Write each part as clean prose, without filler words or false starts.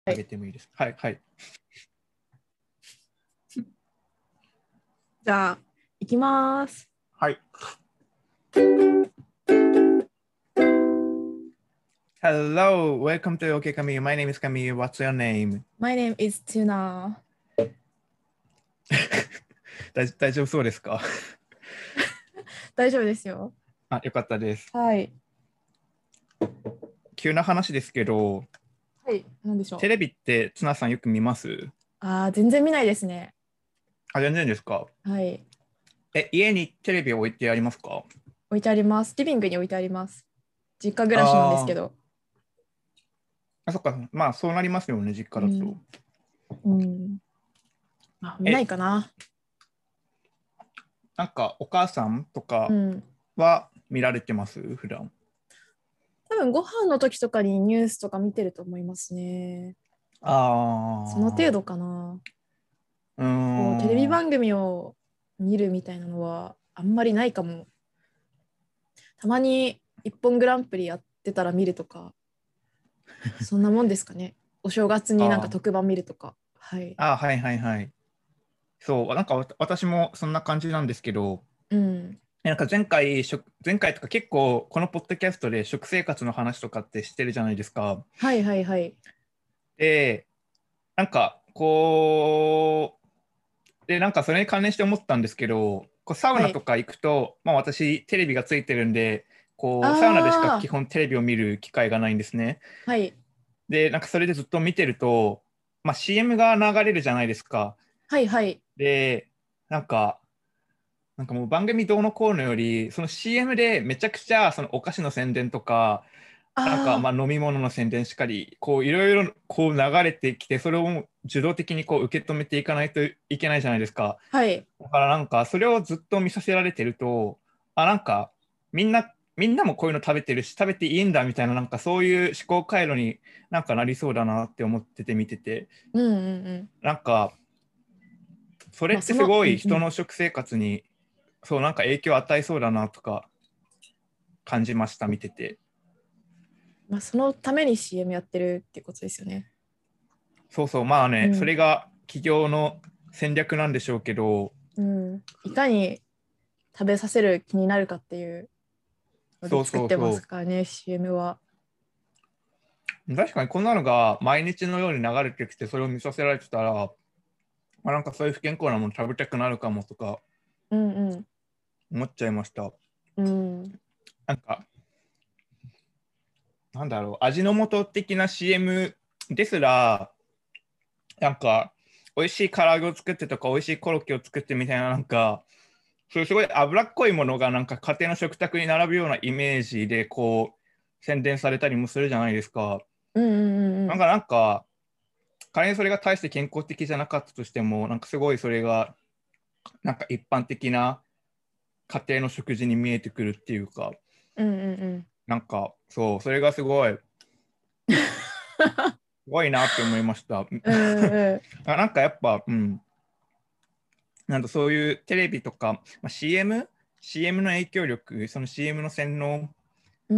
あげてもいいです。はい、はい。 じゃあ、行きます。 はい。Hello, welcome to OK Camille. My name is Camille. What's your name? My name is Tuna. 大丈夫そうですか？ 大丈夫ですよ。 あ、よかったです。 はい。 急な話ですけど、 はい。なんでしょう。 テレビってツナさんよく見ます？ 全然見ないですね。 あ、全然ですか？ はい。 家にテレビ置いてありますか？ 置いてあります。リビングに置いてあります。実家暮らしなんですけあど。 そっか。まあ、そうなりますよね、実家だと。 うん。見ないかな。 なんか、お母さんとかうん。 は見られてます普段？ 多分ご飯の時とかにニュースとか見てると思いますね。その程あ度かな。 あ、 こうテレビ番組を見るみたいなのはあんまりないかも。たまに一本グランプリやってたら見るとか、そんなもんですかね。お正月になんかあ特番見るとか。はい。 はいはいはい。そう、なんか私もそんな感じなんですけど、 うん。 なんか前回とか結構このポッドキャストで食生活の話とかってしてるじゃないですか。 はいはいはい。 で、なんかなんかそれに関連して思ったんですけど、サウはい。 ナとか行くと、まあ私テレビがついてるんで、サウナでしか基あ本テレビを見る機会がないんですね。 はい。 で、なんかそれでずっと見てると、まあ CM が流れるじゃないですか。 はいはい。 で、なんか、もう番組どうのこうのより、その CM でめちゃくちゃそのお菓子の宣伝とか、なんかまあ飲み物の宣伝しかり、いろいろ流れてきて、それを受動的に受け止めていかないといけないじゃないですか。 はい。 だからなんかそれをずっと見させられてると、なんかみんなもこういうの食べてるし、食べていいんだみたいな、なんかそういう思考回路になんかなりそうだなって思ってて見てて、 うんうんうん。 なんかそれってすごい人の食生活にそうなんか影響を与えそうだなとか感じました、見てて。 そのために CM やってるってことですよね。 そうそう、まあね、そうん。 れが企業の戦略なんでしょうけど、 うん。いかに食べさせる気になるかっていうのでそう作ってまそうそすからね、CM は。 う。確かにこんなのが毎日のように流れてきて、それを見させられてたら、なんかそういう不健康なもの食べたくなるかもとかうんうん。 思っちゃいました。 うん。 なんか、なんだろう、味の素的な CM ですら、なんか、美味しい唐揚げを作ってとか、美味しいコロッケを作ってみたいな、なんか、そういうすごい脂っこいものがなんか家庭の食卓に並ぶようなイメージで宣伝されたりもするじゃないですか。 うんうんうんなんか仮にそれが大して健康的じゃなかったとしても、なんかすごいそれがなんか一般的な家庭の食事に見えてくるっていうか、 うんうんうん。 なんかそう、それがすごいなって思いました。 うんうん。 なんかやっぱ、なんかそういうテレビとか、CM の影響力、その CM の洗脳うん。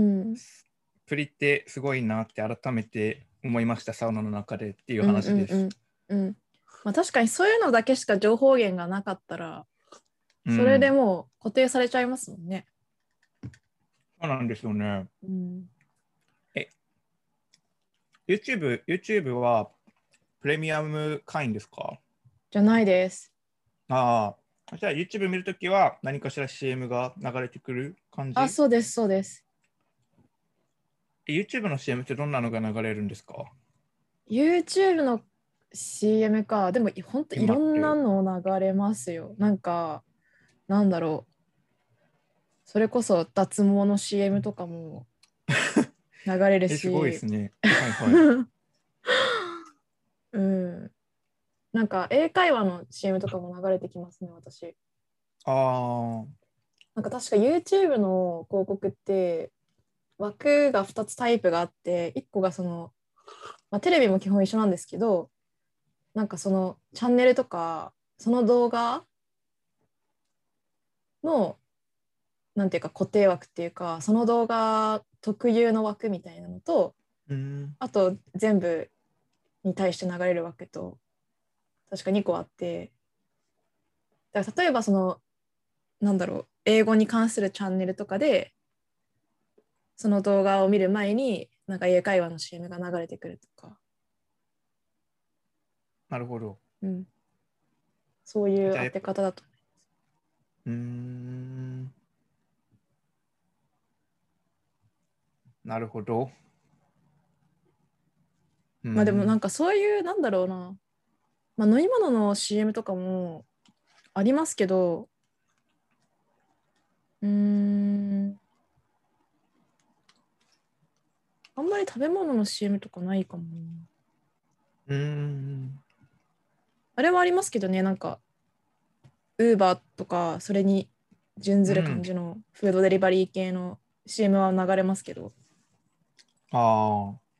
プリってすごいなって改めて思いました、サウナの中でっていううん話です。 うんうんうん。確かにそういうのだけしか情報源がなかったら、それでうん、 もう固定されちゃいますもんね。 そうなんですよね。 うん。 え、YouTube はプレミアム会員ですか？ じゃないです。 あじゃあ YouTube 見るときは何かしら CM が流れてくる感じ？ そうです、そうです。 YouTube の CM ってどんなのが流れるんですか？ YouTube の CM か。でも、本当いろんな今って。 の流れますよ。なんか、なんだろう。それこそ脱毛の CM とかも流れるすごいでし、 すね。はいはい。 うん。なんか、英会話の CM とかも流れてきますね、私。 あなんか確か YouTube の広告って枠が2つタイプがあって、1個がテレビも基本一緒なんですけど、なんかそのチャンネルとか、その動画の、なんていうか固定枠っていうか、その動画特有の枠みたいなのと、 うん。 あと全部に対して流れる枠と確か2個あって、だから例えばそのなんだろう、英語に関するチャンネルとかでその動画を見る前になんか英会話の CM が流れてくるとか、 なるほど。 うん、そういうじゃあ、 当て方だと。 なるほど。 まあでもなんかそういうなんだろうな、まあ、飲み物の CM とかもありますけど、あんまり食べ物の CM とかないかもな。あれはありますけどね、なんかウーバーとかそれに準ずる感じのフードデリバリー系の CM は流れますけど。 ああ。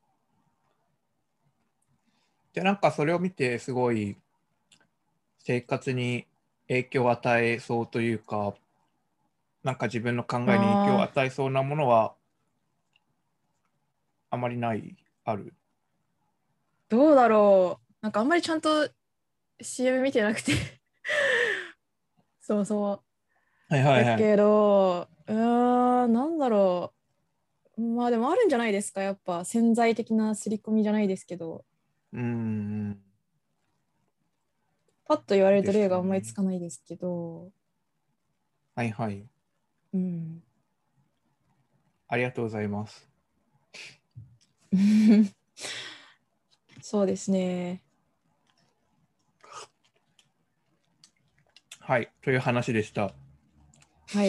じゃあなんかそれを見てすごい生活に影響を与えそうというか、なんか自分の考えに影響をああ、 与えそうなものはあまりない、ある。 どうだろう。なんかあんまりちゃんと CM 見てなくてそうそはいう。 はいはい。 だけど、なんだろう。まあでもあるんじゃないですか。やっぱ潜在的な刷り込みじゃないですけど、 うーん。 パッと言われるとです例があんまりつね。 かないですけど、 はいはい。 うん。 ありがとうございます。 そうですね。 はい。という話でした。 はい。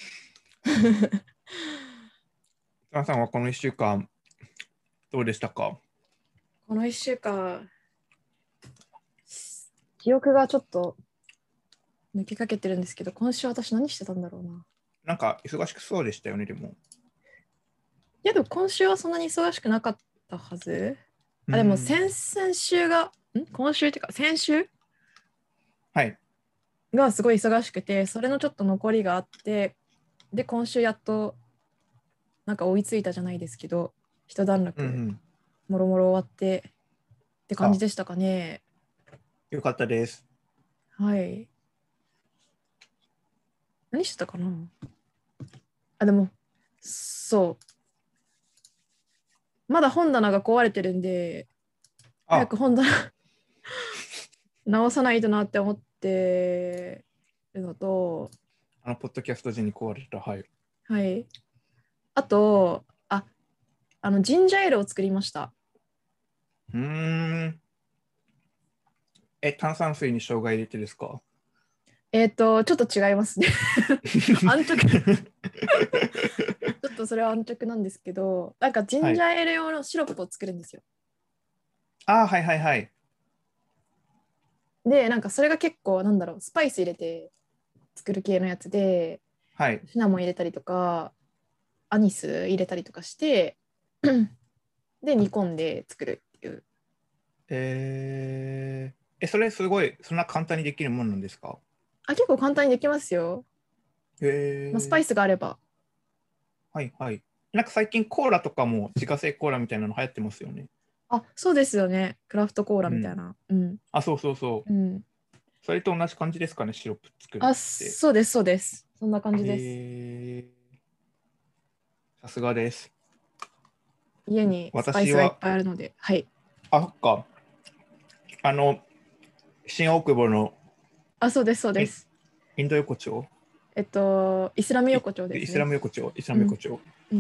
皆さんはこの1週間どうでしたか？ この1週間、記憶がちょっと抜けかけてるんですけど、今週私何してたんだろうな。 なんか忙しくそうでしたよね、でも。 いや、でも今週はそんなに忙しくなかったはず。 うーあ、でもん。 々週が、今週っていうか、先週はい。 がすごい忙しくて、それのちょっと残りがあって、で、今週やっとなんか追いついたじゃないですけど、一段落、 うんうん。 もろもろ終わってって感じあ、 でしたかね。 よかったです。 はい。何してたかな。あ、でも、そう。まだ本棚が壊れてるんで、早あ、 く本棚直さないとなって思ってるのと、 ポッドキャスト時に壊れた。はい。 はい。あと、ジンジャーエールを作りました。 うーん。炭酸水に生姜入れてですか？ ちょっと違いますね。安直。ちょっとそれは安直なんですけど、なんかジはい。 ンジャーエール用のシロップを作るんですよ。 あ、はいはいはい。 で、なんかそれが結構、なんだろう、スパイス入れて作る系のやつで、 はい。 シナモン入れたりとか、アニス入れたりとかして、で、煮込んで作るっていう。 それすごい、そんな簡単にできるもんなんですか？ あ、結構簡単にできますよ。 へまあ、スパイえ。 スがあれば。 はいはい。なんか最近コーラとかも自家製コーラみたいなの流行ってますよね。 あ、そうですよね。クラフトコーラうん。 みたいな。うん。 あ、そうそうそう。 うん。 それと同じ感じですかね、シロップ作るあ、 って。 そうです、そうです。そんな感じです。 へえ。さすがです。 家にスパイスがいっ私は、 ぱいあるので、はい。 あ、そっか。あの、新大久保のあ、そうです、そうでイす。 インド横丁イスラムイ横丁でイスラすね。 ム横丁イスラうん。 ム横丁。 うん。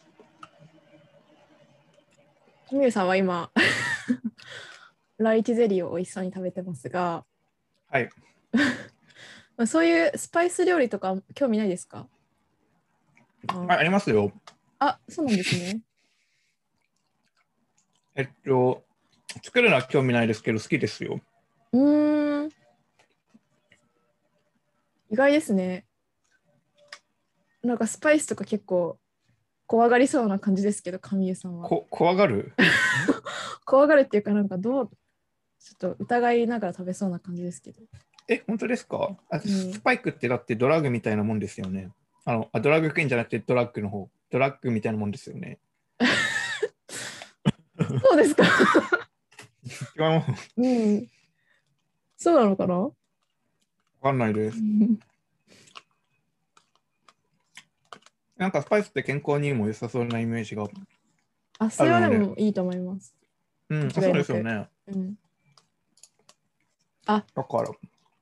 みゆさんは今、ライチゼリーを美味しそうに食べてますが、 はい。 まあそういうスパイス料理とか興味ないですか？あ、 ありますよ。 そうなんですね。 えっと、作るのは興味ないですけど、好きですよ。 うーん、意外ですね。なんかスパイスとか結構怖がりそうな感じですけど、神湯さんは。 怖がる？ 怖がるっていうか、なんかちょっと疑いながら食べそうな感じですけど。 本当ですか？ うん。 スパイクってだってドラッグみたいなもんですよね。ドラッグクイーンじゃなくてドラッグの方。ドラッグみたいなもんですよね。 そうですか。 違います。 うん。そうなのかな。 わかんないです。なんかスパイスって健康にも良さそうなイメージがあ、それはであるので。 もいいと思います。 うん、そうで間違いなく。 すよね。 うん。あ、 だから。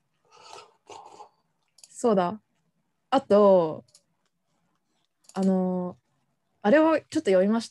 そうだ。あと、あの、あれをちょっと読みました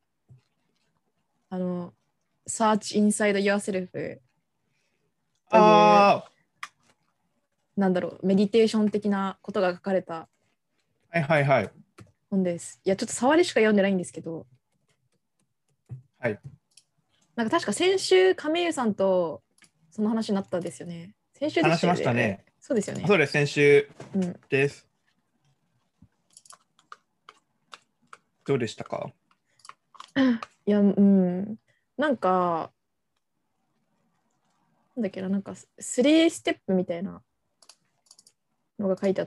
。Search Inside Yourself という、 あなんだろう、メディテーション的なことが書かれたあ、はいはいはい。 本です。いや、ちょっと触りしか読んでないんですけど、 はい。 なんか確か先週、亀井さんとその話になったんですよね。先週でし話しましたたよね。 ね。 そうですよね。 そうです、先週うん。 です。どうでしたか？ いや、うん。なんか、なんだっけな、なんか、3ステップみたいなのが書いてあって、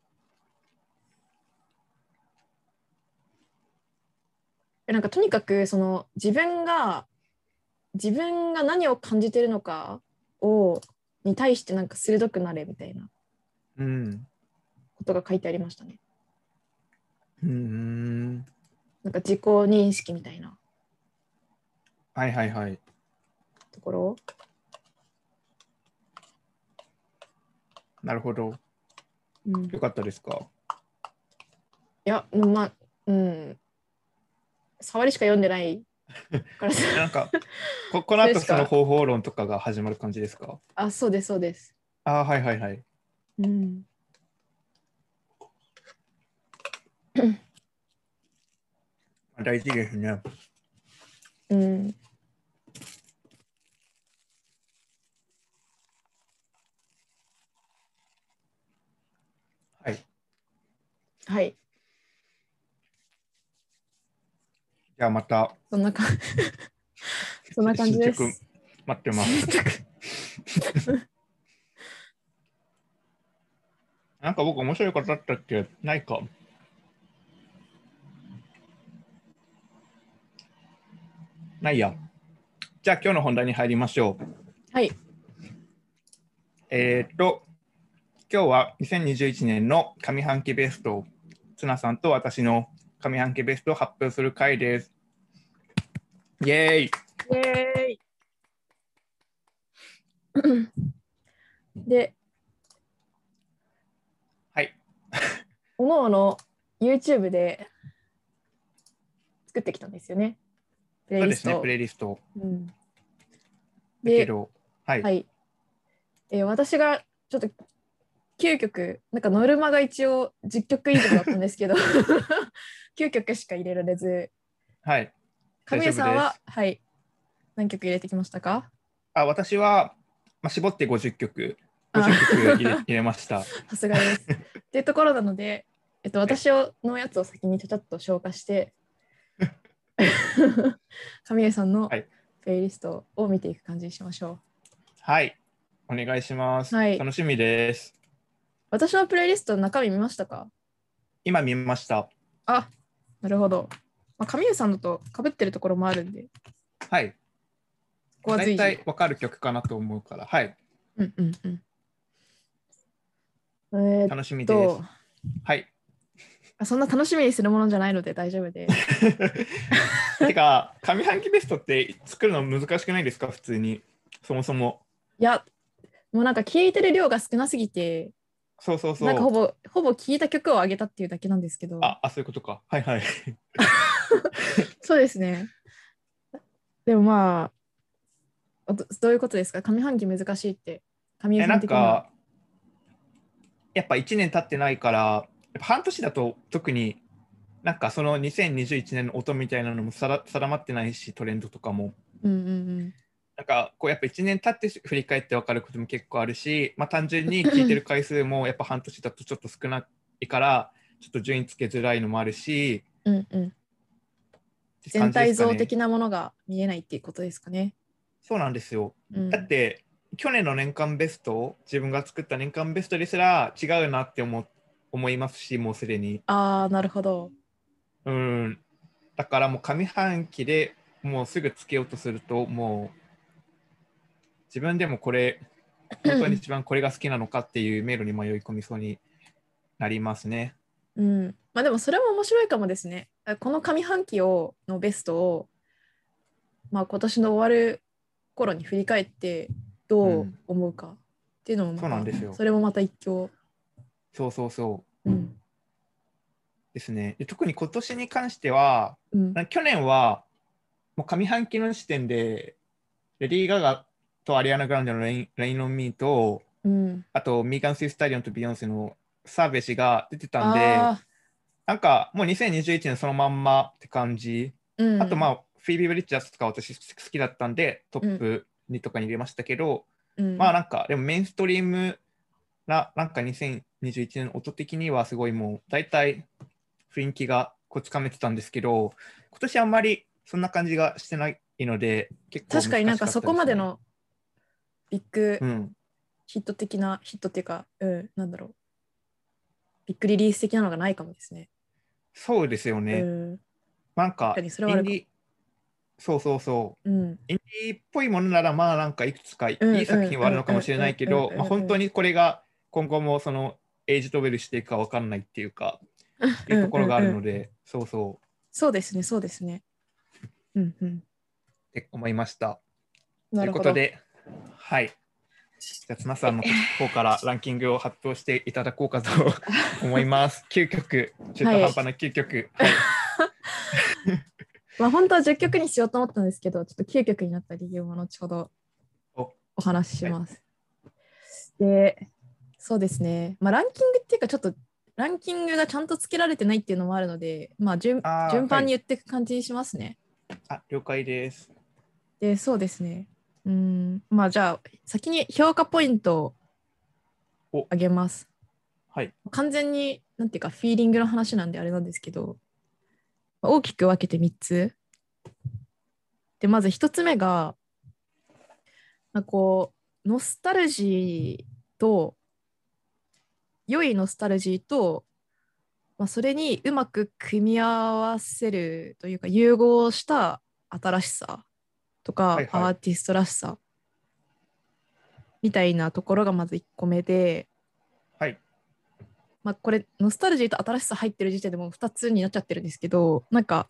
なんかとにかく、自分が何を感じてるのかに対してなんか鋭くなれみたいなうん。 ことが書いてありましたね。 うん。 なんか自己認識みたいなはいはいはい。 ところ。 なるほど。 うん、いよかったですか？ や、まあ、うん、触りしか読んでないからさ、 なんか、この後そのそれしか、 方法論とかが始まる感じですか？ あ、そうです、そうです。 ああー、はいはいはい。 うん。 大事ですね。 うん。 はい。 はい。 じゃあまたそんなかそんな感じ進捗です。 待ってます。なんか僕面白いことあったっけ？ないか。ないや。じゃあ今日の本題に入りましょう。 はい。 えーっと、今日は2021年の上半期ベストをツナさんと私の上半期ベストを発表する回です。イエーイ。 イエーイで、 はい。 おのおの YouTube で作ってきたんですよね。プレイそうですね、プリスト。 レイリスト。 うん、で、 だけど、はい。 はい。私がちょっと9曲、なんかノルマが一応10曲以上だったんですけど9曲しか入れられず、 はい。大神谷さんは、 丈夫です。 はい、何曲入れてきましたか？ 私は、絞って50曲、 あ 50曲入れました。 さすがです。っていうところなので、 はい。 のやつを先にちょっと消化して神谷さんのはい。 プレイリストを見ていく感じにしましょはい。お願いしまう。 す。 はい。 楽しみです。 私のプレイリストの中身見ましたか？ 今見ました。 あ、なるほど。まあ、神谷さんのと被ってるところもあるんで、 はい。 ここはだいた随時。 いわかる曲かなと思うから、はい。 うんうんうん。 楽しみです。 と、 はい。 そんな楽しみにするものじゃないので大丈夫です。 てか、上半期ベストって作るの難しくないですか、普通に。そもそも。 いや、もうなんか聞いてる量が少なすぎて、 そうそうなんかそう。 ほぼ聞いた曲を上げたっていうだけなんですけど、 そういうことか。はいはい。 そうですね。でもまどういうことですか？上半期難しいって、神江さなんん的には。 か、やっぱ1年経ってないから、やっぱ半年だと特になんかその2021年の音みたいなのも定まってないし、トレンドとかも。 うんうんなんかこうやっぱ1年経って振り返って分かることも結構あるし、単純に聞いてる回数もやっぱ半年だとちょっと少ないから、ちょっと順位つけづらいのもあるし、 うんうん。 って感じで全体すかね。 像的なものが見えないっていうことですかね。 そうなんですよ。だっうん。 て、去年の年間ベスト、自分が作った年間ベストですら違うなって思いますし、もうすでに。 ああ、なるほど。 うん。だからもう上半期でもうすぐつけようとすると、もう自分でもこれ、本当に一番これが好きなのかっていう迷路に迷い込みそうになりますね。 うん。まあでもそれも面白いかもですね。この上半期のベストを、まあ、今年の終わる頃に振り返ってどううん。 思うかっていうのもまそうなんた、 ですよ。 それもまた一興。 そうそうそううん。 ですね。で、特に今年に関しては、 うん。 去年はもう上半期の時点で、レディー・ガガとアリアナ・グランデのレイン・オン・ミーと、 うん。 あとミーガン・スー・スタリオンとビヨンセのサーベシが出てたんで、 ああ、 なんかもう2021年そのまんまって感じ。 うん。 あとまあ、フィービー・ブリッジャースとか私好きだったんで、トッうん。 プ2とかに入れましたけど、 うん。 まあなんか、でもメインストリームな、なんか2021年の音的にはすごいもう大体雰囲気がこうつかめてたんですけど、今年あんまりそんな感じがしてないので、結構確かになん難しかっかそこたですね。 までのビッグうん、 ヒット的なヒットっていうか、うん、なんだろう。ビッグリリース的なのがないかもですね。 そうですようね。 ん。 なんか、 確かにそれはあるかも。 そうそうそう、 うん。 インディーっぽいものなら、まあなんかいくつかいうんい作うんう品はあるのかもんうんうしれないけど、まあんうんうん本当にこれが今後もそのエイジドベルしていくか分かんないっていうか、いうんうところがあうんうん。 るので、そうそうそうですね、そうですね。うんうん。 って思いました。というなるほど。 ことで、はい。じゃあ、綱さんの方からランキングを発表していただこうかと思います。9曲、中はい。 途半端な9曲。はい。 まあ本当は10曲にしようと思ったんですけど、ちょっと9曲になった理由も後ほどお、 お話ししはい。 ます。で、そうですね。まあランキングっていうか、ちょっとランキングがちゃんとつけられてないっていうのもあるので、まあ順はい。 番に言っていく感じにしますね。 了解です。 で、そうですね。まあじゃあ、先に評価ポイントをお、 あげます。 はい。 完全に、なんていうか、フィーリングの話なんであれなんですけど、大きく分けて3つ。で、まず1つ目が、まあ、こノスタルジーと、良いノスタルジーと、まあ、それにうまく組み合わせるというか、融合した新しさとか、 はいはい。 アーティストらしさみたいなところがまず1個目で、 はい。 まあ、これ、ノスタルジーと新しさ入ってる時点でもう2つになっちゃってるんですけど、なんか、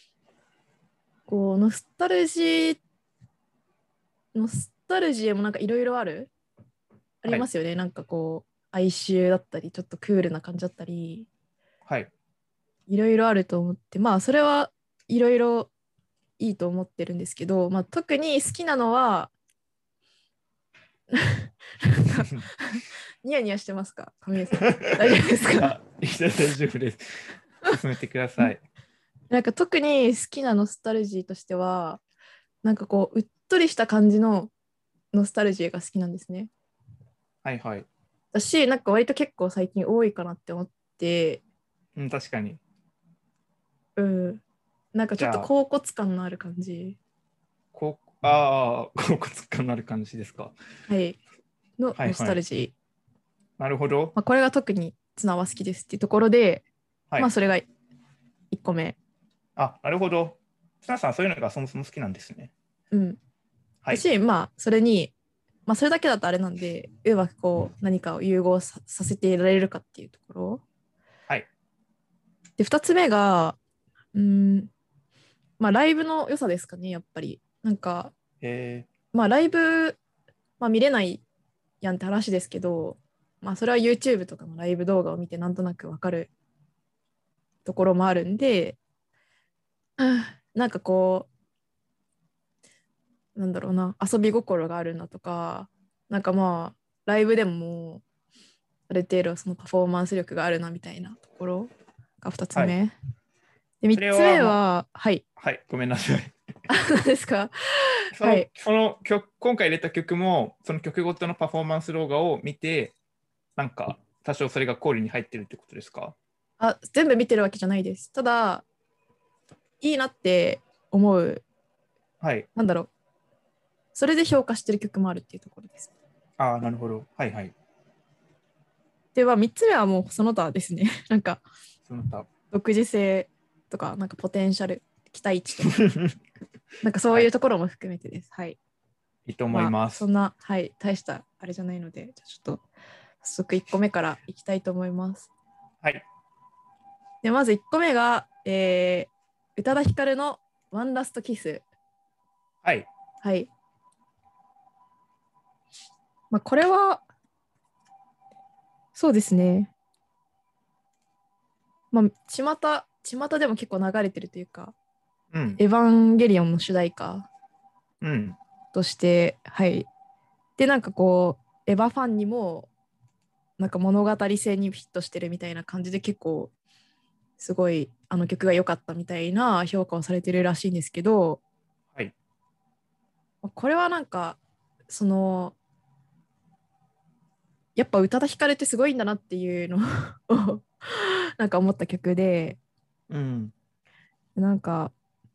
ノスタルジーもなんかいろいろありはい。 ますよね。なんか哀愁だったり、ちょっとクールな感じだったり、 はい。 いろいろあると思って、まあ、それはいろいろいいと思ってるんですけど、まあ、特に好きなのは、なんかニヤニヤしてますか、神江さん。大丈夫ですか？ あ、大丈夫です。進めてください。 なんか特に好きなノスタルジーとしては、なんかうっとりした感じのノスタルジーが好きなんですね。 はいはい。 私、なんか割と結構最近多いかなって思って、 うん、確かに。 うん。なんかちょっとじゃあ、 恍惚感のある感じ。 恍惚感のある感じですか。 はい。のノスはいはい。 タルジー。 なるほど。 まあ、これが特に綱は好きですっていうところで、 はい。 まあそれが1個目。 なるほど。綱さん、そういうのがそもそも好きなんですね。 うん。 はい。 私、まあそれに、まあそれだけだとあれなんで、うまく何かを融合させていられるかっていうところ。 はい。 で、2つ目が、うん、まあライブの良さですかね、やっぱり。なんか、 えまあライブ、まあ見れないやんって話ですけど、まあそれは YouTube とかのライブ動画を見てなんとなくわかるところもあるんで、なんかなんだろうな、遊び心があるなとか、なんかまあ、ライブでももう、ある程度そのパフォーマンス力があるなみたいなところが2つはい。 目。で、3 それつはも目は、はい、 はい、ごめんなさい。 何ですか？はい。 その曲、今回入れた曲も、その曲ごとのパフォーマンス動画を見て、なんか、多少それが考慮に入ってるってことですか？ 全部見てるわけじゃないです。ただ、いいなって思う、 はい。 なんだろう、それで評価してる曲もあるっていうところです。 なるほど。はいはい。 では、3つ目はもうその他ですね。なんか、 その他。 独自性とか、なんかポテンシャル、期待値とか。 なんかそういうところも含めてです。はい。 いいと思います。 そんな、はい、大したあれじゃないので、じゃあちょっと早速1個目からいきたいと思います。 はい。 で、まず1個目が、宇多田ヒカルのワンラストキス。 はい。 はい。まあ、これは、そうですね。まあ、巷でも結構流れてるというか、 うん。 エヴァンゲリオンの主題歌うん。 として、はい。で、なんかこう、エヴァファンにも、なんか物語性にフィットしてるみたいな感じで結構、すごいあの曲が良かったみたいな評価をされてるらしいんですけど、 はい。 これはなんか、その、やっぱ宇多田ヒカルってすごいんだなっていうのをなんか思った曲で、 うん。 なんか、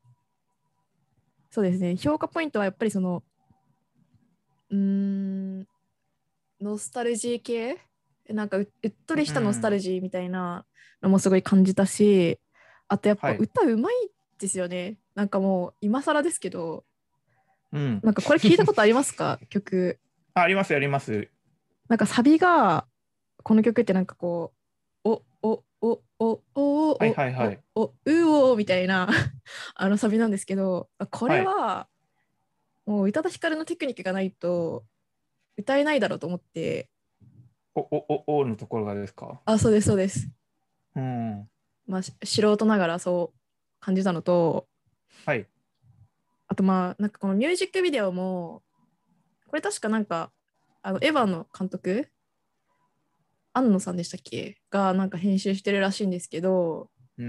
そうですね、評価ポイントはやっぱりその、うーん、ノスタルジー系なんかうっとりしたノスタうん。 ルジーみたいなのもすごい感じたし、あとやっぱはい。 歌うまいですよね。なんかもう今更ですけど、 うん。 なんかこれ聞いたことありますか曲。 あ、あります、あります。 なんかサビが、この曲ってなんかこう、 はいはいはい。 うおみたいなあのサビなんですけど、これはい。 はもう宇多田ヒカルのテクニックがないと歌えないだろうと思って、 おのところがですか？ あ、そうです、そうです。 うん。 まあ、素人ながらそう感じたのと、 はい。 あとまあ、なんかこのミュージックビデオも、これ確かなんか、エヴァの監督、庵野さんでしたっけがなんか編集してるらしいんですけど、 うん。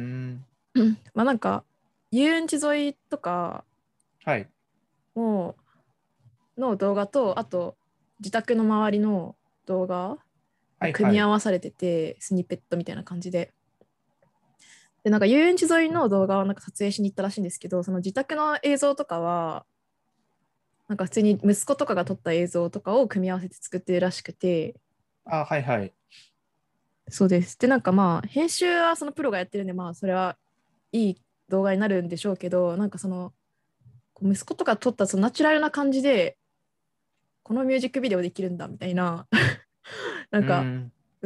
まあなんか、遊園地沿いとかはい。 もの動画と、あと自宅の周りの動画が組はいはい。 み合わされてて、スニペットみたいな感じで。で、なんか遊園地沿いの動画をなんか撮影しに行ったらしいんですけど、その自宅の映像とかは、なんか普通に息子とかが撮った映像とかを組み合わせて作ってるらしくて、 あ、はいはい。 そうです。で、なんかまあ、編集はそのプロがやってるんで、まあ、それはいい動画になるんでしょうけど、なんかその、息子とか撮ったそのナチュラルな感じで、このミュージックビデオできるんだみたいな、なんか、 うん。 うん。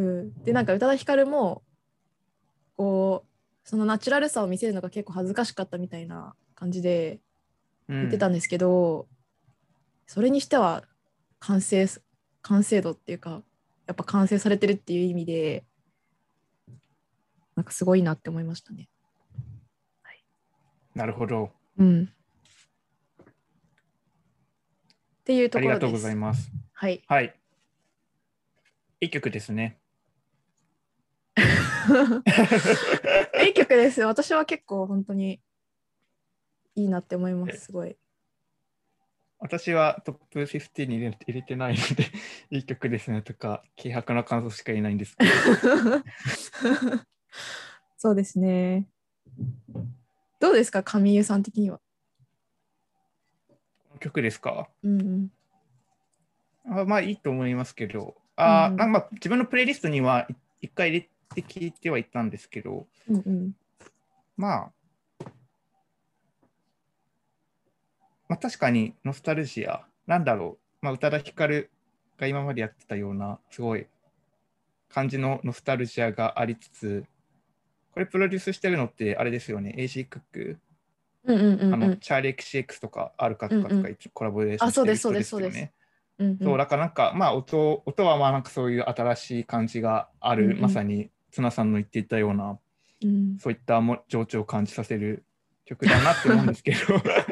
で、なんか宇多田ヒカルも、こそのナチュラルさを見せるのが結構恥ずかしかったみたいな感じで言ってうん。 たんですけど、それにしては完成、完成度っていうか、やっぱ完成されてるっていう意味で、なんかすごいなって思いましたね。はい、 なるほど。 うん。っていうとありがとうごころです。 ざいます。 はい。 はい。いい曲ですね。 いい曲ですよ。私は結構本当にいいなって思います。すごい。 私はトップ50に入れてないのでいい曲ですねとか、軽薄な感想しか言えないんですけど。 そうですね。どうですか、神優さん的には。 この曲ですか？ うんうん。 まあいいと思いますけど、 うんなんかまあ自分のプレイリストには一回入れて聞いてはいったんですけど、 うんうん。 まあ、まあ確かにノスタルジア、なんだろう、まあ宇多田ヒカルが今までやってたような、すごい感じのノスタルジアがありつつ、これプロデュースしてるのってあれですよね、エイジークック、 うんうんうんうん。 チャーリー XCX とかアルカとかとかうんうん。 コラボレーショあ、そうです、そうンしてる人です、そうです。 ですよね。そう、 うんうん。 だからなんか、まあ音はまあなんかそういう新しい感じがある、まうんうん。 さに綱さんの言っていたような、 うん。 そういった情緒を感じさせる曲だなって思うんですけど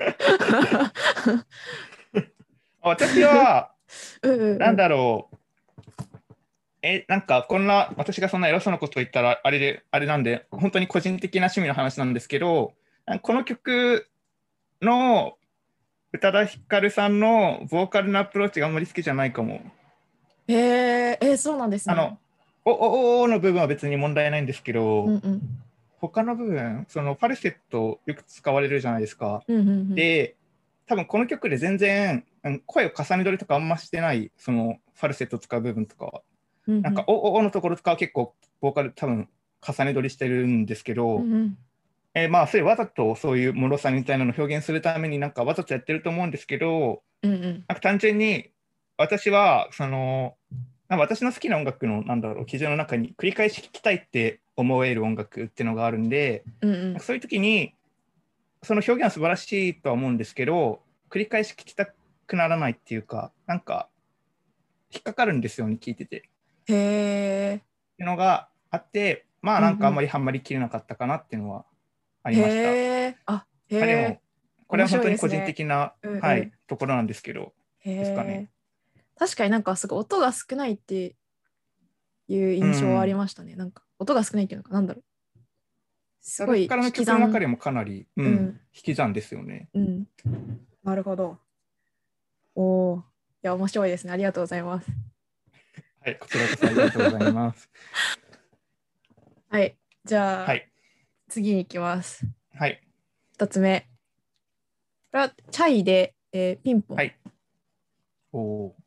私は、 うんうんなんうん。 だろう、なんかこんな、私がそんな偉そうなことを言ったらあれなんで、本当に個人的な趣味の話なんですけど、この曲の宇多田ヒカルさんのボーカルのアプローチがあんまり好きじゃないかも。 そうなんですね。 あの、おの部分は別に問題ないんですけど、 うんうん。 他の部分、そのファルセットよく使われるじゃないですか。 うんうんうん。 で、多分この曲で全然声を重ね取りとかあんましてない、そのファルセットを使う部分とかは、なんかうんうん。 おのところとかは結構ボーカル多分重ね取りしてるんですけど、 うんうん。 まあ、それわざとそういう脆さみたいなのを表現するためになんかわざとやってると思うんですけど、 うんうん。 なんか単純に私はなんか私の好きな音楽の基準の中に繰り返し聴きたいって思える音楽っていうのがあるんで、 うんうん。 なんかそういう時にその表現は素晴らしいとは思うんですけど、繰り返し聴きたくならないっていうか、なんか引っかかるんですよね、聞いてて。っへえ。 ていうのがあって、まあうんなんかあんまうりハマりきれなかったかなっていうのはあん。へりました。 え。あ、へまあでえ。 も、これ面白いは本当に個人ですね。 的な、 うんはい、 うん。 ところなんですけど、 へですかね。 え。確かになんかすごい音が少ないっていうう印象はありん。 ましたね。なんか音が少ないっていうのか、なんだろう。すごい私からの引き算。 曲の中でもかなり、うん、 うん。 引き算ですよね。 うん。なるほど。おお。いや、面白いですね。ありがとうございます。 はい、こちらこそありがとうございます。 はい。じゃあ、 はい、 次に行きます。 はい、 二つ目。これはチャイで、ピンポン。 はい。おー、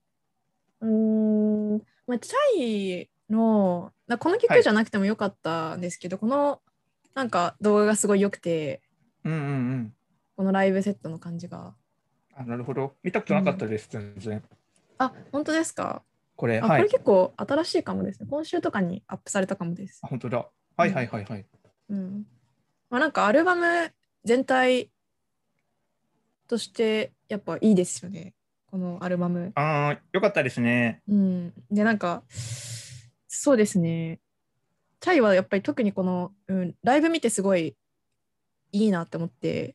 まあ、チャイの、このはい。 曲じゃなくてもよかったんですけど、このなんか動画がすごい良くて、 うんうんうん。 このライブセットの感じが。 あ、なるほど。見たことなかっうん。 たです、全然。 あ、本当ですか？ これ、 あ、これはい。 結構新しいかもですね。今週とかにアップされたかもです。 あ、本当だ。はいはいうん。 はいはい。 うん。まあ、なんかアルバム全体としてやっぱいいですよね。このアルバム。 ああ、よかったですね。 うん。で、なんか、そうですね。チャイはやっぱり特にこの、ライブ見てすごいいいなって思って、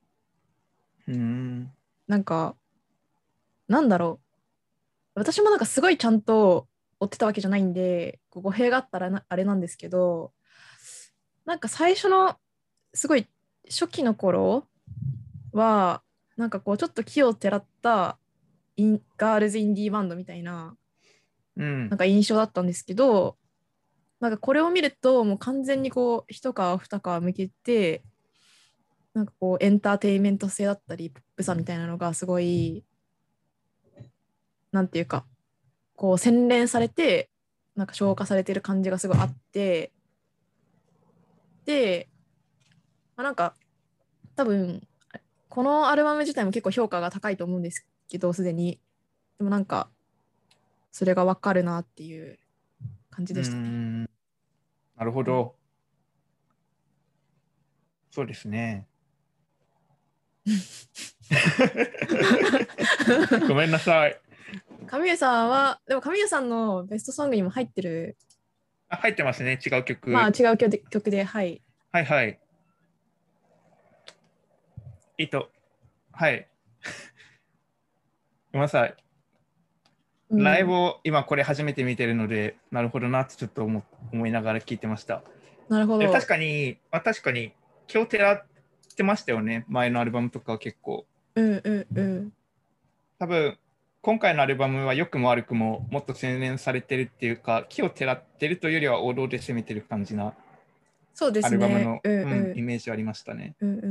うーん。 なんか、なんだろう。私もなんかすごいちゃんと追ってたわけじゃないんで、こう語弊があったらあれなんですけど、なんか最初のすごい初期の頃は、なんかこうちょっと奇をてらったガールズインディーバンドみたいな、 うん。 なんか印象だったんですけど、なんかこれを見るともう完全にこう一皮二皮向けて、なんかこうエンターテインメント性だったり、ポップさみたいなのがすごい、なんていうか、こう洗練されて、なんか消化されてる感じがすごいあって、で、まあ、なんか多分、このアルバム自体も結構評価が高いと思うんですけど、すでに。でもなんか、それがわかるなっていう感じうーでしたね。 ん。なるほうん。 ど。そうですね。ごめんなさい。 神谷さんは、でも神谷さんのベストソングにも入ってる、 あ、入ってますね。違う曲。 まあ違う曲で、はい。 はいはい。はい。ごめんなさい。ライブうん。 を今これ初めて見てるので、なるほどなってちょっと思いながら聞いてました。確なるほど。 かに、確かに、今日照ってましたよね。前のアルバムとかは結構。 うんうんうん。 多分、今回のアルバムは良くも悪くももっと洗練されてるっていうか、木をてらってるというよりは王道で攻めてる感じなそうでアすね。 ルバムの、 うんうん、イうん。 メージありましたね。 うんうん。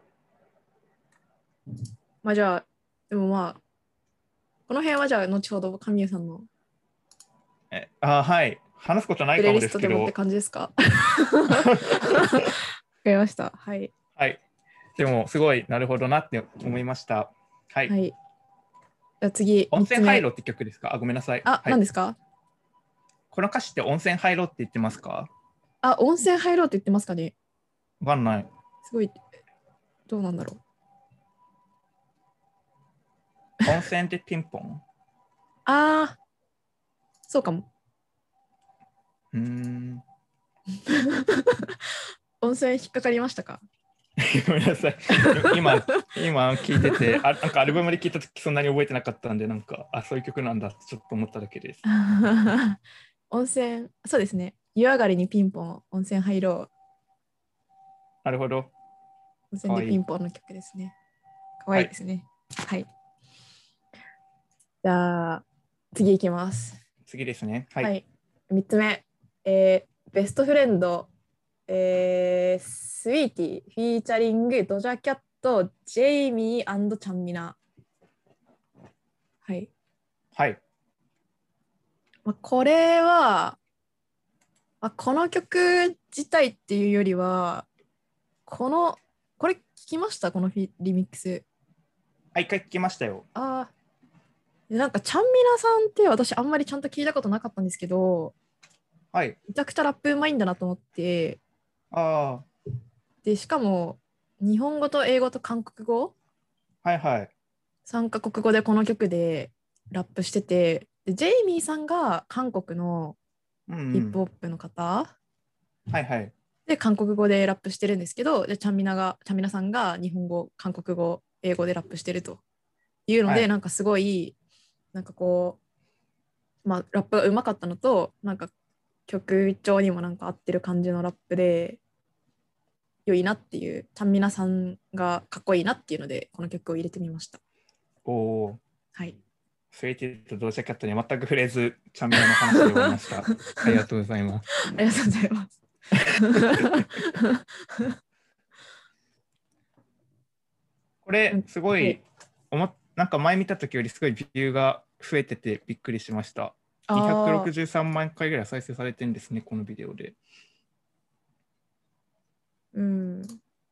まあじゃあ、でもまあ、この辺はじゃあ、後ほど神谷さんのはい。話すことないかもプレイリスですけど、 トでもって感じですか？わかりました。はい。 はい。でも、すごい、なるほどなって思いました。はい。 はい。じゃあ次、 温 3つ目。 泉入ろうって曲ですか？あ、ごめんなさい。 あ、 はい。 何ですか？ この歌詞って温泉入ろうって言ってますか？ あ、温泉入ろうって言ってますかね。 わかんない。 すごい、どうなんだろう。 温泉でピンポン。 ああ、そうかも。 うーん。 温泉引っかかりましたか？ ごめんなさい。今聞いてて、なんかアルバムで聞いたときそんなに覚えてなかったんで、なんか、あ、そういう曲なんだってちょっと思っただけです。 温泉、そうですね。湯上がりにピンポン、温泉入ろう。 なるほど。 温泉でかわいい。 ピンポンの曲ですね。かわはい。 いいですね。はい。じゃあ、次いきます。 次ですね。はい。 はい。3つ目。ベストフレンド、スイーティー、フィーチャリング、ドジャキャット、ジェイミーチャンミナ。はい。 はい。 まあ、これは、この曲自体っていうよりは、 これ聞きましたこのリミックス。 一回聞きましたよ。 ああ。なんか、ちゃんみなさんって私あんまりちゃんと聞いたことなかったんですけど、 はい。 めちゃくちゃラップうまいんだなと思って、 あで、しかも、日本語と英語と韓国語、 あ、はいはい。 3カ国語でこの曲でラップしてて、で、ジェイミーさんが韓国のうんうヒップホん。 ップの方はいはい。 で、韓国語でラップしてるんですけど、で、チャンミナさんが日本語、韓国語、英語でラップしてるというので、 はい。 なんかすごい、なんかこう、まあ、ラップがうまかったのと、なんか曲調にもなんか合ってる感じのラップで、良いなっていう、チャンミナさんがかっこいいなっていうので、この曲を入れてみました。 おお。 はい。 スウェイティと同社キャットに全く触れず、ちゃんみなの話で終わりました。ありがとうございます。 ありがとうございます。 これ、すごはい。 い、なんか前見た時よりすごいビューが増えててびっくりしました。 ああ、 263万回ぐらい再生されてるんですね、このビデオで。 うん。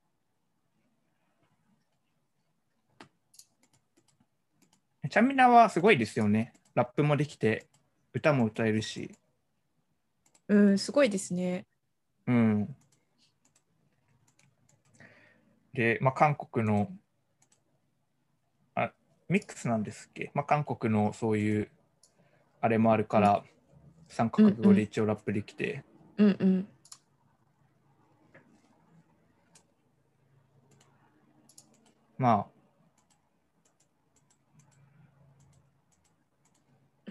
ちゃんみなはすごいですよね。ラップもできて、歌も歌えるし。 うん、すごいですね。 うん。で、まあ、韓国の、あ、ミックスなんですっけ、まあ、韓国のそういうあれもあるかうんら、三カ国語でうんうん一応ラップできて、 うんうんまうん。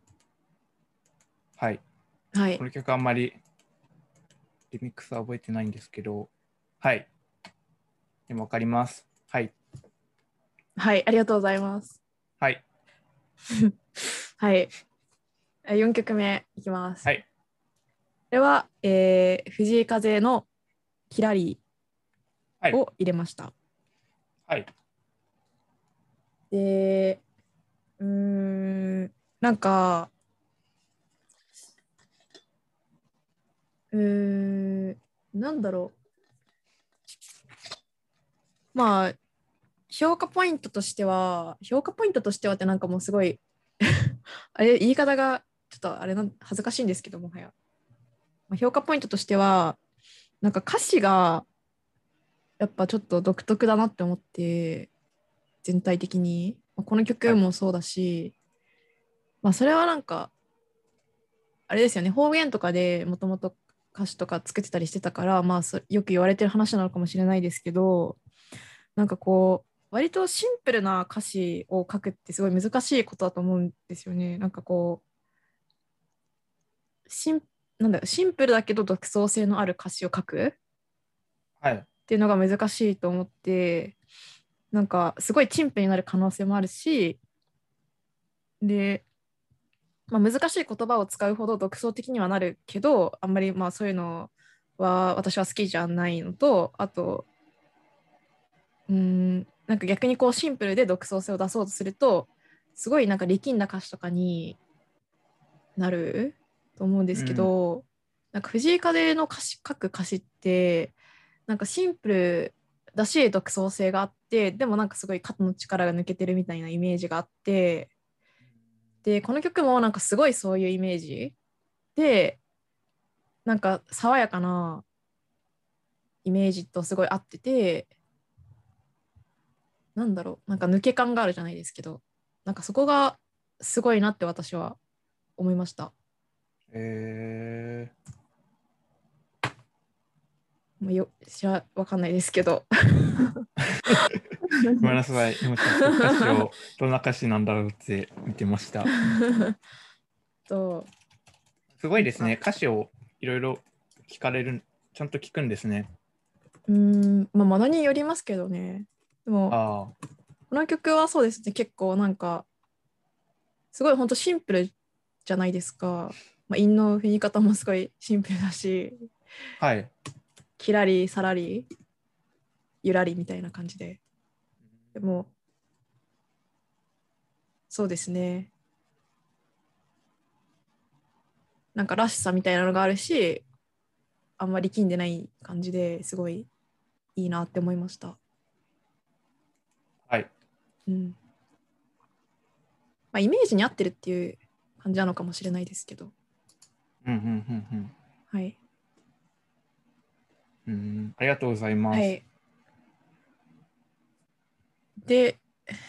あ、はい。 はい。 この曲あんまりリミックスは覚えてないんですけど、はい。でもわかります。はい。 はい、ありがとうございます。 はい。 はい。4曲目いきます。 はい。 これは、藤井風のキラリはい。 を入れました。 はい。 で、なんか、うーん、なんだろう。まあ、評価ポイントとしてはってなんかもうすごいあれ、言い方がちょっとあれ恥ずかしいんですけどもはや。まあ、評価ポイントとしては、なんか歌詞がやっぱちょっと独特だなって思って、全体的に。まあこのはい。 曲もそうだし、まあそれはなんか、あれですよね、方言とかでもともと歌詞とか作ってたりしてたから、まあよく言われてる話なのかもしれないですけど、なんかこう、割とシンプルな歌詞を書くってすごい難しいことだと思うんですよね。なんかこう、なんだろう、シンプルだけど独創性のある歌詞を書くっはい。 ていうのが難しいと思って、なんかすごい陳腐になる可能性もあるし、で、まあ、難しい言葉を使うほど独創的にはなるけど、あんまりまあそういうのは私は好きじゃないのと、あと、なんか逆にこうシンプルで独創性を出そうとすると、すごいなんか力んだ歌詞とかになると思うんですけうん。 ど、なんか藤井風の書く歌詞って、なんかシンプルだし独創性があって、でもなんかすごい肩の力が抜けてるみたいなイメージがあって、で、この曲もなんかすごいそういうイメージで、なんか爽やかなイメージとすごい合ってて、なんだろう、なんか抜け感があるじゃないですけど、なんかそこがすごいなって私は思いました。 えもうわかんないですけど。 ごめんなさい。今ちょっと歌詞を、どんな歌詞なんだろうって見てました。 と、 すごなんか、 いですね。歌詞をいろいろ聞かれる、ちゃんと聞くんですね。 まあ、ものによりますけどね。でも、 ああ、 この曲はそうですね、結構なんか、すごい本当シンプルじゃないですか。まあ、韻の踏み方もすごいシンプルだし、 はい。 キラリ、サラリ、ゆらりみたいな感じで。でも、そうですね。なんからしさみたいなのがあるし、あんまり力んでない感じですごいいいなって思いました。 はい。 うんまあ、イメージに合ってるっていう感じなのかもしれないですけど。 うんうんうんはい。 うん。ありがとうございます。 はい。で、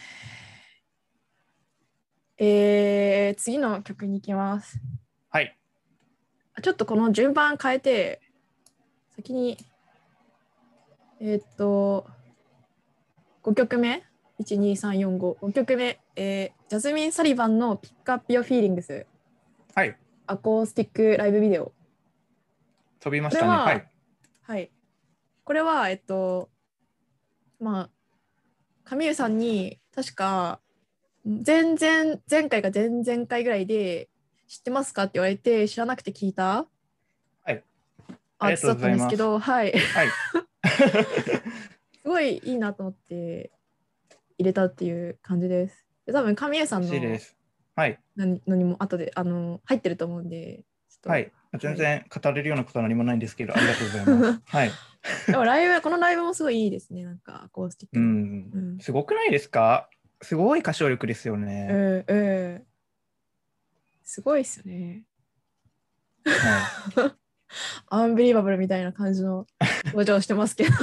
次の曲に行きます。 はい。 ちょっとこの順番変えて、先に、5曲目 ?1、2、3、4、5。5曲目、ジャズミン・サリバンの Pick Up Your Feelings はい。 アコースティックライブビデオ。 飛びまこしたね。はれは、 い。 はい。これは、まあ、神優さんに確か、前回か前々回ぐらいで、知ってますかって言われて、知らなくて聞いたはい。ありがとうごアーティストだったんざいます。 ですけど、はい。 はい。 すごいいいなと思って入れたっていう感じです。で多分、神谷さんの嬉しいです。はい。 のにも後で入ってると思うんで、ちょっと、 はい。全はい。 然語れるようなことは何もないんですけど、ありがとうございます。はい。 でもこのライブもすごいいいですね。なんか、アコースティッうクで。 ん。 うん。 すごくないですか？すごい歌唱力ですようね。 ん、うん。すごいっすよね。 はい。 アンビリーバブルみたいな感じの登場してますけど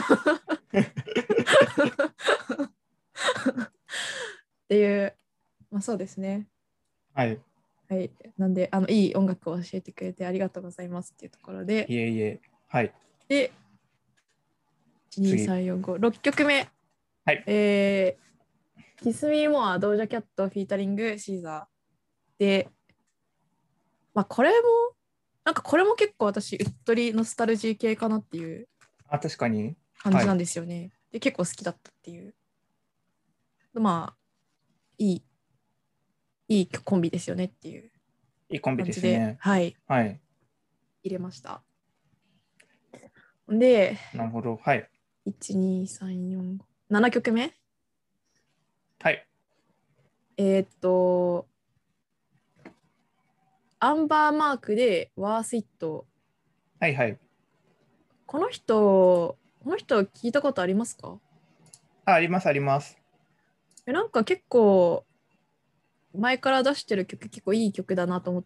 っていう、まあそうですね。 はい。 はい。なんで、いい音楽を教えてくれてありがとうございますっていうところで、 いえいえ。はい。 で、1、2、 次。 3、4、5、6曲目。 はい。 キスミーモア、ドージャキャット、フィータリング、シーザー。で、まあこれも、なんかこれも結構私、うっとりノスタルジー系かなっていうあ、確かに。 感じなんはい。 ですよね。で、結構好きだったっていう。まあ、いい、いいコンビですよねっていういいコンビ感じで、 ですね。 はい、 はい。 入れました。で、 なるほど。はい。 1、2、3、4、5、7曲目。 はい。 えーっと、アンバーマークでワースイット。 はいはい。 この人聞いたことありますか？ あ、あります、あります。 なんか結構前から出してる曲結構いい曲だなと思って、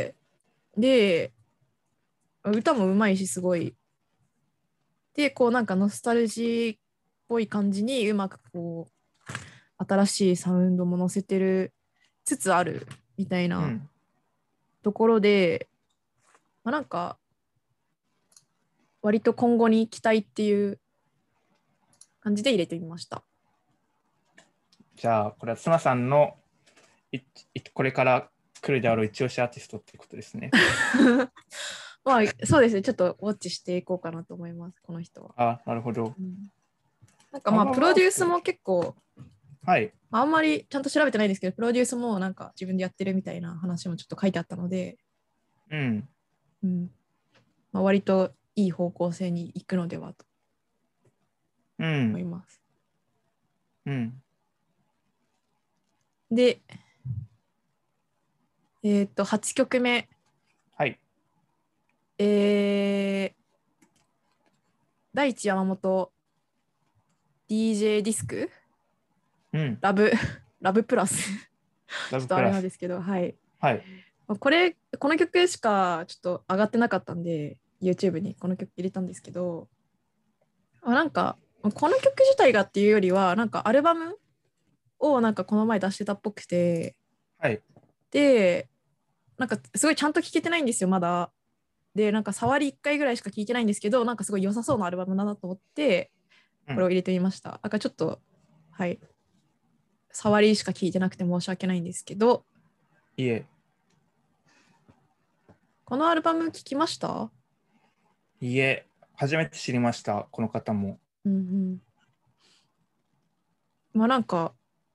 で、歌もうまいしすごい。で、こうなんかノスタルジーっぽい感じにうまくこう新しいサウンドも乗せてるつつあるみたいなうん。 ところで、なんか割と今後に期待っていう感じで入れてみました。 じゃあ、これは妻さんのこれから来るであろう一押しアーティストっていうことですね。 まあそうですね、ちょっとウォッチしていこうかなと思います、この人は。 あ、なるほど。 うん、なんかアンバーまあプロマーク。 デュースも結構、 はい。 あんまりちゃんと調べてないんですけど、プロデュースもなんか自分でやってるみたいな話もちょっと書いてあったので、 うん。 うんまあ、割といい方向性に行くのではとうん。 思います。 うん。 で、8曲目、 はい。 えー、大地山本 DJ ディスクうん。 ラブ、ラブプラスちょっとあれラブプラス。 なんですけど、はい。 はい。 この曲しかちょっと上がってなかったんで、YouTube にこの曲入れたんですけど、なんか、この曲自体がっていうよりは、なんかアルバムをなんかこの前出してたっぽくて、 はい。 で、なんかすごいちゃんと聴けてないんですよ、まだ。で、なんか触り1回ぐらいしか聴いてないんですけど、なんかすごい良さそうなアルバムだなと思って、 うん。 これを入れてみました。なんかちょっと、はい、触りしか聴いてなくて申し訳ないんですけど、 いえ。 このアルバム聴きました？ いえ。初めて知りました。この方も。 うんうん。まあなんか、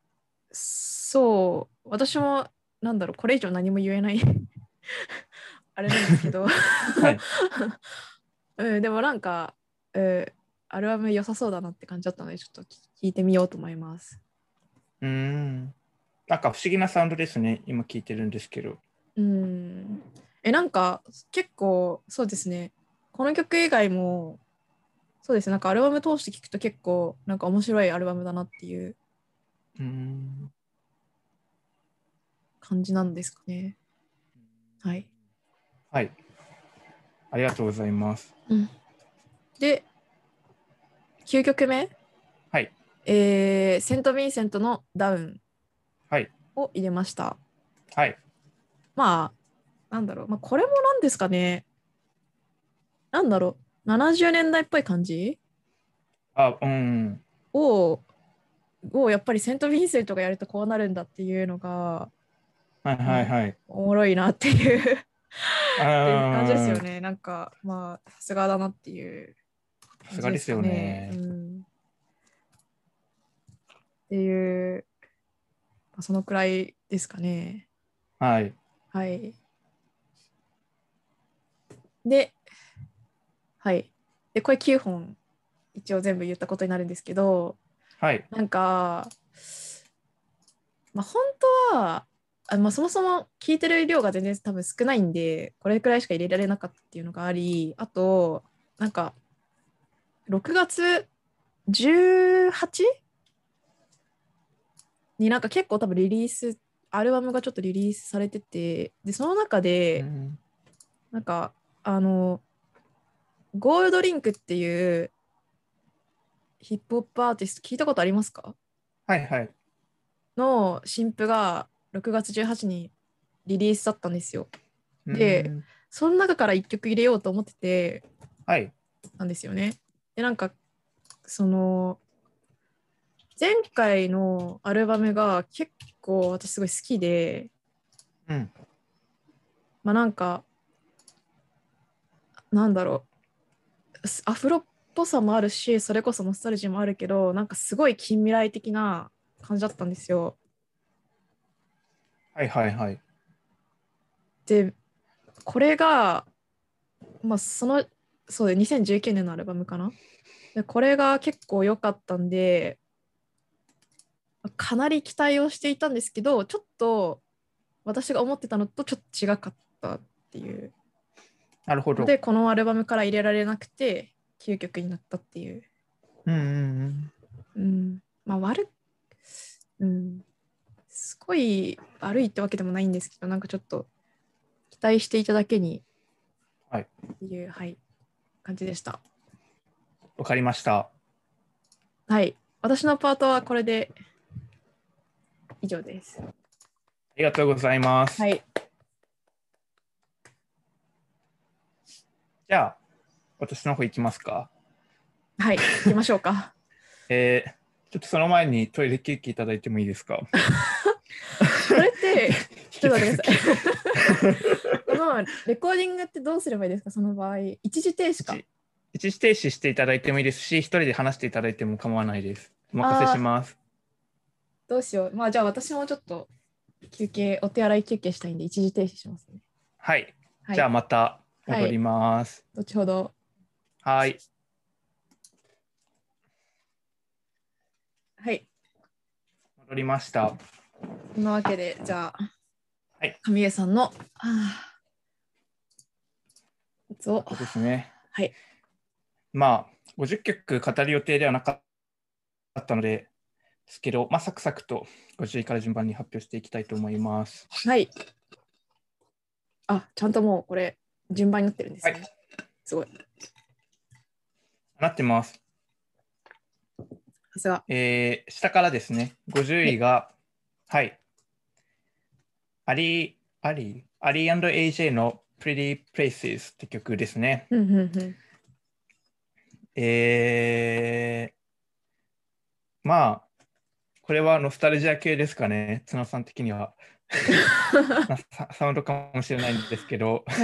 そう、私も、なんだろう、これ以上何も言えないあれなんですけどはい。 うん、でもなんか、アルバム良さそうだなって感じだったので、ちょっと聞いてみようと思います。 うーん。なんか不思議なサウンドですね。今聞いてるんですけど。 うん。なんか、結構、そうですね。この曲以外も、 そうですね、なんかアルバム通して聞くと結構なんか面白いアルバムだなっていう感じなんですかね。はい。 はい。ありがとうございます。 で、9曲目、 はい。 セント・ヴィンセントのダウンはい。 を入れました。 はい。 まあ、なんだろう、まあ、これもなんですかね、なんだろう、70年代っぽい感じあ、うん。 を、をやっぱりセント・ヴィンセントがやるとこうなるんだっていうのが、 はいはいまあ、 はい。 おもろいなっていうっていう感じですよさね。なんか、まあ、さすがだなっていう感じですすがですよかね。 ね。 っていう、まあ、そのくらいですかね。 はい。 はい。で、はい。で、これ9本一応全部言ったことになるんですけど、 はい。 なんか、まあ、本当は、まあ、そもそも聞いてる量が全然多分少ないんで、これくらいしか入れられなかったっていうのがあり、あと、なんか、6月 18? になんか結構多分リリース、アルバムがちょっとリリースされてて、で、その中で、 うん。 なんか、あの、ゴールドリンクっていうヒップホップアーティスト聞いたことありますか？ はいはい。 の新譜が6月18にリリースだったんですよ。 うで、 ん。 その中から1曲入れようと思ってて、 はい。 なんですよね。で、なんか、その、前回のアルバムが結構私すごい好きで、 うん。 まあなんか、なんだろう、アフロっぽさもあるし、それこそノスタルジーもあるけど、なんかすごい近未来的な感じだったんですよ。 はいはいはい。 で、これが、まあそうで、2019年のアルバムかな。で、これが結構良かったんで、かなり期待をしていたんですけど、ちょっと私が思ってたのとちょっと違かったっていうなるほど。 ので、このアルバムから入れられなくて、9曲になったっていう。 うんうんうん。まあうん。すごい悪いってわけでもないんですけど、なんかちょっと期待していただけにはい。 っていう、はい、感じでした。 わかりました。あはい。私のパートはこれで以上です。 りがとうございます。 はい。 じゃあ、私の方行きますか。 はい。行きましょうか。 えーちょっとその前にトイレ休憩いただいてもいいですか。 これって、ち引きょっと待ってくだ続きさい。このレコーディングってどうすればいいですか、その場合。一時停止か。 一時停止していただいてもいいですし、一人で話していただいても構わないです。お任せああ、 します。 どうしよう。まあ、じゃあ私もちょっとお手洗い休憩したいんで、一時停止しますね。 はい。じゃあはい。 またはい。 戻ります。 後ほど。 はい。 はい。 戻りました。 そんなわけで、じゃあ、 はい。 神江さんの、やつを、 そうですね。 はい。 まあ、50曲語る予定ではなかったのですけど、まあ、サクサクと50位から順番に発表していきたいと思います。 はい。あ、ちゃんともうこれ、順番になってるんですはい。 ね。すごい。 なってます。 さすが。 下からですね、50 はい。 位が、はい、アリー &AJ の Pretty Places って曲ですね。 うんうんうん。 まあ、これはノスタルジア系ですかね、綱さん的には。サウンドかもしれないんですけど、 はい。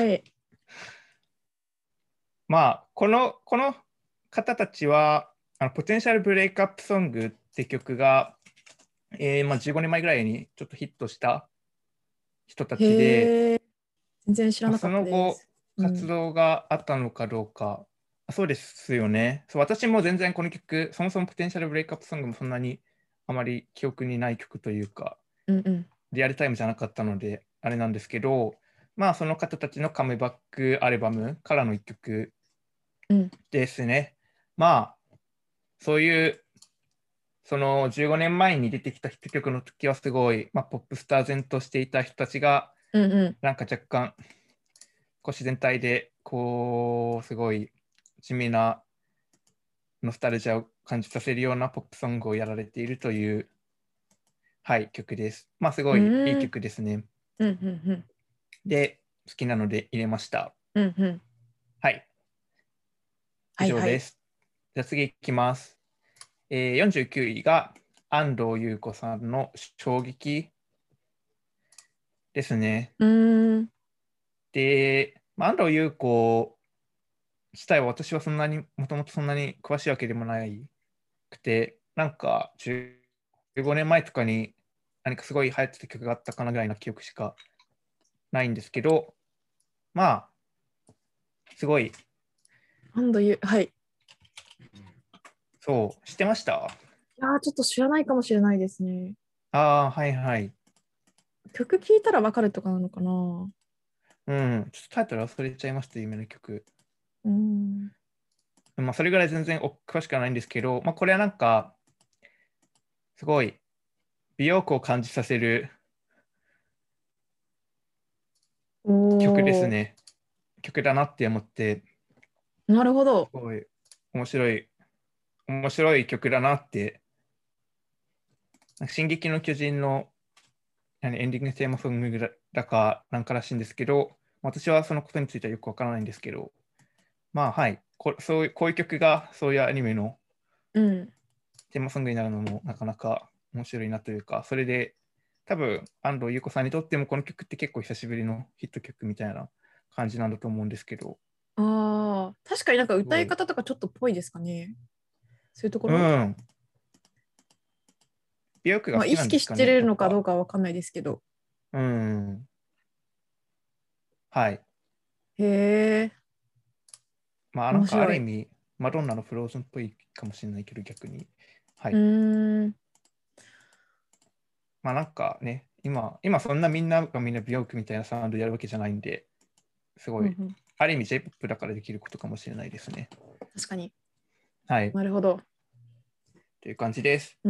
まあ、この方たちは、ポテンシャルブレイクアップソングって曲が、まあ、15年前ぐらいにちょっとヒットした人たちで、 へえ、全然知らまあ、そなかったの後、 です。う活ん。 動があったのかどうか、そうですよね。そう、私も全然この曲、そもそもポテンシャルブレイクアップソングもそんなにあまり記憶にない曲というか、 うんうん。 リアルタイムじゃなかったので、あれなんですけど、まあ、その方たちのカムバックアルバムからの一曲うん。 ですね。 まあ、そういう、その15年前に出てきたヒット曲の時はすごい、まあ、ポップスター然としていた人たちが、 うんうなんか若干、こう自然体で、こう、すごい地味なノスタルジャを感じさせるようなポップソングをやられているという、はい、曲です。まあ、すごん。 いいいうん。 曲ですね。 うんうんうん。 で、好きなので入れました。 うんうん。 はい、以はいはい。 上です。じゃあ次いきます。49位が安藤優子さんの衝撃ですね。 うーん。 で、まあ安藤優子自体は私はそんなに、もともとそんなに詳しいわけでもないくて、なんか15年前とかに何かすごい流行ってた曲があったかなぐらいの記憶しかないんですけど、まあ、すごい、 はい。いそう、知ってました？ やー、ちょっと知らないかもしれないですね。 ああー、はいはい。 曲聴いたらわかるとかなのかな。 うん、ちょっとタイトル忘れちゃいました、有名な曲。 うん。 まあ、それぐらい全然詳しくはないんですけど、まあ、これはなんか、すごい美容区を感じさせる曲ですおー、 ね。曲だなって思って、 なるほど。 すごい面白い、面白い曲だなって、なんか進撃の巨人のエンディングテーマソングだなんからしいんですけど、私はそのことについてはよくわからないんですけど、まあはい、こういう曲がそういうアニメのうん。 テーマソングになるのもなかなか面白いなというか、それで多分安藤優子さんにとってもこの曲って結構久しぶりのヒット曲みたいな感じなんだと思うんですけど、 ああ、確かになんか歌いすごい。 方とかちょっとっぽいですかね。そういうところ。 うん。美容区がまあ、 好き意なんですかね、 識してるやっぱ。 のかどうかはわかんないですけど。 うん。はい。 へえ、 まあなんかあ面白い。 る意味、マドンナのフローズンっぽいかもしれないけど、逆に。はうい。 ーん。 まあなんかね、今そんなみんながみんな美容区みたいなサウンドやるわけじゃないんで、すごい、 うんうん、 ある意味 J-POP だからできることかもしれないですね。 確かに。 はい。 なるほど。 という感じです。 うん。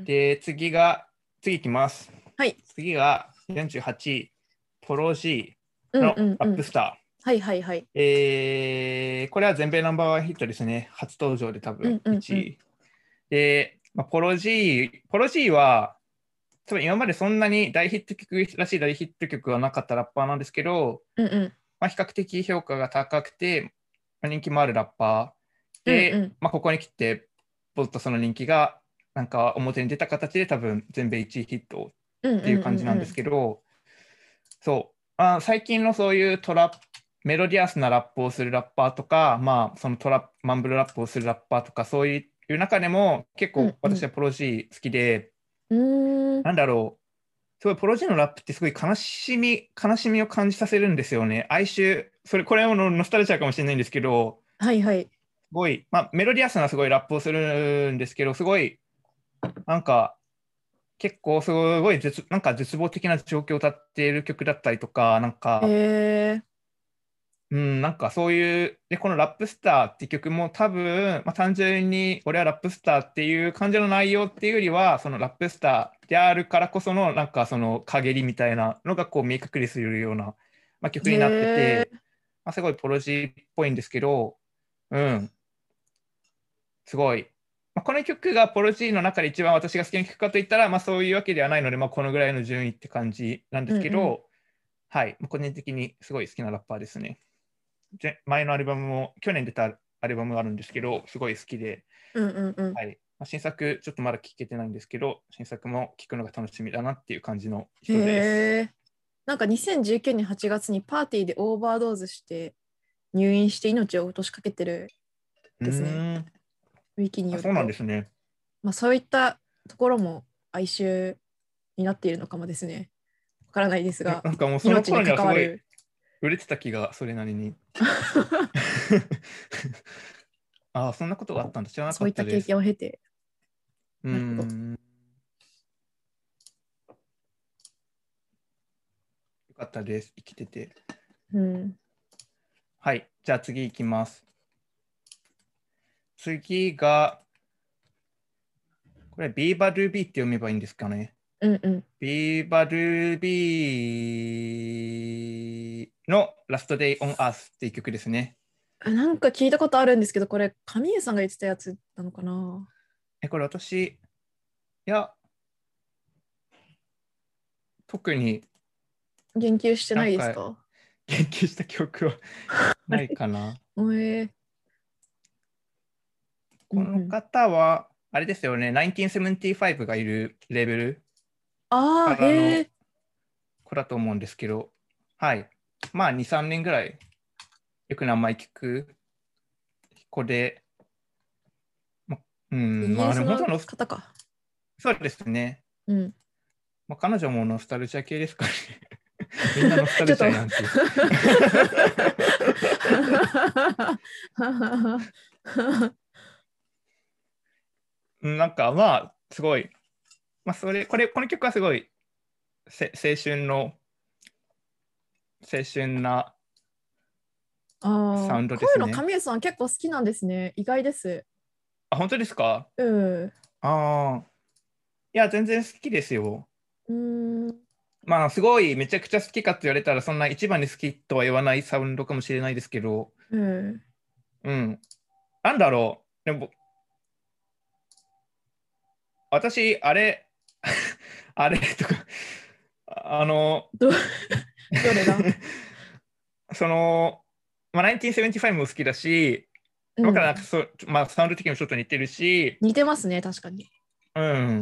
で、次いきます。 はい。 次が48位、ポロ G うんのラッうんうん。 プスタはいはいはい。 ー。これは全米ナンバーワンヒットですね。初登場で多分うんうんう 1 ん。 位。で、まあ、ポロ G は、多分今までそんなに大ヒット曲らしい大ヒット曲はなかったラッパーなんですけど、 うんうん。 まあ、比較的評価が高くて、まあ、人気もあるラッパーで、 うんうん。 まあ、ここに来て、ぼっとその人気がなんか表に出た形で多分全米1位ヒットっていううんうん感じなんですうんうん。 けど、そう、最近のそういうメロディアスなラップをするラッパーとか、まあ、そのマンブルラップをするラッパーとか、そういう中でも結構うんうん。 私はプロ G 好きで、 うーん。 なんだろう、すごいプロ G のラップってすごい悲しみを感じさせるんですよね。哀愁、これもノスタルジーかもしれないんですけど、 はいはい。 すごい、まあ、メロディアスなすごいラップをするんですけど、すごい、なんか、結構すごいなんか絶望的な状況を歌っている曲だったりとか、なんへか、 え。 うん、なんかそういう、で、このラップスターって曲も多分、まあ、単純に俺はラップスターっていう感じの内容っていうよりは、そのラップスターであるからこその、なんかその陰りみたいなのがこう見え隠れするような、まあ、曲へになってて、 え。 まあ、すごいポロジーっぽいんですけど、うん、すごい。まあ、この曲がポロジーの中で一番私が好きな曲かといったら、まあ、そういうわけではないので、まあ、このぐらいの順位って感じなんですうんうん。 けど、はい、個人的にすごい好きなラッパーですね。前のアルバムも、去年出たアルバムがあるんですけど、すごい好きで、 うんうんうん。 はい。まあ、新作、ちょっとまだ聴けてないんですけど、新作も聴くのが楽しみだなっていう感じのへ人です。 え。なんか2019年8月にパーティーでオーバードーズして入院して命を落としかけてるうですね。 ーん。 ウィキにあ、そうなんでよると。 すね。 まあそういったところも哀愁になっているのかもですね。わからないですが、 なんかもうその命に頃にはすごい関わる。 売れてた気が、それなりに。あ、そんなことがあったんだ。知らなかそういった経ったです。 験を経て、 うーなるほど。 ん。よかったです。生きてて。 うん。 はい。じゃあ次いきます。 次が、これ、ビーバルービーって読めばいいんですかね。 うんうん。 ビーバルービーのラストデイオンアースっていう曲ですね。 なんか聞いたことあるんですけど、これ、神谷さんが言ってたやつなのかな。 これ私、いや、特に言及してなんかないですか？ 研究した記憶はないかな。 えうこのんうん。 方は、あれですよね、1975がいるレベルああ、 からのへえ。 子だと思うんですけど、はい。まあ、2、3年ぐらいよく名前聞く子で、まあ、 イギリスのでも本当の、 方か。 そうですね。 うん。 まあ、彼女もノスタルジャ系ですかね。みんなノスタルちょっとジャやんっていう。なんかまあ、すごい、まあ、この曲はすごい青春の、青春なサああ、 ウンドこういうのですね。 神谷さん結構好きなんですね。意外です。 あ、本当ですか？ うん。 ああ、いや、全然好きですよ。 うーん。 まあ、すごいめちゃくちゃ好きかって言われたら、そんな一番に好きとは言わないサウンドかもしれないですけど、 うん。 うん。なんだろう。でも、私、あれ、あれとか、あの、 ど、どれだ？ その、まあ、1975も好きだし、だからなんかうん。 まあ、サウンド的にもちょっと似てるし、 似てますね、確かに。 うん。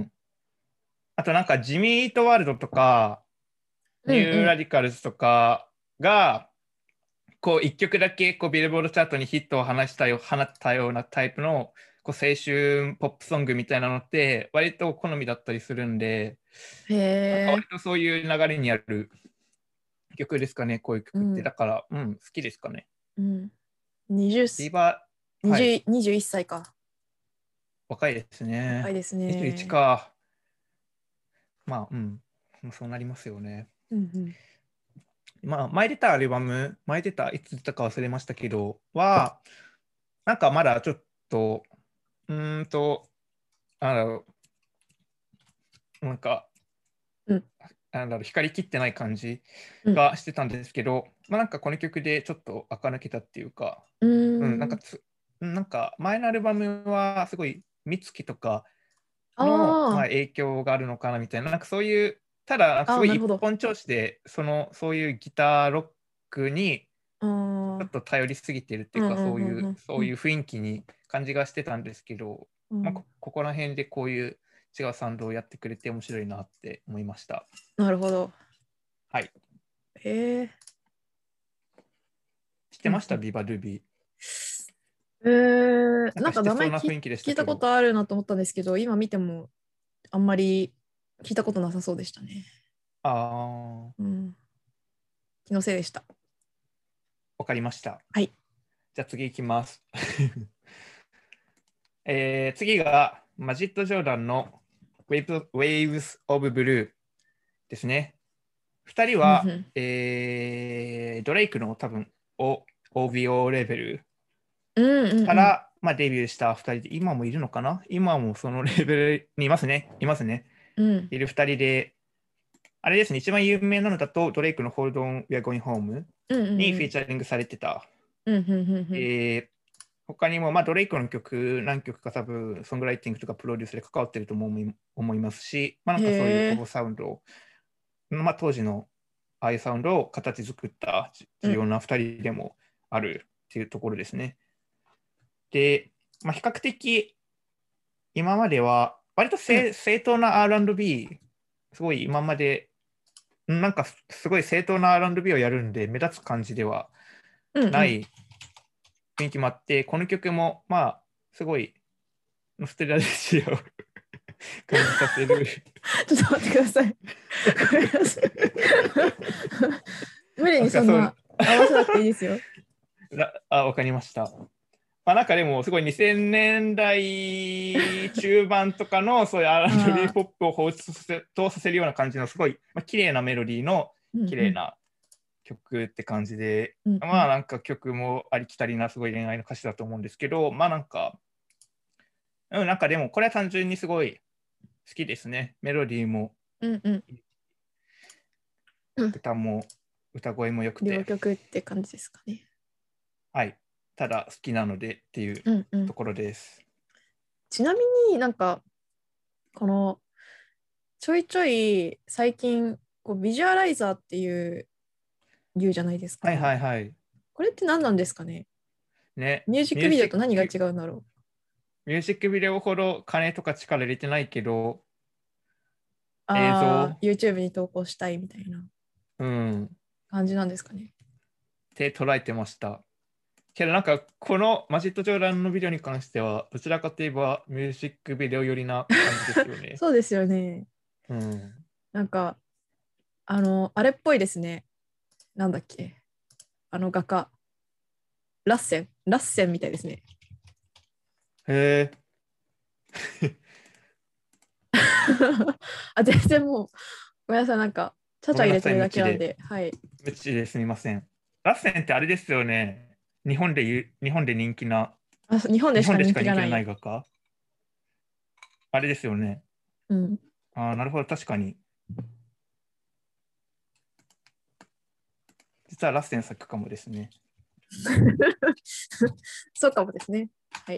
あとなんか、ジミートワールドとか、ニューラうんうん。 ディカルズとかが、こう一曲だけこうビルボードチャートにヒットを放ったようなタイプのこう青春ポップソングみたいなのって割と好みだったりするんで、 へなんかえ。 割とそういう流れにある曲ですかね、こういう曲って。 うん。 だから、うん、好きですかね。 うん。20 ビーバー、はい、 20、21歳か。 若いですね。 若いです 21 ね。 か。まあ、うん、そうなりますよね。 うんうん。 まあ、前出たアルバム、前出た、いつ出たか忘れましたけど、は、なんかまだちょっと、うーんと、あの、なんか、 うん。 光りきってない感じうん。 がしてたんですけど、まあ、なんかこの曲でちょっと垢抜けたっていうか、 ううん、 ーん。 なんか前のアルバムはすごい美月とかの、まあ、 あ影響があるのかなみたいな、なんかそういう、ただなんかあ、ああ、 すごいなるほど。 一本調子で、そういうギターロックにああ、 ちょっと頼りすぎてるっていうか、 うんうんうんうんうん。 そういう雰囲気に感じがしてたんですけど、まあ、 うん。 ここら辺でこういう違うサウンドをやってくれて面白いなって思いました。 なるほど。 はい。 へえ。 知ってましたうんうん。 ビバルビー。なんなんかか知って名前そうな雰囲気でし聞いたこたけど。 とあるなと思ったんですけど、今見てもあんまり聞いたことなさそうでしたね。 ああ、 うん。気のせいでした。 わかりました。 はい。 じゃあ次行きます。次がマジット・ジョーダンの Waves of Blue ですね。2人は、 うんうん。 ドレイクの多分 OVO レベルうんうんうん。 から、まあ、デビューした2人で、今もいるのかな？今もそのレベルにいますね。いますね。 うん。 いる2人で、あれですね、一番有名なのだと、ドレイクの Hold On We Are Going Home うんうんうん。 にフィーチャリングされてた。 うんうんうんうん。 えー他にも、まあ、ドレイクの曲、何曲か多分、ソングライティングとかプロデュースで関わってると思いますし、まあ、なんへかそういうポえ。 ップサウンドを、まあ、当時のああいうサウンドを形作ったうん。 重要な2人でもあるっていうところですね。で、まあ、比較的今までは、割とうん。 正当な R&B、すごい今まで、なんかすごい正当な R&B をやるんで、目立つ感じではうんうん。 ない雰囲気もあって、この曲も、まあ、すごいノステラシアを感じさせる。 ちょっと待ってください。ごめんなさい。無理なんかそう、 にそんな合わせなくていいですよ。 わかりました。まあ、なんかでも、すごい2000年代中盤とかのそういう R&B ああ。 ポップを放出させるような感じの、すごい、まあ、綺麗なメロディーのうんうん。 綺麗な曲って感じで、 うんうん。 まあなんか曲もありきたりなすごい恋愛の歌詞だと思うんですけど、まあなんかうん、なんかでもこれは単純にすごい好きですね。メロディーもうんうん。 歌も歌声も良く両て、 曲って感じですかね。 はい。ただ好きなのでっていううんうん。 ところです。 ちなみになんか、この、ちょいちょい最近、こうビジュアライザーって言うじゃないですはいか。 はいはい。 これって何なんですかね？ ね、 ミュージックビデオと何が違うんだろミュージックビデオほど金とか力入れてないけど、 う。 映像、 YouTube に投稿したいみたいなうん、っ感じなんですかね。 て捉えてました。けどなんかこのマジット・ジョーダンのビデオに関しては、どちらかといえばミュージックビデオ寄りな感じですよね。 そうですよね。 うん。 なんか、あれっぽいですね。なんだっけ。あの画家。ラッセンみたいですね。 へえ。 全然もう、ごめんなさい、なんか、ちゃちごめんなさい、 ゃ入れてる無知で。 だけなんで、はい。 無知ですみません。ラッセンってあれですよね。日本で人気な、 日本で日本しか人でしか人気の気がない。 ない画家あれですよね。 うん。 ああ、なるほど、確かに。実はラッセン作かもですね。 そうかもですね。はい。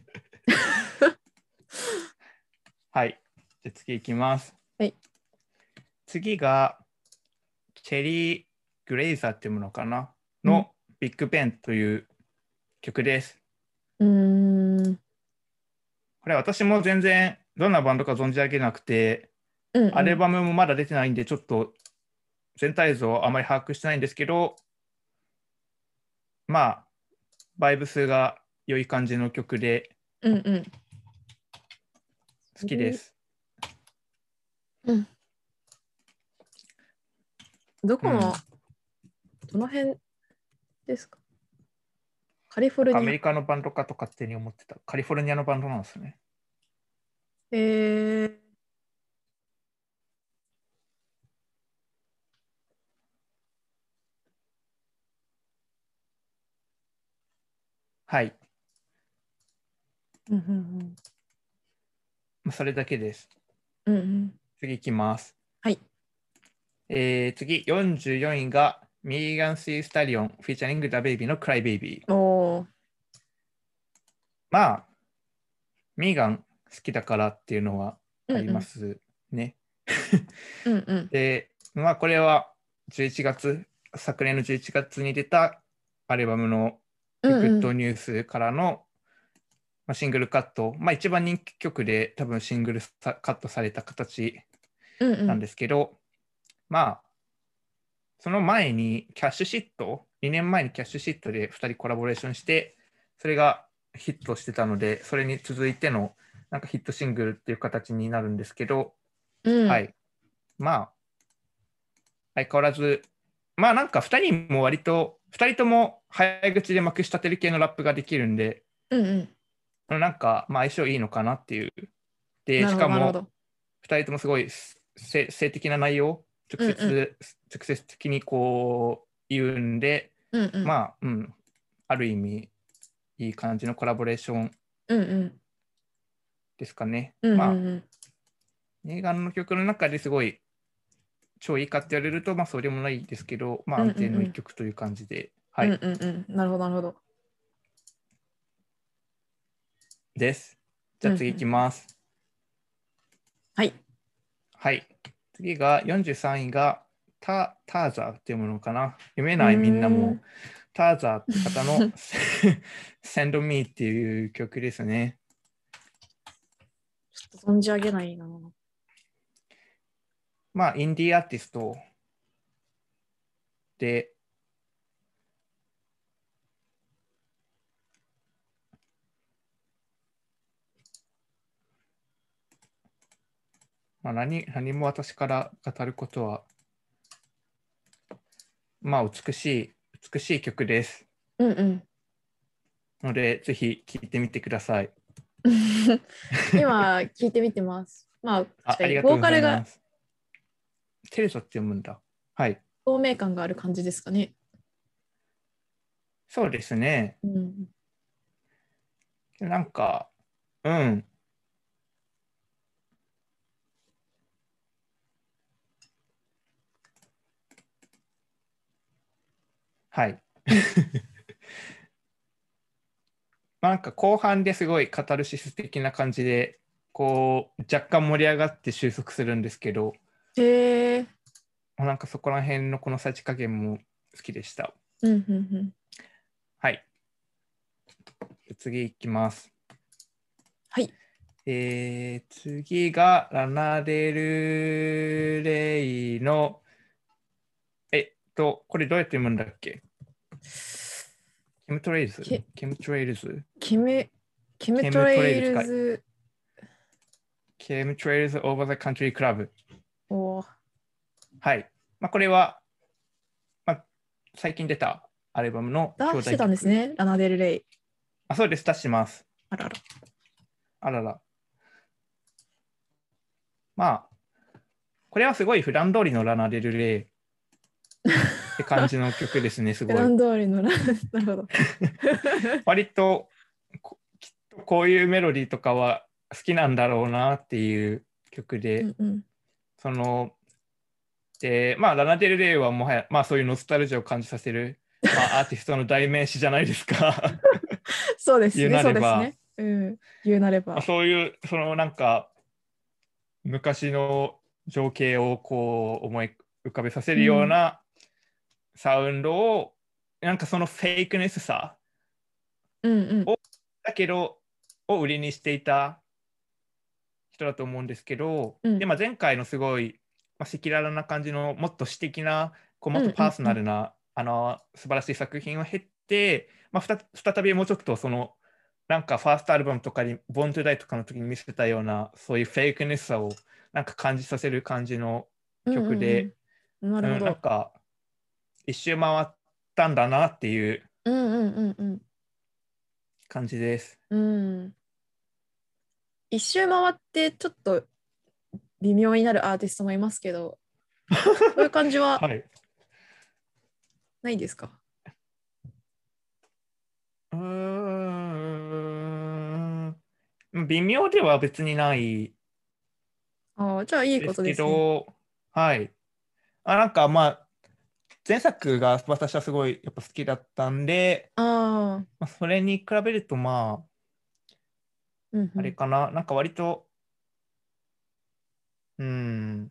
はい。じゃあ次いきます。 はい。 次が、チェリー・グレイザーっていうものかなうん。 のビッグベンという曲です。 うーん。 これ私も全然どんなバンドか存じ上げなくて、 うんうん。 アルバムもまだ出てないんで、ちょっと全体像あまり把握してないんですけど、まあ、バイブスが良い感じの曲でうんうん。 好きです。 うん。どこの、 うん。 どの辺ですか？カリフォなんかアルニア。 メリカのバンドかと勝手に思ってた。カリフォルニアのバンドなんですね。 えはい。 うんうんそれだけです。 うん。うんうん。 次いきます。 はい。 次、44位がミーガン・シー・スタリオン、フィーチャリング・ダ・ベイビーのクライ・ベイビー。 おー。 まあ、ミーガン好きだからっていうのはありまうんうん。 すね。 うんうん。 で、まあ、これは11月、昨年の11月に出たアルバムのグッうんうん。 ドニュースからのシングルカット、まあ、一番人気曲で多分シングルカットされた形なんうんうん。 ですけど、まあ、その前にキャッシュシット、2年前にキャッシュシットで2人コラボレーションして、それがヒットしてたので、それに続いてのなんかヒットシングルっていう形になるんですけど、 うん。 はい。まあ、相変わらず、まあなんか2人も割と、2人とも早口でまくし立てる系のラップができるんで、 うんうん。 なんかまあ相性いいのかなっていう。で、 なるほど、 しかもなるほど。 2人ともすごい性的な内容、 うんうん。 直接的にこう言うんで、 うんうん。 まあ、うん、ある意味いい感じのコラボレーションうんうん。 ですかね。 うんまあ、 うんうん。 映画の曲の中ですごい超いいかって言われると、まあそうでもないですけど、まあうん安定の一うんうん。 曲という感じで、はうんい、 うんうん。なるほど、なるほど。 です。じゃあ次いきうんうん。 ます。 はい。 はい。次が43位がターザーっていうものかな。読めうないみんなもーん。 ターザーって方の Send Me っていう曲ですね。 ちょっと存じ上げないな。 まあ、インディーアーティストで、まあ、何も私から語ることは、まあ、美しい曲です。 うんうん。 ので、ぜひ聴いてみてください。 今聞いてみてます。まあ、確かに、 ありがとうごボーカルがざいます。テレサって読むんだ。はい。 透明感がある感じですかね。 そうですね。 うん。 なんか、 うん。はい。 うん。 なんか後半ですごいカタルシス的な感じで、こう、若干盛り上がって収束するんですけど、 へえ。 なんかそこら辺のこのさじ加減も好きでした。 うんうんうん。 はい。次いきます。 はい。 次がラナデルレイの、これどうやって読むんだっけ？ケムトレイルズケ、 ケムトレイルズケメ、ケメケムトレイトレイルズかい。 ルズ、 ケムトレイルズオーバーザカントリークラブ。 お、 はい。まあ、これは、まあ、最近出たアルバムの表出してたんです題曲。 ね、ラナデルレイ。 あ、そうです。出してます。 あらら。 あらら。まあ、これはすごい普段通りのラナデルレイって感じの曲ですね、す普段ごい。 通りのなるほど。 割ときっとこういうメロディーとかは好きなんだろうなっていう曲で、 うんうん。 その、で、まあ、ラナデルレイはもはや、まあ、そういうノスタルジーを感じさせる、まあ、アーティストの代名詞じゃないですか。 そうですね、 言うなれば、 そうですね。うん。言うなれまあ、 ば。 そういう、そのなんか、昔の情景をこう思い浮かべさせるよううん。 なサウンドを、なんかそのフェイクネスさうんうん。 を、だけど、を売りにしていた人だと思うんですけど、で、 うんまあ、前回のすごい、まあ、赤裸々な感じの、もっと詩的な、こうもうんっとパーソうん。 ナルな、素晴らしい作品を経て、まあ、再びもうちょっとその、なんかファーストアルバムとかに、ボーントゥダイとかの時に見せたような、そういうフェイクネスさをなんか感じさせる感じのうんうん曲で、 うん。なるほなんど。 か一周回ったんだなっていううんうんうんうん。 感じです。 うん。一周回ってちょっと微妙になるアーティストもいますけど、そういう感じははい。 ないですか？ うーん。微妙では別にないああ、じゃあいいこですけとですね。 ど、はい。なんかまあ、前作が私はすごいやっぱ好きだったんで、 ああ、 まあ、それに比べるとまあ、あれうんうん。 かな、なんか割と、うん、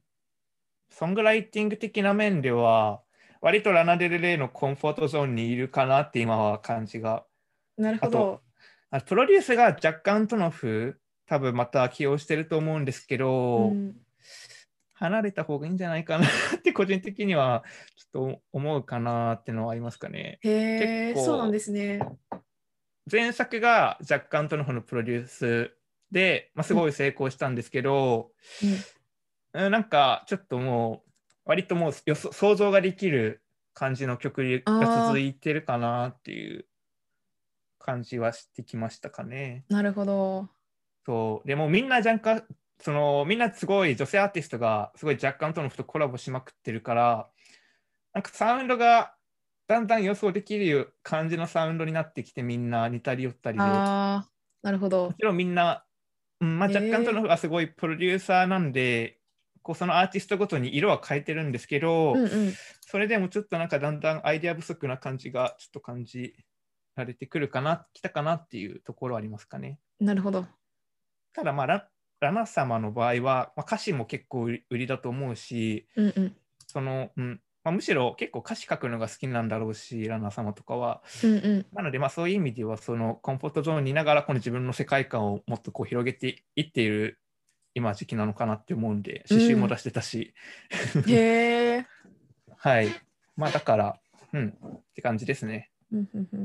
ソングライティング的な面では、割とラナデルレイのコンフォートゾーンにいるかなって今は感じが。 なるあと、 ほど。 プロデュースが若干トノフ、多分また起用してると思うんですけど、 うん。 離れた方がいいんじゃないかなって個人的にはちょっと思うかなっていうのはありますかね。結へえ、そうなんで構すね。 前作が若干トノフのプロデュースで、まあ、すうんごい成功したんですけど、 うん。 なんかちょっともう割ともう想像ができる感じの曲が続ああ、 いてるかなっていう感じはしてきましたかね。 なるほど。 そうでもみんなみんなすごい女性アーティストがすごい若干トノフとコラボしまくってるから、なんかサウンドがだんだん予想できる感じのサウンドになってきて、みんな似たり寄ったりで、 ああ、なるほど。 もちろんみんな、まあ、若干へえ、 その方がすごいプロデューサーなんで、こうそのアーティストごとに色は変えてるんですけど、 うんうそれでもちょっとなんかだんだんアイデア不足な感じがちょっと感じられてくるかな、きたかなっていうところはありますかね。 ん。なるほど。 ただまあラナ様の場合は、まあ、歌詞も結構売りだと思うし、 うんうん。 まあ、むしろ結構歌詞書くのが好きなんだろうし、ランナー様とかは。 うんうん。 なので、まあ、そういう意味では、そのコンフォートゾーンにいながら、この自分の世界観をもっとこう広げていっている今時期なのかなって思うんで、 うん。 詩集も出してたし。 へえ。 はい。まあ、だから、って感じですね。 うんうんうん。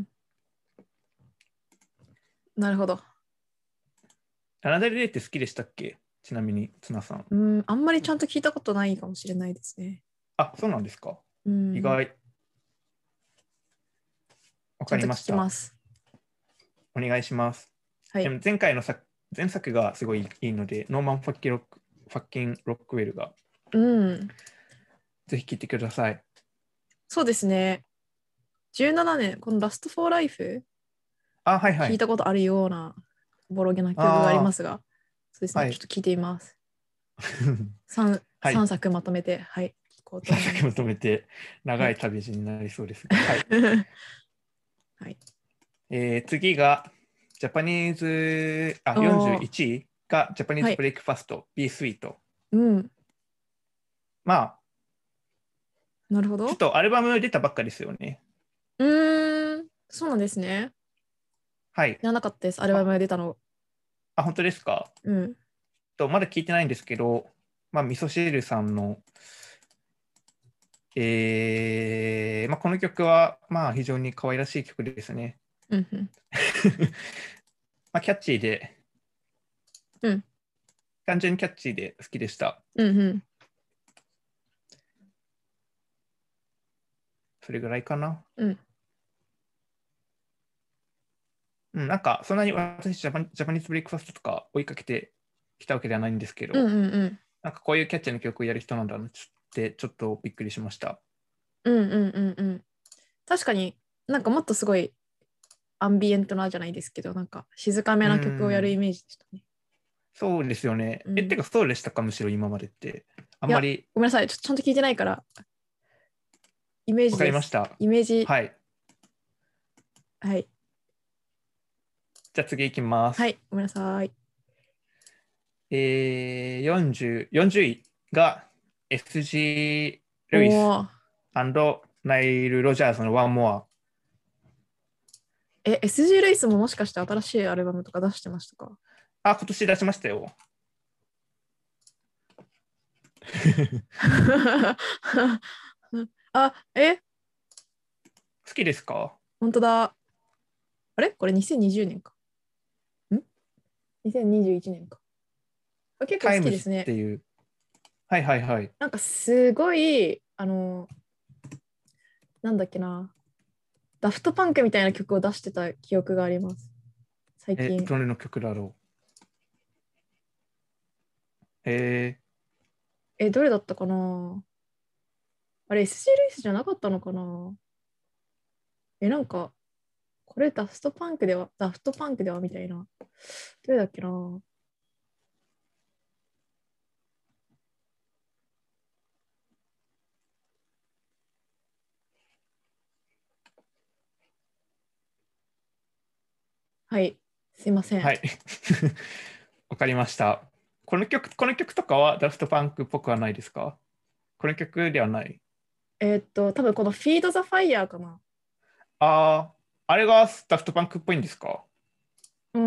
なるほど。 ラナデルレイって好きでしたっけ？ちなみに、ツナさん。 うん、あんまりちゃんと聞いたことないかもしれないですね。 あ、そうなんですか。 うん。 意外。わかちゃんと聞りました。 きます。 お願いします。 はい。 でも前作がすごいいいので、ノーマン・ファッキン・ロックウェルがうん。 ぜひ聞いてください。 そうですね。17年、このラストフォーライフあ、はいはい。 聞いたことあるような。 ボロゲな曲がありますが、そうですね、 はいちょっと聞いてみます。3、 はい。 3作まとめて、はい、聞こうと思い先まます。 とめて長いはい。 旅路になりそうですが。はい。 はい。 次が、ジャパニーズ、あ、 おー、 41位がジャパニーはい。 ズブレイクファスト、B スイート。 うん。 まあ、 なるほど。 ちょっとアルバム出たばっかですよね。 そうなんですね。 はい。 知らなかったです、アルバムまが出たの。 あ、本当ですか？ うん。 まだ聞いてないんですけど、まあ、味噌汁さんの、まあ、この曲は、まあ、非常に可愛らしい曲ですね。 うんうん。 まあ、キャッチーで、 うん。 単純にキャッチーで好きでした。 うんうん。 それぐらいかな。 うん。 うん、なんか、そんなに私、ジャパニーズブレイクファストとか追いかけてきたわけではないんですけど、 うんうんうん。 なんかこういうキャッチーな曲をやる人なんだなって、ちょっとびっくりしました。 うんうんうんうん。確かになんかもっとすごいアンビエントなじゃないですけど、なんか静かめうな曲をやるイん、 メージでしたね。 そうですよね。てうん。 か、そうでしたか、むしろ今までって。あいや、 んまりごめんなさい。ちゃんと聞いてないから、イメーわかジです。 りました。 イメージ。 はい。 はい。 じゃあ次行きます。 はい。ごめんなさい。 40位が SG ルイスおー。 ナイル・ロジャーズのワンモア。 SG レイスももしかして新しいアルバムとか出してましたか？ あ、今年出しましたよ。 あ、 好きですか？ 本当だ。あれこれ2020年か。ん ?2021 年か。結構好タイムズっきですね。 ていう。はいはいはい。 なんかすごい、なんだっけな。ダフトパンクみたいな曲を出してた記憶があります。最近。 どれの曲だろう。 どれだったかな。あれ、SG レースじゃなかったのかな。なんか、これダフトパンクではみたいな。どれだっけな。はい。すいません。 はい。わかりました。この曲とかはダフトパンクっぽくはないですか？この曲ではない。 多分このフィード・ザ・ファイヤーかな。 ああ、あれがダフトパンクっぽいんですか？ うん。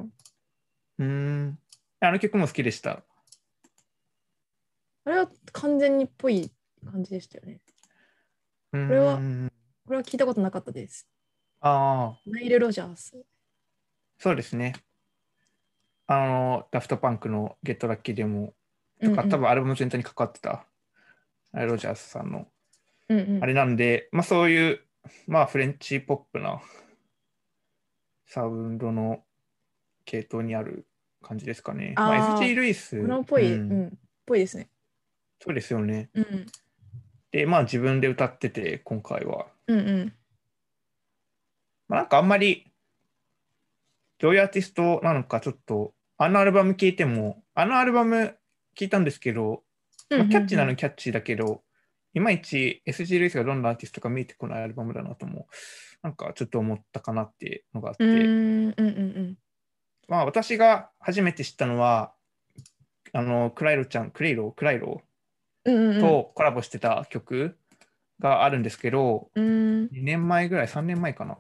うーん。あの曲も好きでした。 あれは完全にっぽい感じでしたよね。 うーこれは、 ん。 これは聞いたことなかったです。 ああ、 ナイル・ロジャース。 そうですね。ダフトパンクのゲットラッキーでも、とか、多うんうん。 分アルバム全体に関わってた、ロジャースさんの、 うんうん。 あれなんで、まあそういう、まあフレンチポップなサウンドの系統にある感じですかね。まああ SG あ、 ルイこのス、 っぽい、っぽいですね。 そうですよね。 うん。 で、まあ自分で歌ってて、今回は。 うんうん。 まあなんかあんまり、どういうアーティストなのか、ちょっと、あのアルバム聞いても、あのアルバム聞いたんですけど、 うんまあ、キャッチーなのうんキャッチーだけど、いまいち SG ルイスがどんなアーティストか見えてこないアルバムだなとも、なんかちょっと思ったかなっていうのがあっうて、 ん。うんうんまあ私が初めて知ったのは、クライロちゃん、クライロうん。うんうんとコラボしてた曲があるんですけど、 うん。 2年前ぐらい、3年前かな。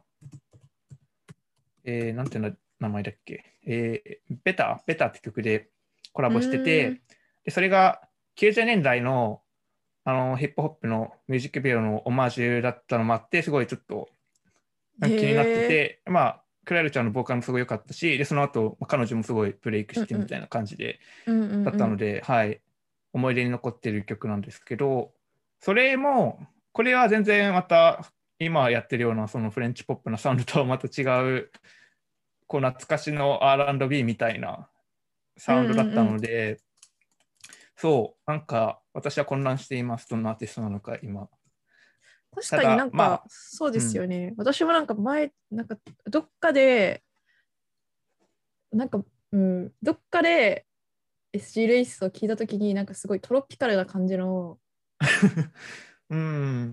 なんていう名前だっけ。ベタって曲でコラうボしてん。 て、で、それが90年代の、ヒップホップのミュージックビデオのオマージュだったのもあって、すごいちょっとへ気になってえ。 て、まあ、クライルちゃんのボーカルもすごい良かったし、で、その後、まあ彼女もすごいブレイクうんうん。 してみたいな感じで、 うんうんだっうん。 たので、はい、思い出に残ってる曲なんですけど、それも、これは全然また、今やってるようなそのフレンチポップなサウンドとはまた違う、こう懐かしの R&B みたいなうんサウンドだったうんうん。 ので、そう、なんか私は混乱しています、どんなアーティストなのか、今。 確かになただ、 んか、そうでうん、 すよね。私もなんか前、なんかどっかで、 なんか、うん、どっかで SG レイスを聞いたときに、なんかすごいトロピカルな感じの、 うん。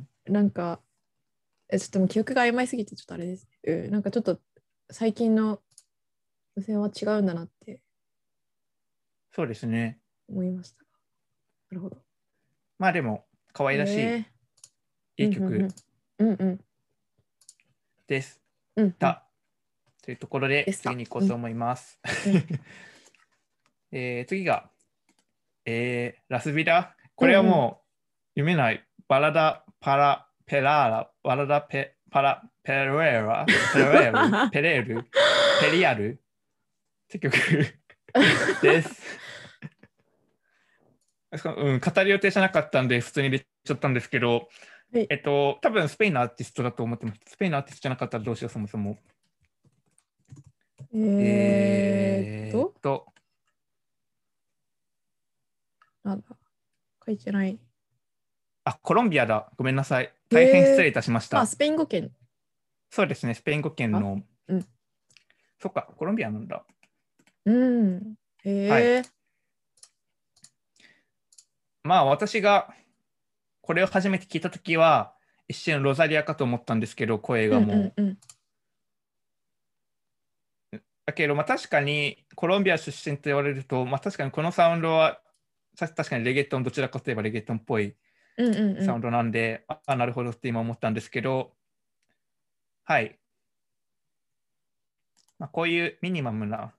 なんか、ちょっともう記憶が曖昧すぎてちょっとあれですね。うん、なんかちょっと最近の無線は違うんだなってそうですね。 思いました。なるほど。 まあでも、可愛らしえい、いい曲うんうん。 ですうんうん。 た。というところで、 でした。うん次に行こうと思います。 うん。 次が、ラスビダ。これはうんうん。 もう読めない。バラダ・パラ・ペラーラ、バラダ・パラ・ペレーラ、ペレール、ペレール、ペリアルって曲です。うん、語る予定じゃなかったんで、普通に入れちゃったんですけど、 はい。 多分スペインのアーティストだと思ってます。スペインのアーティストじゃなかったらどうしよう、そもそも。 えーっと、 えーっと、 なんだ、書いてない。 あ、コロンビアだ。ごめんなさい。大変失えー、 礼いたしましあ、 た。 スペイン語圏。 そうですね、スペイン語圏あ、 の、 うん。 そっか、コロンビアなんだ。 うん。 はい。 えまあ、私がこれを初めて聞いたときは、一瞬ロザリアかと思ったんですけど、声うんうがもんうん。 う。だけど、まあ、確かにコロンビア出身と言われると、まあ、確かにこのサウンドは、確かにレゲトン、どちらかといえばレゲトンっぽいうんうんうん。 サウンドなんで、なるほどって今思ったんですけど、はい。まあ、こういうミニマムな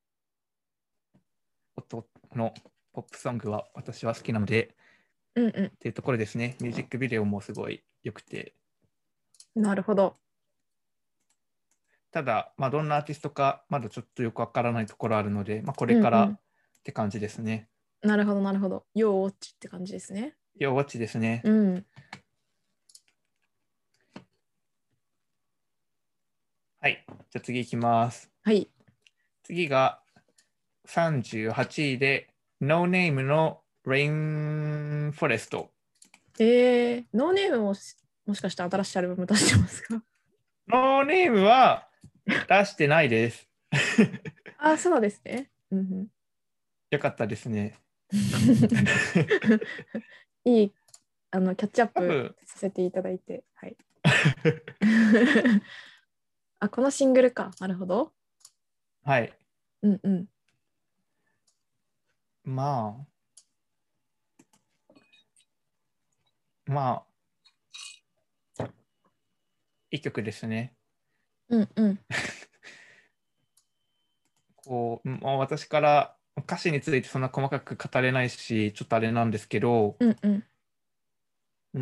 音のポップソングは私は好きなので、 うんうっていうところですね。ミュージックビデオもすごい良くて、 ん。なるほど。 ただ、まあ、どんなアーティストかまだちょっとよくわからないところあるので、まあ、これからうんうん。 って感じですね。 なるほど、なるほど。要ウォッチって感じですね。 要ウォッチですね。 うん。 はい。じゃあ次いきます。 はい。 次が38位で、ノーネームのレインフォレスト。 ノーネームももしかして新しいアルバム出してますか？ ノーネームは出してないです。 あ、そうですね。うんうん。 よかったですね。 いい、キャッチアップ多分させていただいて。はい。あ、このシングルか。なるほど。 はい。 うんうん。 ままあ、いい曲ですね。 うんうん。 まあ、私から歌詞についてそんな細かく語れないし、ちょっとあれなんですけど、 うんうん。 うん。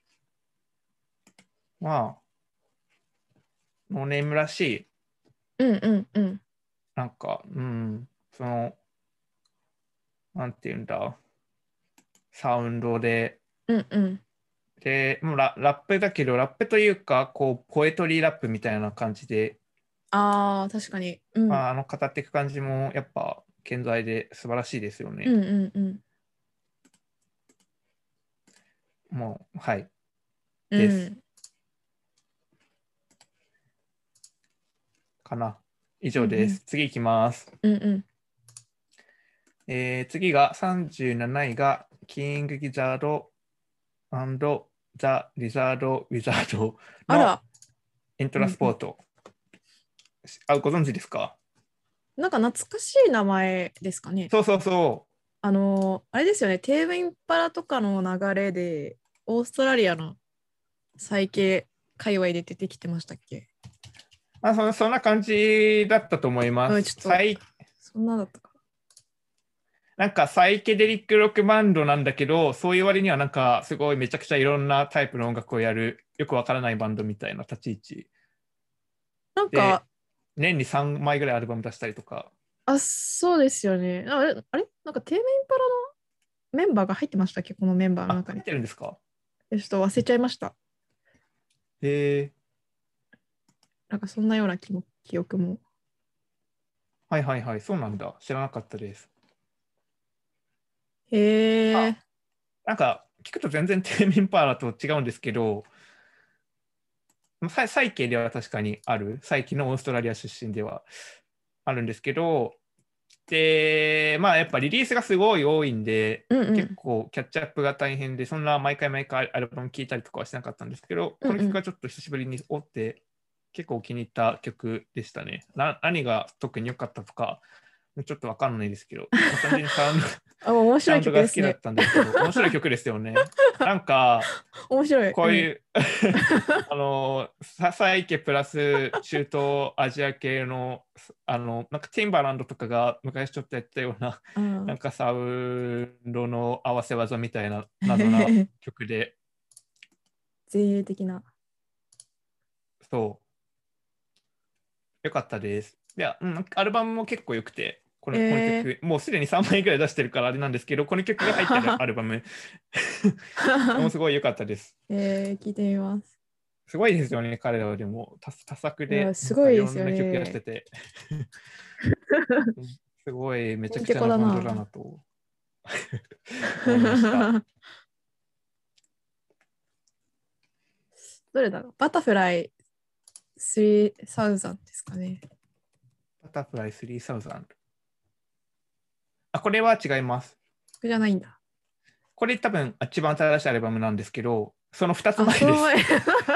まあ、ノーネームらしい、 うんうんうん。 なんか、うん、なんていうんだ、サウンドで、 うんうん。 もうラップだけど、ラップというか、ポエトリーラップみたいな感じで、 ああ、確かに。うん。 語っていく感じも、やっぱ、健在で素晴らしいですよね。 うんうんうん。 もう、はい、 うです。 ん。 かな。以うんうん。 上です。次いきます。 うんうん。 次が37位が、キングギザードザ・リザード・ウィザードのあら。 イントラうんうん。 スポート。ご存知ですか？ なんか懐かしい名前ですかね。 そうそうそあれですよね。テーブインパラとかの流れで、オーストラリアの最系界隈で出てきてましたっけ？ う。そんな感じだったと思いまうん、ちす。 ょっと、そんなだったか。 なんかサイケデリックロックバンドなんだけど、そういう割にはなんかすごいめちゃくちゃいろんなタイプの音楽をやる、よくわからないバンドみたいな立ち位置で、 なんか、 年に3枚ぐらいアルバム出したりとか。 そうですよね。あれなんかテーブインパラのメンバーが入ってましたっけ？このメンバーの中に。 入ってるんですか？ ちょっと忘れちゃいました。 へえ、 なんかそんなような記憶も。 はいはいはい、そうなんだ。知らなかったです。 へえ。 なんか聞くと全然テーミンパーラと違うんですけど、サイケでは確かにある。サイケのオーストラリア出身では。 あるんですけど、で、まあやっぱリリースがすごい多いんで、 うんうん。 結構キャッチアップが大変で、そんな毎回毎回アルバム聴いたりとかはしなかったんですけど、 うんうん。 この曲はちょっと久しぶりに追って、結構気に入った曲でしたね。何が特に良かったとか、ちょっとわかんないですけど、まあ、単純にサウンド、 あ、面白いサウンド曲ですね。 が好きだったんですけど、面白い曲ですよね。なんか、 面白い。うん。 こういう笹池プラス中東アジア系の、なんかティンバランドとかが昔ちょっとやったような、なあんかサウンドの合わせ技みたいな謎なー曲で、 前衛的な。 そう、よかったです。いや、アルバムも結構良くて、このえ曲、もうすでに3枚ぐらい出してるからあれなんですけど、この曲が入ってるアルバム、もうすごい良かったです。 聞いてみます。 すごいですよね、彼らはでも多作いや、 で、 すなんかいごいですよろんな曲やってね。 て、すごいめちゃいいてこくちゃなバンドだだな。 なと思いました。 どれだろう、バタフライ3000ですかね。 バタフライ3000。あ、これは違います。 これじゃないんだ。 これ多分一番新しいアルバムなんですけど、その2つあ、 前です。 その前。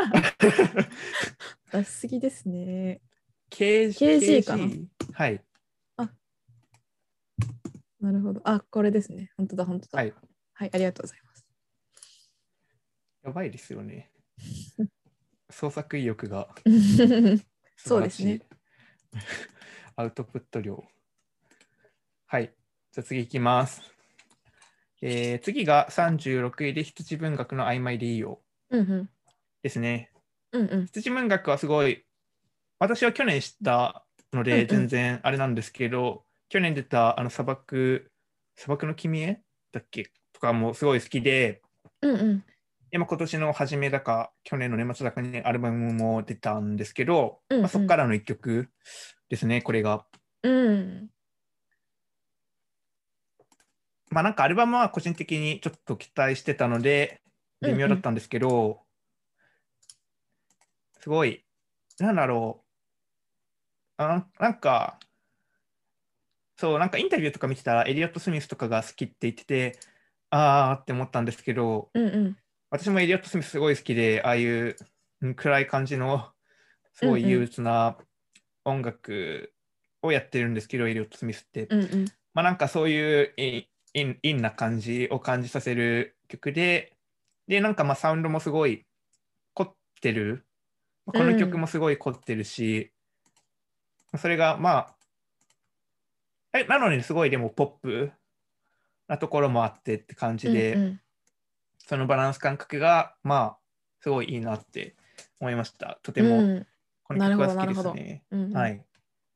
出しすぎですね。KG かな。 KG? はい。 あ、なるほど。あ、これですね。本当だ、本当だ。 はい。 はい、ありがとうございます。 やばいですよね。創作意欲が素そうですね。 晴らしい。アウトプット量。はい。じゃあ次いきます。次が36位で羊文学の曖昧でいいようんうん。 ですね。 うんうん。 羊文学はすごい、私は去年知ったので全うんうん。 然あれなんですけど、去年出た砂漠の君へだっけとかもすごい好きで、 うんうん。 今年の初めだか、去年の年末だかにアルバムも出たんですけど、まあ、そこうんうん。 からの一曲ですね、これが。 うん。 まあなんかアルバムは個人的にちょっと期待してたので、微うんうん。 妙だったんですけど、すごい、なんだろう、なんか、そう、なんかインタビューとか見てたら、エリオット・スミスとかが好きって言ってて、あーって思ったんですけど、 うんうん。 私もエリオット・スミスすごい好きで、ああいう暗い感じの、すごい憂うんうん。 鬱な音楽をやってるんですけど、エリオット・スミスって。 うんうん。 まあなんかそういう陰な感じを感じさせる曲で、で、なんかまあサウンドもすごい凝ってる。この曲もすごい凝ってるし、それがまあ、なのにすごいでもポップなところもあってって感じで、 うんうん。 そのバランス感覚がまあ、すごいいいなって思いました。とても、 うん。 このなるほど、 曲は好きでなるほど。 すね。 うんうん。 はい。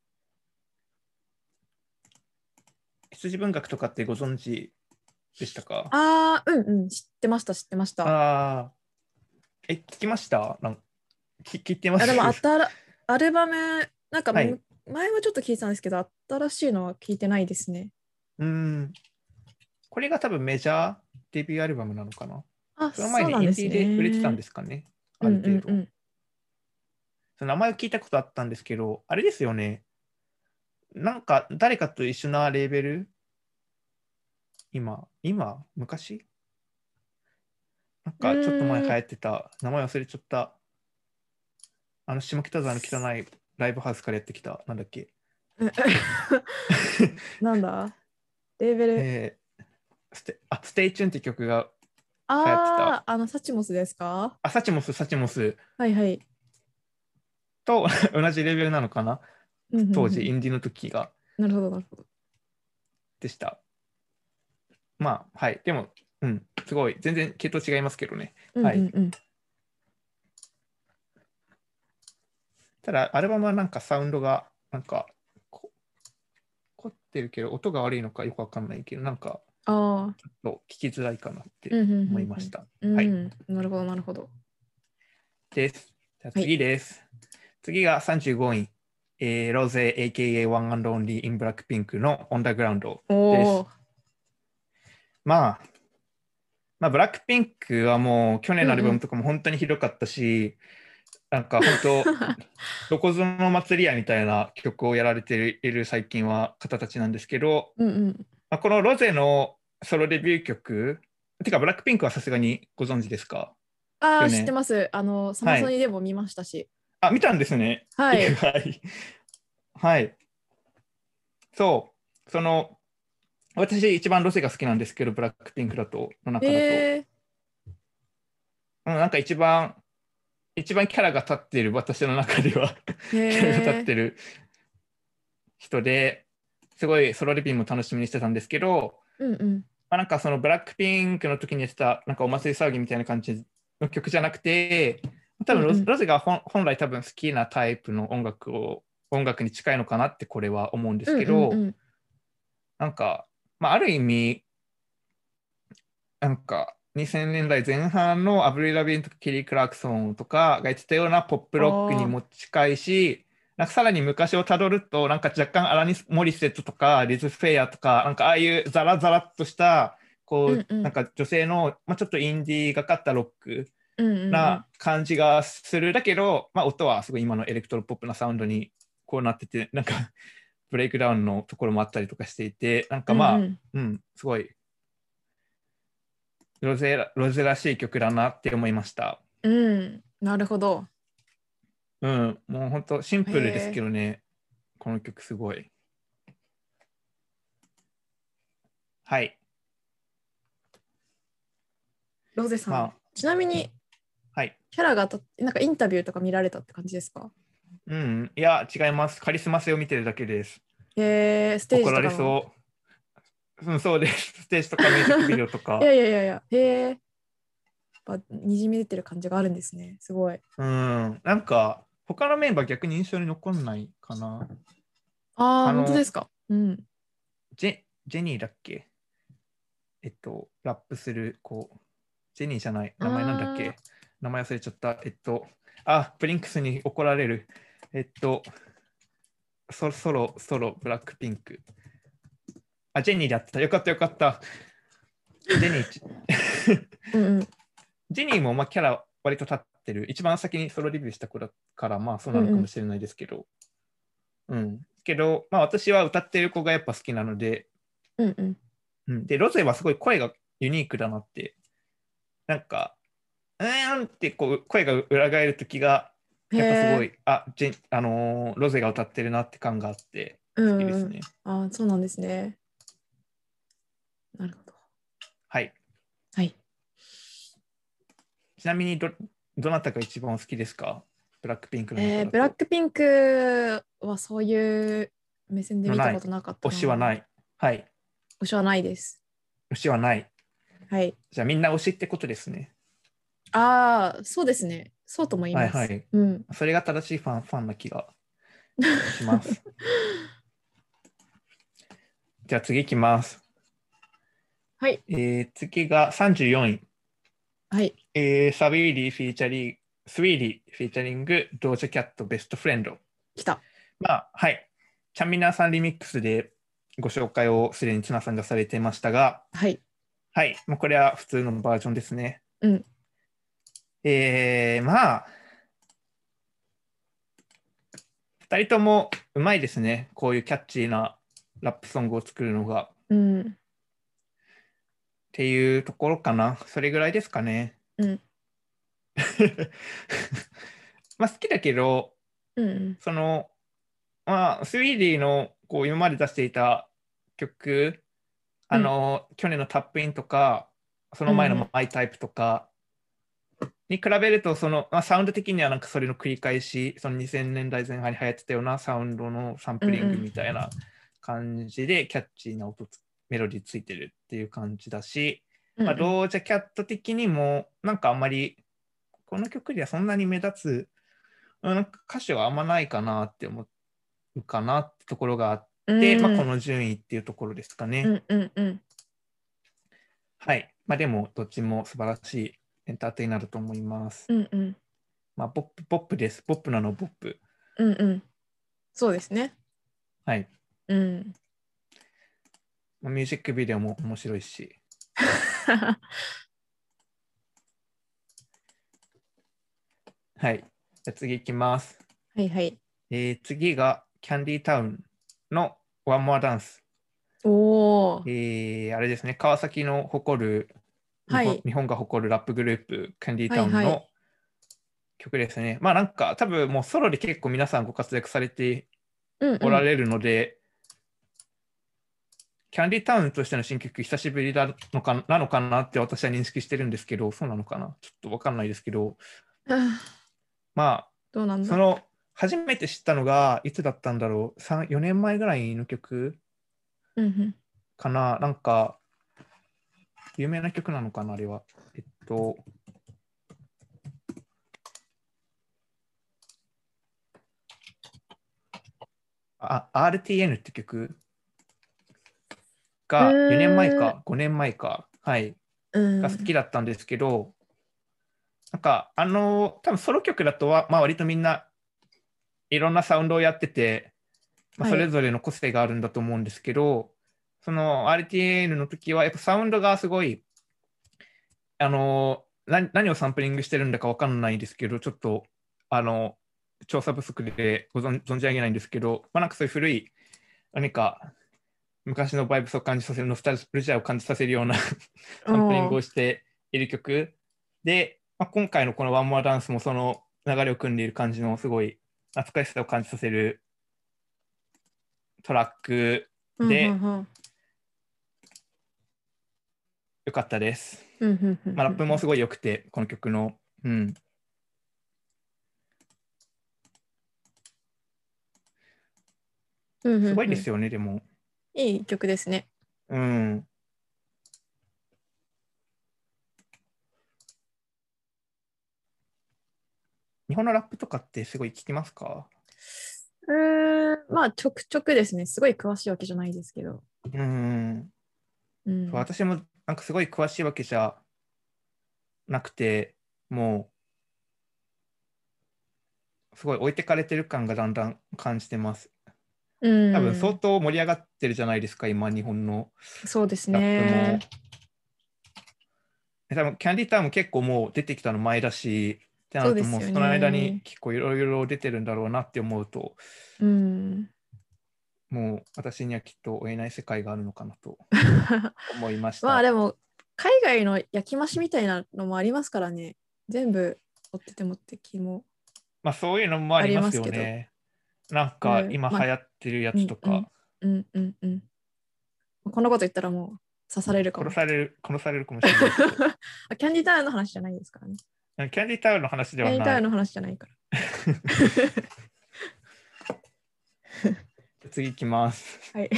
羊文学とかってご存知でしたか？ ああ、うんうん。知ってました、知ってました。 ああ聞きました聞いてまあ、でも、 す？ アルバム、なんかはい。 前はちょっと聞いてたんですけど、新しいのは聞いてないですね。 うん。これが多分メジャーデビューアルバムなのかな。 あ、 その前そうなんですにインディーで売れてたんね。 ですかね。 うある程度。 んうんうん。 その名前を聞いたことあったんですけど、あれですよね。なんか誰かと一緒なレーベル昔なんうかちょっと前流ーん。 行ってた、名前忘れちゃった。下北沢の汚いライブハウスからやってきた、なんだっけ。 なんだレーベル。 えステイチューンって曲が流行ってた。 ああ、サチモスですか？ サチモスはいはい。 と同じレベルなのかな。 うんうん当時、イうん。 ンディの時がなるほど、なるほど。 でした。まあ、はい。でも、すごい、全然系統違いますけどね。 うんはい。 うんうん。 ただ、アルバムはなんかサウンドが、なんか、凝ってるけど、音が悪いのかよくわかんないけど、なんか、 ああ、 ちょっと聞きづらいかなってうんうん思いうんました。 うん。 はい。 うん、なるほど、なるほど。 です。じゃあはい。 次です。次が35位。ロゼ AKA One and Only in Blackpink の On the Ground です。 おー。 まあ、ブラックピンクはもう去年のアルバムうんうん。 とかも本当にひどかったし、 なんか本当、どこぞの祭りやみたいな曲をやられている最近は方たちなんですけど、 うんうん。 まあ、このロゼのソロデビュー曲、てか、ブラックピンクはさすがにご存知ですか？ ああ、知ってよね。 ます。サマはい。 ソニでも見ましたし。 あ、見たんですね。意はい。 外。はい。そう。私一番ロゼが好きなんですけど、ブラックピンクだと、の中だと。 えうん、なんか一番キャラが立っている、私の中ではー、 キャラが立っへてる人で、すごいソロデビューも楽しみにしてたんですけど、 うんうん。 まあ、なんかそのブラックピンクの時にやってたなんかお祭り騒ぎみたいな感じの曲じゃなくて、多分うんうん。 ロゼが本来多分好きなタイプの音楽に近いのかなってこれは思うんですうんけど、 うんうん。 なんか、まあ、ある意味、なんか2000年代前半のアブリル・ラビーンとかケリー・クラークソンとかが言ってたようなポップロックにああ、 も近いし、なんかさらに昔をたどると、なんか若干アラニス・モリセットとかリズ・フェアとか、なんかああいうザラザラっとした、こう、 うんうん。 なんか女性の、まあ、ちょっとインディーがかったロックうんうんうん。 な感じがする。だけど、まあ、音はすごい今のエレクトロポップなサウンドにこうなってて、なんかブレイクダウンのところもあったりとかしていて、なんかまあ、 うんうん。 うん、すごいロゼらしい曲だなって思いました。 うん。なるほど。 うん、もう本当シンへプルですけえ。 どね、この曲すごい。はい。 ロゼさん。 まあ、 ちなみに、 はい。 キャラがなんかインタビューとか見られたって感じですか？ うん、いや、違います。カリスマ性を見てるだけです。 ステー怒らジとかの。 れそう。うん、そうです。ステージとかミュージックビデオといやか。 いやいやいや。やっぱにじみ出てる感じがあるんですね。すごい。 うん、なんか、他のメンバー逆に印象に残んないかな。 ああ、本当であの、 すか。うん。 ジェニーだっけ？ラップする、こう、ジェニーじゃない。名前なんだっあけ？名前忘れちゃった。プリンクスに怒られる。えっと、ブラックピンク。あ、ジェニーでやってた。よかったよかった。ジェニー、 あ、うんうん。 ジェニーもまあキャラ割と立ってる。一番先にソロデビューした子だから、まあそうなのうんうん。 かもしれないですけど。うん。けど、まあ私は歌ってる子がやっぱ好きなので、 うんうん。 うん。で、ロゼはすごい声がユニークだなって。なんか、ってこう声が裏返るときが、 へえ。 やっぱすごい、ロゼが歌ってるなって感があってう好きでんうん。 すね。 ああ、そうなんですね。なるほど。 はい。 はい。 ちなみにどなたが一番お好きですか？ブラックピンクの中だと。 ブラックピンクはそういう目線で見たこない。 となかった推しはなな。 い。はい。 推しはないです。 推しはない。 はい。 じゃあみんな推しってことですね。 ああ、そうですね。そうとも言います。 はいはい。 うん。 それが正しいファンな気がします。じゃあ次いきます。 はい。 次が34位。 はい。 サビーリーフィーチャリング、スウィーリーフィーチャリング、ドージャキャットベストフレンド。 来た。 まあ、はい。チャンミナーさんリミックスでご紹介をすでにツナさんがされていましたが、 はい。 はい。もうこれは普通のバージョンですね。 うん。 まあ、二人ともうまいですね。こういうキャッチーなラップソングを作るのが。っうん。 ていうところかな。それぐらいですかね。 うん。 まあ好きだけど、 うん。 その、まあ、スウィーディーのこう今まで出していた曲、 うん。 去年のタップインとか、その前のうん。 マイタイプとかに比べると、まあ、サウンド的にはなんかそれの繰り返し、その2000年代前半に流行ってたようなサウンドのサンうん。 プリングうん。 みたいな感じで、キャッチーなメロディーついてるっていう感じだし、まあ、 うん。 ドージャキャット的にも、なんかあんまり、この曲ではそんなに目立つ、なんか歌詞はあんまないかなって思うかなってところがあっうて、まあ、こん。 の順位っていうところですかね。 うん。うん。うん。 はい。まあ、でも、どっちも素晴らしいエンターテイナーだと思います。 うん。うん。 まあ、ポップです。ポップなの、ポップ。 うん。うん。そうですね。 はい。 うん。 まあミュージックビデオも面白いし。はい。 じゃあ次いきます。 はいはい。 次がキャンディータウンのワンモアダンス。 おお。 あれですね、川崎の誇る日本、 はい。 日本が誇るラップグループ、キャンディーはいはい。 タウンの曲ですね。まあなんか多分もうソロで結構皆さんご活躍されてうんうん。 おられるので、キャンディータウンとしての新曲久しぶりなのかなって私は認識してるんですけど、そうなのかなちょっとわかんないですけど、 はあ、 まあ、 どうなんだ。 その、初めて知ったのがいつだったんだろう、3、4年前ぐらいの曲うんうん。 かな、なんか、有名な曲なのかな、あれは。えっと、RTN って曲うが4年前ーん。 か5年前か、はい、 うが好きん。 だったんですけど、なんか、多分ソロ曲だとは、まあ割とみんないろんなサウンドをやってて、まあ、 はい。 それぞれの個性があるんだと思うんですけど、その RTN の時はやっぱサウンドがすごい、何をサンプリングしてるんだかわかんないですけど、ちょっと、あの、調査不足で存じ上げないんですけど、まあ、なんかそういう古い、何か昔のバイブスを感じさせる、ノスタルジアを感じさせるようなサンプリングおー。 をしている曲で、まあ、今回のこのワンモアダンスもその流れを組んでいる感じのすごい懐かしさを感じさせるトラックうんうんで、 うん。 よかったです。 うんうんうんまあ、ラッうんうん。 プもすごい良くて、この曲の。うん。 うんうすごんうん。 いですよね、でも。 いい曲ですね。 うん。日本のラップとかってすごい聞きますか？ まあ、ちょくちょくですね。すごい詳しいわけじゃないですけど。 うん。 うん。 私もなんかすごい詳しいわけじゃなくて、もうすごい置いてかれてる感がだんだん感じてます。 う多分相ん。 当盛り上がってるじゃないですか、今、日本のそうですラップも。 ね。 多分キャンディータウンも結構もう出てきたの前だし、ってなるともうそうですよその間にね。 結構いろいろ出てるんだろうなって思うと、 うん。 もう私にはきっと追えない世界があるのかなと思いました。 まあでも、海外の焼き増しみたいなのもありますからね。全部追っててもって気もまあそういうのもあありりますますけど。 よね。なんうん。 か今まあ、 流行ってるやうんうん。 つとか、 うんうんうん。こんなこと言ったらもう刺されるかも。 殺されるかもしれないけど、 キャンディータウンの話じゃないですからね。 キャンディータウンの話でキャンディータはない。 ウンの話じゃないから。 次いきます。 はい。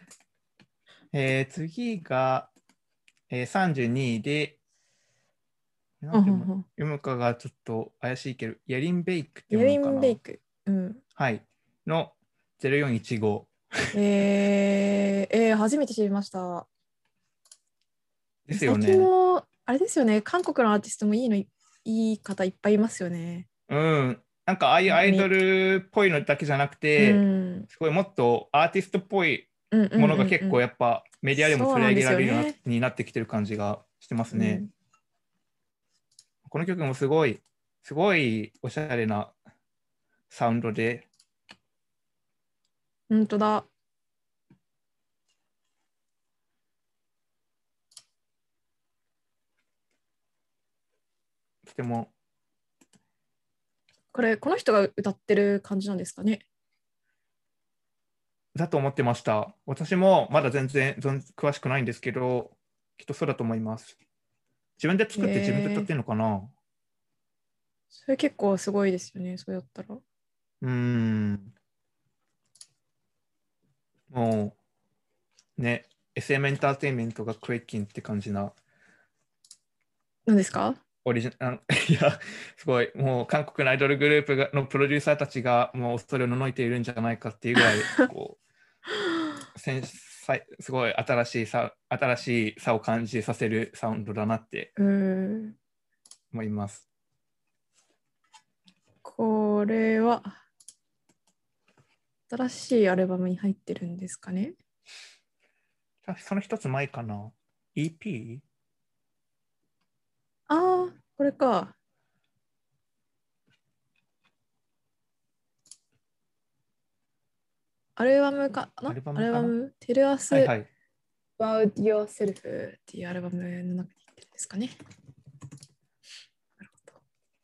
次が、32位で、なんてうんうんうん。 読むかがちょっと怪しいけど、ヤリンベイクって読イヤリむのかな？ ンベイク。うん。 はい。の0415 初めて知りました。 ですよ最近ね。 も、あれですよね。韓国のアーティストもいい方いっぱいいますよね。 うん。なんかああいうアイド本当に。 ルっぽいのだけじゃなくうて、 ん。 すごいもっとアーティストっぽいうんうんものがうんうん。 結構やっぱメディアでも取り上そうなんでげられるようなすよね。 になってきてる感じがしてますね。 うん。 この曲もすごいおしゃれなサウンドで、 本当だ。 とても、 この人が歌ってる感じなんですかね。 だと思ってました。私もまだ全然詳しくないんですけど、きっとそうだと思います。自分で作って自分で歌ってえー、 るのかな？ それ結構すごいですよね。そうやったら。 うーん、もうね、SM エンターテインメントがクエッキンって感じな何ですか？ オリジナル、いや、すごい、もう韓国のアイドルグループのプロデューサーたちがもうそれをののいているんじゃないかっていうぐらい、こう、すごい新しい差を感じさせるサウンドだなってうーん。 思います。 これは新しいアルバムに入ってるんですかね。 その一つ前かな？ EP？ ああ、これか。 アルバムかな、 アルバアルバムかな。 ム Tell Us はいはい。 About Yourself っていうアルバムの中に入ってるんですかね。なるほど。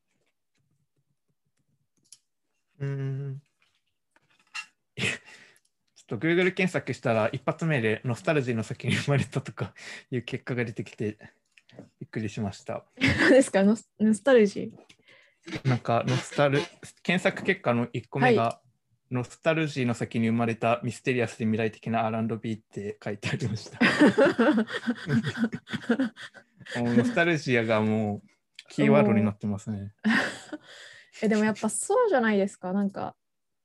ちょっと Google 検索したら一発目でノスタルジーの先に生まれたとかいう結果が出てきてびっくりしました。 何ですかノスタルジー。 なんか検索結果の1個はい。 目がノスタルジーの先に生まれたミステリアスで未来的な R&B って書いてありました。もうノスタルジアがもうキーワードになってますね。 でもやっぱそうじゃないですか。なんか、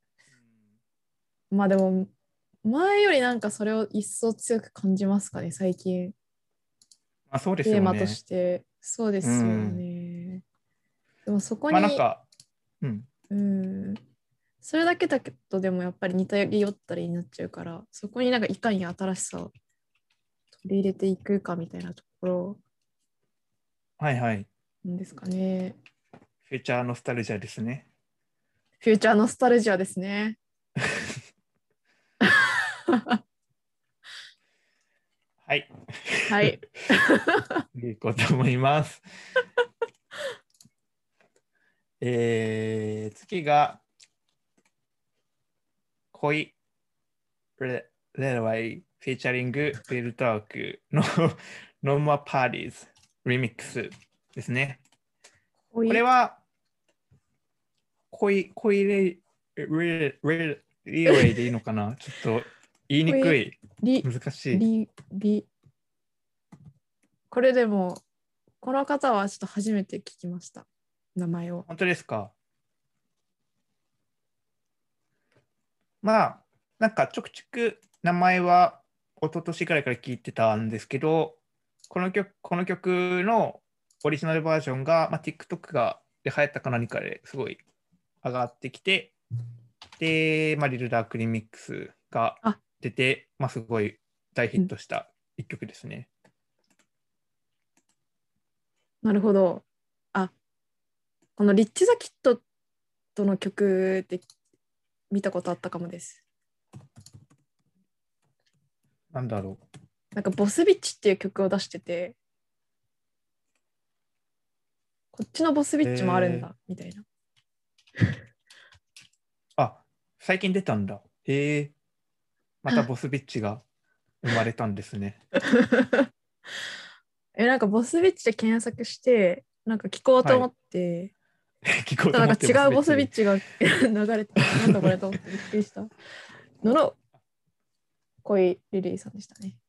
まあでも、前よりなんかそれを一層強く感じますかね、最近。 まあそうですテーマとよね。 して。そうでうすよん。 ね。でもそこに、 まあなんか、うん。 うん、それだけだけど、でもやっぱり似たり寄ったりになっちゃうから、そこになんかいかに新しさを取り入れていくかみたいなところはいはい。 なんですかね。 フューチャーノスタルジアですね。 フューチャーノスタルジアですね。 はい。 はい。 いこうと思います。次が、恋レワイフィーチャリングウィルトークのノーマパーティーズリミックスですね。これは恋リレイでいいのかな、ちょっと言いにくい。 リ、 難しい。 リ、リ、これでも、この方はちょっと初めて聞きました。名前を。 本当ですか？まあ、なんかちょくちょく名前は一昨年ぐらいから聞いてたんですけど、この曲のオリジナルバージョンが、まあ、TikTok で流行ったか何かですごい上がってきて、で、まあ、リルダークリミックスがあ、 出て、まあ、すごい大ヒうん、 ットした一曲ですね。 なるほど。あ、このリッチ・ザ・キッドとの曲で見たことあったかもです。 なんだろなんかボスビッチっていう曲を出してて、こっちのボスビう。 ッチもあるんだ、みたいな。 あ、最近出たんだ。またボスビッチが生まれたんですね。 なんかボスビッチで検索して、なんか聞こうとはい。 思って、 聞こうとなんか思ってボ違うボスビスビッチで。 ッチが流れて、なんだこれと思ってびっくりしたのの恋リリーさんでしたね。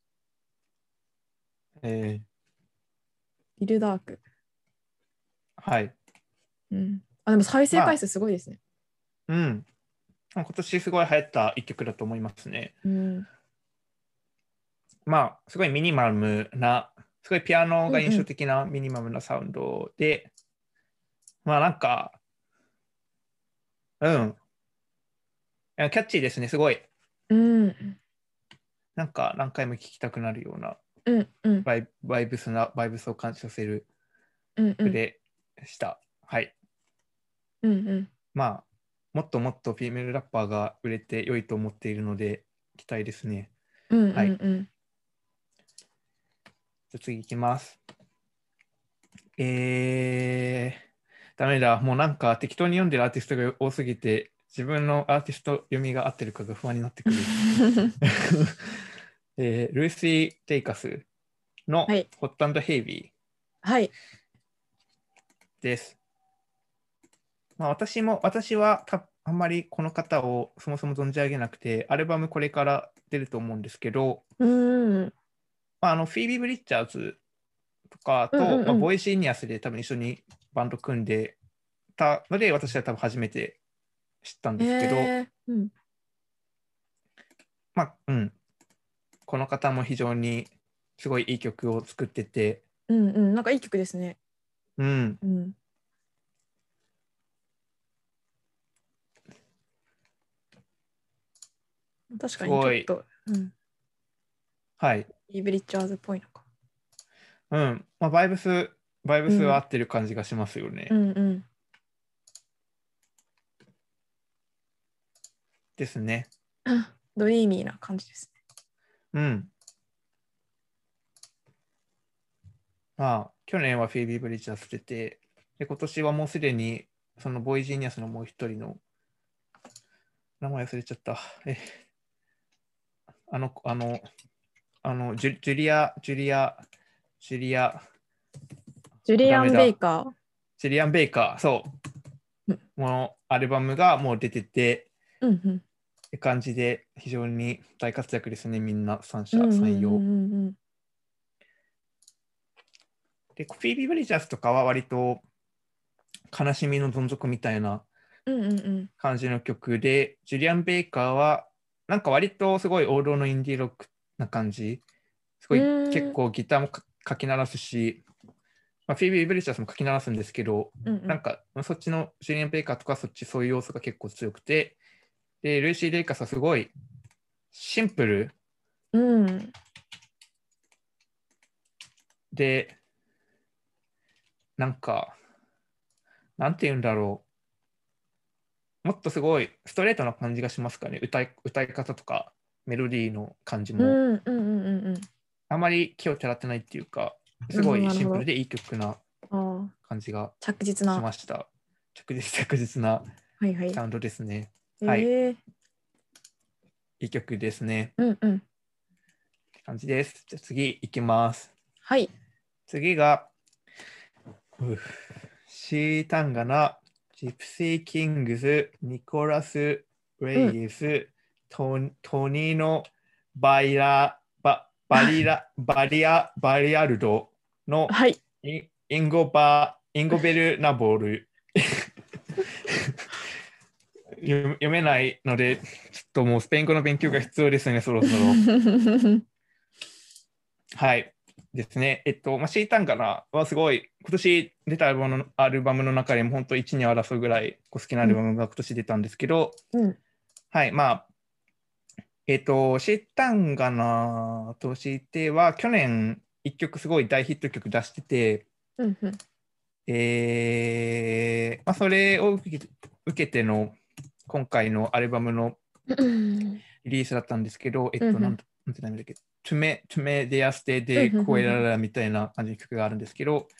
えリルダーク。 はい。 うん。あ、でも再生まあ、 回数すごいですね。 うん。今年すごい流行った一曲だと思いますね。 うん。 まあ、すごいミニマムな、すごいピアノが印象うんうん。 的なミニマムなサウンドで、まあなんか、うん。キャッチーですね、すごい。 うん。 なんか何回も聴きたくなるようなうんうん。 バイブスを感じさせるうんうん。 曲でした。はい。 うんうん。 まあ、もっともっとフィメールラッパーが売れて良いと思っているので、期待ですね。 うんはい。 うんうん。 じゃあ次いきます。ダメだ。もうなんか適当に読んでるアーティストが多すぎて、自分のアーティスト読みが合ってるかが不安になってくる。ルーシー・テイカスのはい。 ホットヘイビーはい。 です。まあ、私はあんまりこの方をそもそも存じ上げなくて、アルバムこれから出ると思うんですけど、 うん。うんまあ、フィービー・ブリッチャーズとかうんと、まあ、 うん。 ボイシーニアスで多分一緒にバンド組んでたので、私は多分初めて知ったんですけど、 うん。 まあ、うん、この方も非常にすごいいい曲を作ってて、 うんうん。なんかいい曲ですね。 うん、 うん。確かにちょすごい、 っと、うん。 はい、 イーブリッチャーズっぽいのか。 うん、まあ、バイブスは合うん。 ってる感じがしますようね。 んうん。 ですね。 ドリーミーな感じですうん。まあ、去年はフィービー・ブリッジャース出て、で、今年はもうすでに、そのボーイ・ジーニアスのもう一人の、名前忘れちゃった。あの、あの、ジュリア、 ジュリアン・ベイダメだ。 カー。 ジュリアン・ベイカー、そう。このアルバムがもう出てて、 うんうんって感じで、非常に大活躍ですね、みんな三者うんうんうん三様。 うんで、フィービー・ブリッジャースとかは割と悲しみのどん底みたいなうんうんうん感じの曲で、ジュリアン・ベイカーはなんか割とすごい王道のインディーロックな感じ。すごうい結ーん構ギターもかき鳴らすし、まあ、フィービー・ブリッジャースもかき鳴らすんですけど、 うんなんかそっちのジュリアン・ベイカーとかそっちそういう要素が結構強くて、で、ルーシー・レイカスはすごいシンプルうんで、なんか、なんて言うんだろう。もっとすごいストレートな感じがしますかね。歌い方とかメロディーの感じうも。 んうんうんうんうん。 あまり気をてらってないっていうか、すなるほごいどなるほど。 シンプルでいい曲なああ、 感じが着実な。 しました。着実なはいはい。 サウンドですね。はい。 ええいい曲ですね。 うんうん。 って感じです。じゃあ次いきます。 はい。 次が、シータンガナ、ジプシー・キングズ、ニコラス・レうん。 イエス、トニーノ・バイラ、バリラ、バリアルドのはい。 インゴベル・ナボール読めないので、ちょっともうスペイン語の勉強が必要ですね、そろそろ。はい。ですね。まあ、シータンガナはすごい、今年出たアルバムの中でも本当1、2争うぐらい好きなアルバムが今年出たんですけど、 うん。 はい。まあ、シータンガナとしては、去年1曲すごい大ヒット曲出してて、 うんうん。 まあ、それを受けての今回のアルバムのうんリリースだったんですけど、 うんなんて名前だっけ、トゥメデアステうんでうんうん。 コエララみたいな感じの曲があるんですけど、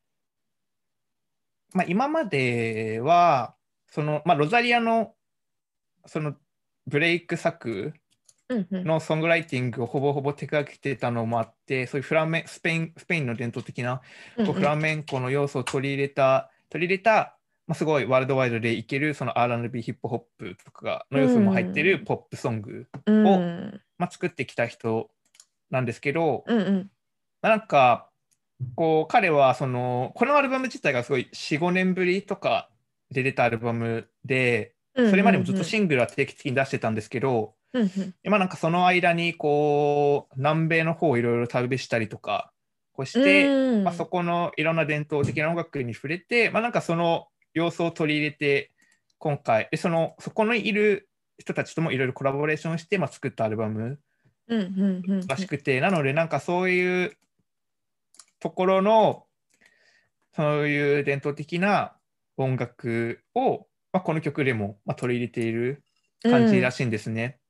まあ、今までは、まあ、ロザリアのそのブレイク作うんうん。 のソングライティングをほぼほぼ手掛けてたのもあって、そういうスペインの伝統的なこうフうんうん。 ラメンコの要素を取り入れた、まあ、すごいワールドワイドでいけるその R&B ヒップホップとかのう要素も入ってるん。 ポップソングうを、 ん。 まあ、作ってきた人なんですけど、 うんうん。 まあなんかこう彼はこのアルバム自体がすごい4、5年ぶりとかで出たアルバムで、 うんそれまでもずっとうんシングルは定期的に出してたんですけど、 うんうん。 今なんかその間にこう南米の方をいろいろ旅したりとかこうしうて、まあ、そん。 このいろんな伝統的な音楽に触れて、まあ、なんかその様子を取り入れて今回そこにいる人たちともいろいろコラボレーションして、まあ、作ったアルバムうんうんうんうん。 らしくて、なのでなんかそういうところのそういう伝統的な音楽を、まあ、この曲でも、まあ、取り入れているうん。 感じらしいんですね。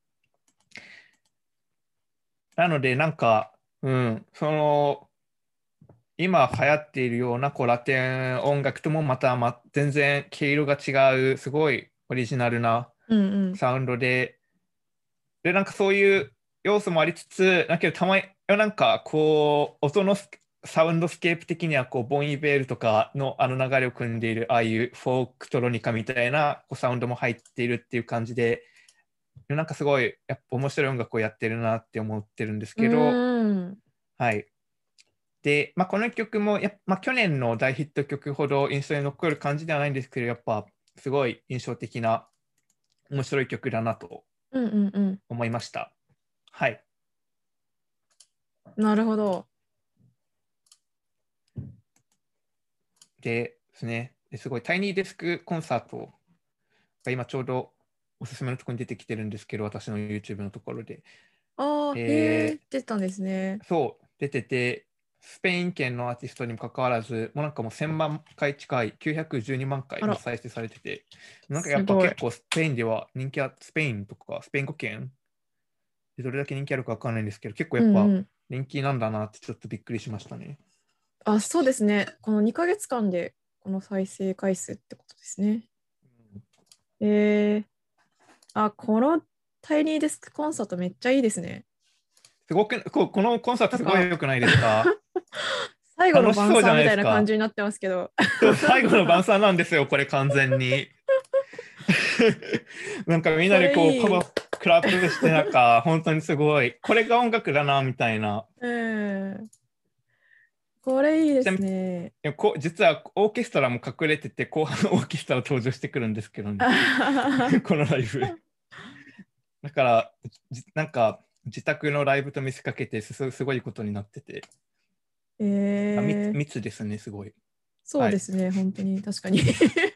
なので、なんか、今流行っているようなこうラテン音楽ともまた、全然毛色が違う、すごいオリジナルなうんうん。 サウンドで、なんかそういう要素もありつつ、だけどたまに、なんかこう、音のサウンドスケープ的にはこう、ボンイベールとかのあの流れを組んでいる、ああいうフォークトロニカみたいなこうサウンドも入っているっていう感じで、なんかすごい、やっぱ面白い音楽をやってるなって思ってるんですうけど、 ん。 はい。で、まあ、この曲もまあ、去年の大ヒット曲ほど印象に残る感じではないんですけど、やっぱすごい印象的な面白い曲だなとうんうんうん。 思いました。はい。 なるほど。 ですね。すごいタイニーデスクコンサートが今ちょうどおすすめのところに出てきてるんですけど、私の YouTube のところで。 ああ、へえ、 え出たんですね。 そう、出てて、スペイン圏のアーティストにもかかわらず、もうなんかもう1000万回近い、912万回あら、 も再生されてて、なんかやっぱすごい。 結構スペインでは人気スペインとかスペイン語圏どれだけ人気あるかわかんないんですけど、結構やっぱうんうん。 人気なんだなってちょっとびっくりしましたね。 あ、そうですね。この2ヶ月間でこの再生回数ってことですね。えー、このタイニーデスクコンサートめっちゃいいですね。 すごくこのコンサートすごいなんか良くないですか？ 最後の楽しそうじゃない晩餐みたいな感ですか。 じになってますけど。 そう、最後の晩餐なんですよ、これ完全に。なんかみんなこでこうれいい。 クラップしてなんか本当にすごいこれが音楽だなみたいな。 うん。これいいですちなみにね。 実はオーケストラも隠れてて後半オーケストラ登場してくるんですけどね。このライブ。だからなんか自宅のライブと見せかけてすごいことになってて、 えー、 密ですね、すごい。はい。 そうですね、本当に、確かに。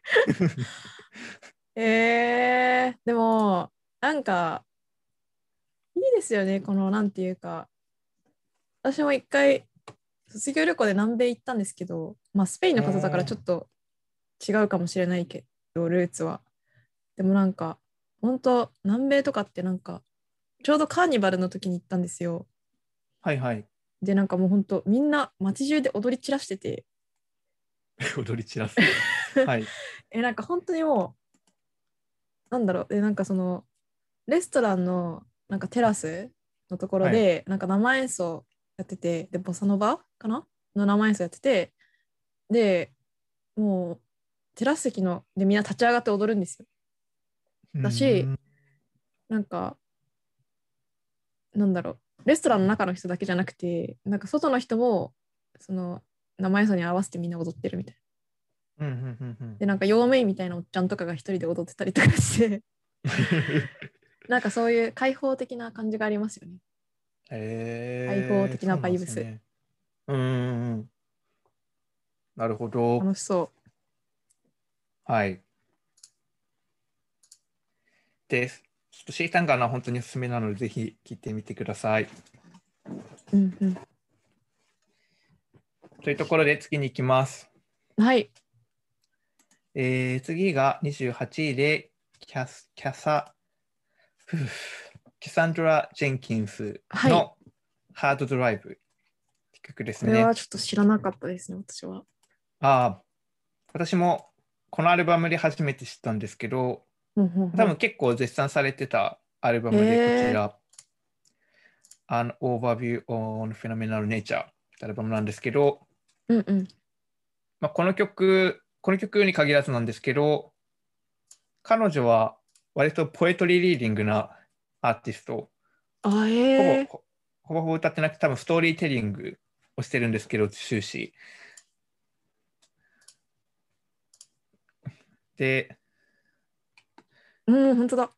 でも、なんか、いいですよね、この、なんていうか、私も一回、卒業旅行で南米行ったんですけど、まあ、スペインの方だからちょっと違うかもしれないけど、ルーツは。でもなんか、本当南米とかってなんか、ちょうどカーニバルの時に行ったんですよ。 はいはい。 で、なんかもう本当みんな街中で踊り散らしてて、 踊り散らす。はい。 なんか本当にもう、なんだろう、なんかその、レストランのなんかテラスのところはい。 で、なんか生演奏やってて、で、ボサノバかなの生演奏やってて、で、もう、テラス席の、で、みんな立ち上がって踊るんですよ。 うーだし、 ん。 なんか、なんだろレストランの中の人だけじゃなくて、なんか外の人も、その、生演奏に合わせてみんな踊ってるみたいな。 うんうんうんうん。 で、なんか、陽明みたいなおっちゃんとかが一人で踊ってたりとかして、なんかそういう開放的な感じがありますよね。開放的なそうなんバイブス。 ですね。うーん。なるほど。 楽しそはい。です。ちょっとシータンガーナは本当におすすめなので、ぜひ聞いてみてください。 う。うんうん。 というところで次に行きます。 はい。 次が28位でキャス、キャサ、ふぅキャサンドラ・ジェンキンスはい。 のハードドライブって曲ですね。 これはちょっと知らなかったですね、私は。 ああ、私もこのアルバムで初めて知ったんですけど、 うんうんうん。 多分結構絶賛されてたアルバへムで、こちえ。 ら、An Overview on Phenomenal Nature ってアルバムなんですけど、 うんうん。 まあ、この曲に限らずなんですけど、彼女は割とポエトリーリーディングなアーティスト、ほぼ、 へえ。 ほぼほぼ歌ってなくて、多分ストーリーテリングをしてるんですけど、終始。で、 うん、本当だ。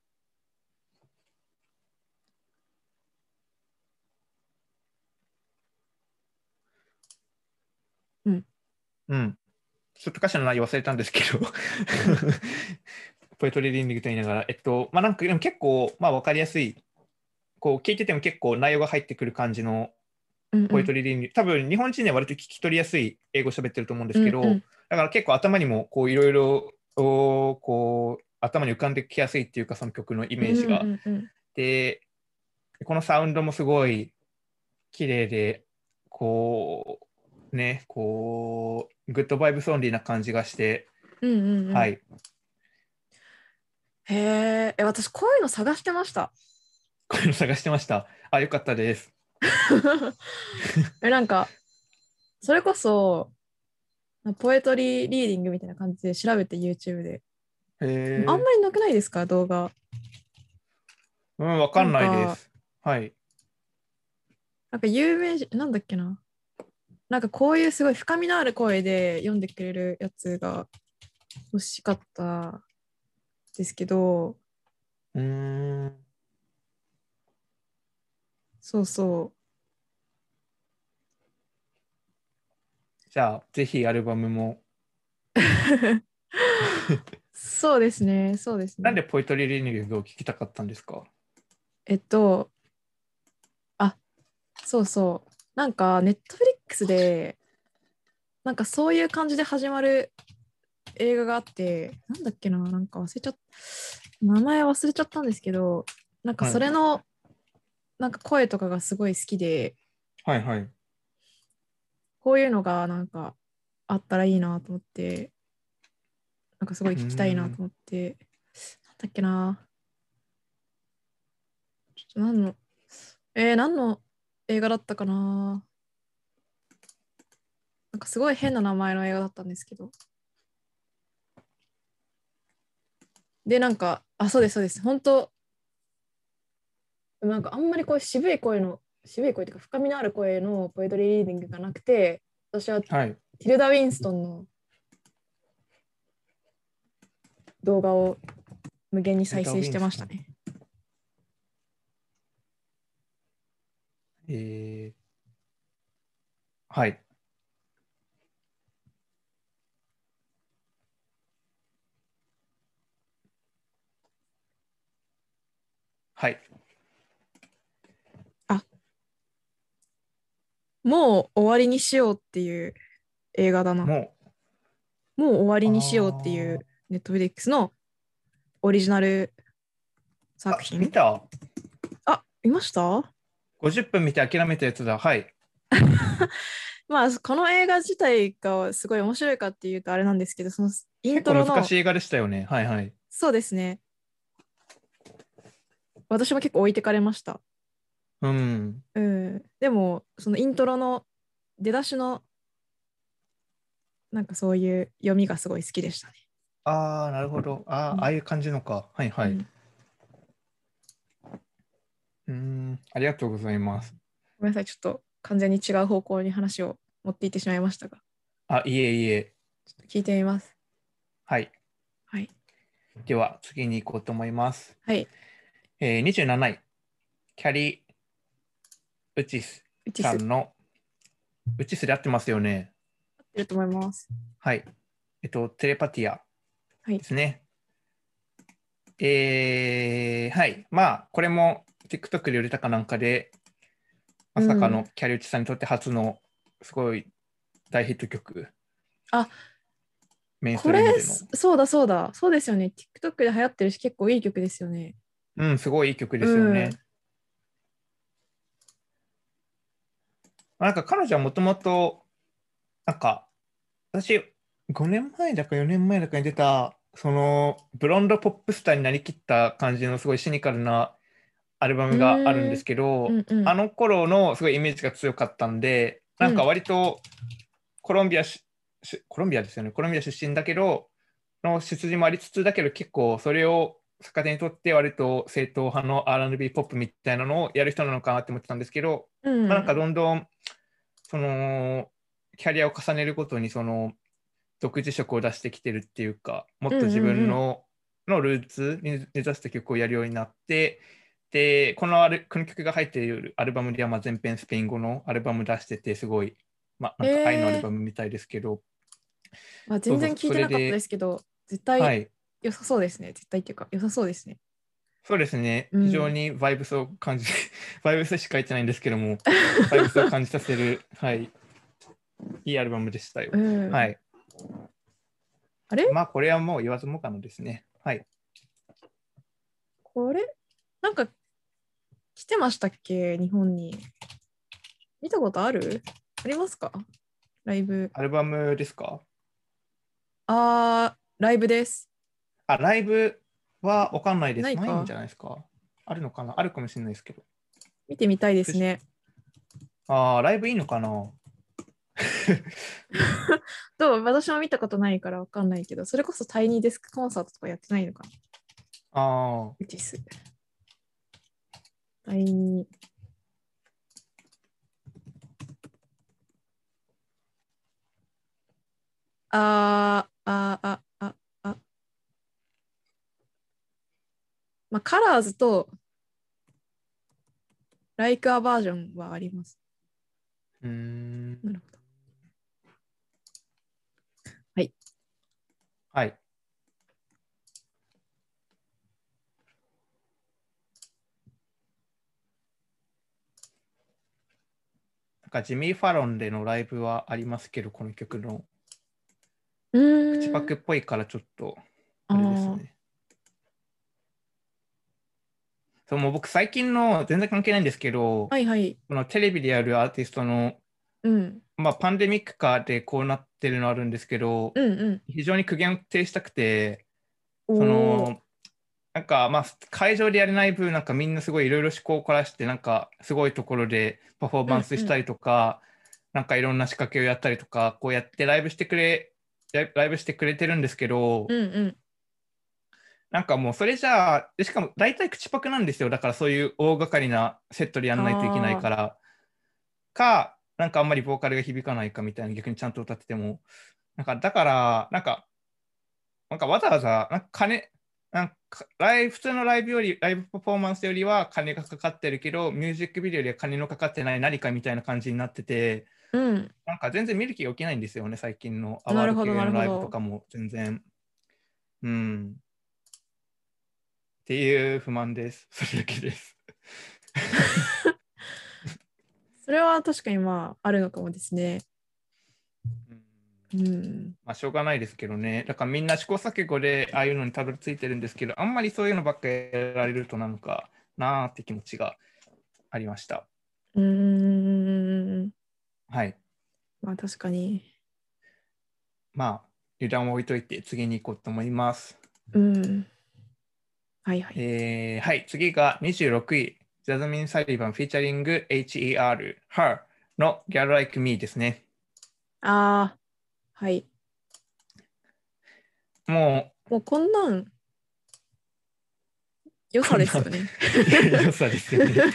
うん。 うん、ちょっと歌詞の内容忘れたんですけどうん。 ポエトリーリーディングと言いながら、まあなんかでも結構、まあわかりやすい、こう聞いてても結構内容が入ってくる感じのポエトうんうん。 リーリーディング、多分日本人には割と聞き取りやすい英語喋ってると思うんですけど、 うんうん。 だから結構頭にもこういろいろこう頭に浮かんできやすいっていうか、その曲のイうんメージが。 うんうん。 で、このサウンドもすごい綺麗で、こグッドバイブスオンリーな感じがして、 うんうんうん。 はい、 へえ。私こういうの探してました。 こういうの探してました。あ、よかったです。 なんか、それこそ、ポエトリーリーディングみたいな感じで調べて YouTube で。 へあんえ、 まりなくないですか、動画。 うん、わかんなんか、 ないです。はい。 なんか有名人、なんだっけな。なんかこういうすごい深みのある声で読んでくれるやつが欲しかったですけど、 うーん、 そうそう。 じゃあ、ぜひアルバムも。 そうですね、そうですね。 なんでポエトリーリーディングを聞きたかったんですか？ えっと、あ、そうそう。なんか、ネットフリックスで、なんかそういう感じで始まる映画があって、なんだっけな、なんか忘れちゃった、名前忘れちゃったんですけど、なんかはい。 それのなんか声とかがすごい好きで、 はいはい。 こういうのがなんかあったらいいなと思って、なんかすごいうー聞きたいなとん。 思って、なんだっけな。ちょっと何の映画だったかな。なんかすごい変な名前の映画だったんですけど。で、なんか、あ、そうです、そうです。本当なんかあんまりこう渋い声というか深みのある声のポエトリーリーディングがなくて、私はテはい。 ィルダ・ウィンストンの動画を無限にエルダ・ウ再生してィンストン。 ましたね。 えはい。はい。 あ、もう終わりにしようっていう映画だな。 もう、 もう終わりにしようっていあうネットフリックスのオリジナル作見品。 た？ あ、見ました？ 50 分見て諦めたやつだ。はい。 まあ、この映画自体がすごい面白いかっていうとあれなんですけど、そのイン結構トロの、 難しい映画でしたよね。はいはい。 そうですね。私も結構置いてかれました。 うん。 うん。でも、そのイントロの出だしのなんかそういう読みがすごい好きでしたね。 ああ、なるほど。ああ、ああうん。 いう感じのか。はいはい。 うん、 ありがとうございます。 ごめんなさい、ちょっと完全に違う方向に話を持っていってしまいましたが、 あ、いえいえ。 ちょっと聞いてみます。 はい。 はい。 では、次に行こうと思います。 はい。 27位、キャリー・ウチスうちす。 さんの、ウチスで合ってますよね。 合ってると思います。 はい。テレパティアはい。 ですね。はい。まあ、これも TikTok で売れたかなんかで、まさかうん。 のキャリーウチさんにとって初のすごい大ヒット曲、 あ、 メインストこれ、 リームでの。 そうだそうだ。そうですよね。TikTok で流行ってるし、結構いい曲ですよね。 うん、すごいいい曲うですよん。 ね。なんか彼女はもともと、なんか、私、5年前だか4年前だかに出た、その、ブロンドポップスターになりきった感じのすごいシニカルなアルバうムがあるんでーん。 すけど、 うんうん。 あの頃のすごいイメージが強かったんで、なんかうん。 割とコロンビアですよね。コロンビア出身だけど、の出自もありつつだけど、結構それを逆手にとって割と正統派の R&B ポップみたいなのをやる人なのかなって思ってたんですけど、 うまあ、なんかん。 どんどんそのキャリアを重ねるごとにその独自色を出してきてるっていうか、もうんっと自うんうん。 分のルーツに根ざした曲をやるようになって、で、この曲が入っているアルバムではまあ全編スペイン語のアルバム出してて、すごい、まあ、なんか愛のアルえー、 バムみたいですけど、 まあ、全然そうそう、そ聞いてなかったでれで、 すけど、絶対はい、 良さそうですね。絶対っていうか、良さそうですね。 そうですね、非常うん。 にバイブスを感じ、バイブスしか言ってないんですけども、バイブスを感じさせる、はい、いいアルバムでしたよ。 うん。 はい。 あれまあ、これはもう言わずもがなですね。はい。 これなんか来てましたっけ日本に。見たことありますか？ライブ。 アルバムですか？ ライブです。 あ、ライブはわかんないです。ないんじないか。 ゃないですか？あるのかな？あるかもしれないですけど。 見てみたいでふしすね。 ライブいいのかな？ どう私も見たことないからわかんないけど、それこそタイニーデスクコンサートとかやってないのかな。 あウティス。タイニー。あー、あー、あ、あ、あ。まあ、カラーズとライクアバージョンはあります。 うーん。 なるほど。はい。 はい。なんかジミー・ファロンでのライブはありますけど、この曲のう口パーん。 クっぽいからちょっと、 ああれですー、 ね。 そうもう僕最近の全然関係ないんですけど、 はいはい。 このテレビでやるアーティストの、 うん。 まあ、パンデミック化でこうなってるのあるんですけど、 うんうん。 非常に苦言を呈したくて、 おそお。 の、なんかまあ会場でやれない分、なんかみんなすごいいろいろ思考を凝らして、なんかすごいところでパフォーマンうんうん。 スしたりとか、なんかいろんな仕掛けをやったりとか、こうやってライブしてくれてるんですけど、 うんうん。 なんかもうそれじゃあ、でしかも大体口パクなんですよ。だからそういう大掛かりなセットでやんないといけないああ。 からか、なんかあんまりボーカルが響かないかみたいな、逆にちゃんと歌ってても。なんかだから、なんかわざわざ、なんかなんか普通のライブパフォーマンスよりは金がかかってるけど、ミュージックビデオよりは金のかかってない何かみたいな感じになってて、 うん。 なんか全然見る気が起きないんですよね、最近のアワードなるほどな系のライブとるほど。 かも全然。うん。っていう不満です。それだけです。 それは確かにまああるのかもですね。 うんうん。 まあ、しょうがないですけどね。だからみんな試行錯誤でああいうのにたどり着いてるんですけど、あんまりそういうのばっかりやられるとなんかなーって気持ちがありました。 うーん。 はい。 まあ確かに。 まあ、油断を置いといて次に行こうと思います。 うん。はいはい。 はい、次が26位、ジャズミン・サリバンフィーチャリング HER、Her の Girl Like Me ですね。 ああ、はい。 ももうこんなん良う、 さこんなですよね。 良さですよね。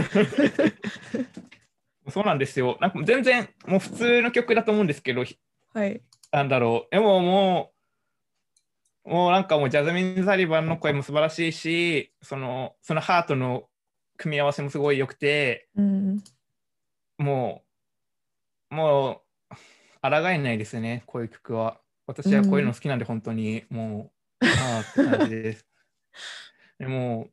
そうなんですよ。なんか全然もう普通の曲だと思うんですけど、 はい。 なんだろう。でももうなんかもうジャズミン・サリバンの声も素晴らしいし、そのハートの組み合わせもすごい良くて、 うん。 ももう、抗えないですね、こういう曲は。私はこういうのうん。 好きなんで、本当に、もう、ああって感じです。で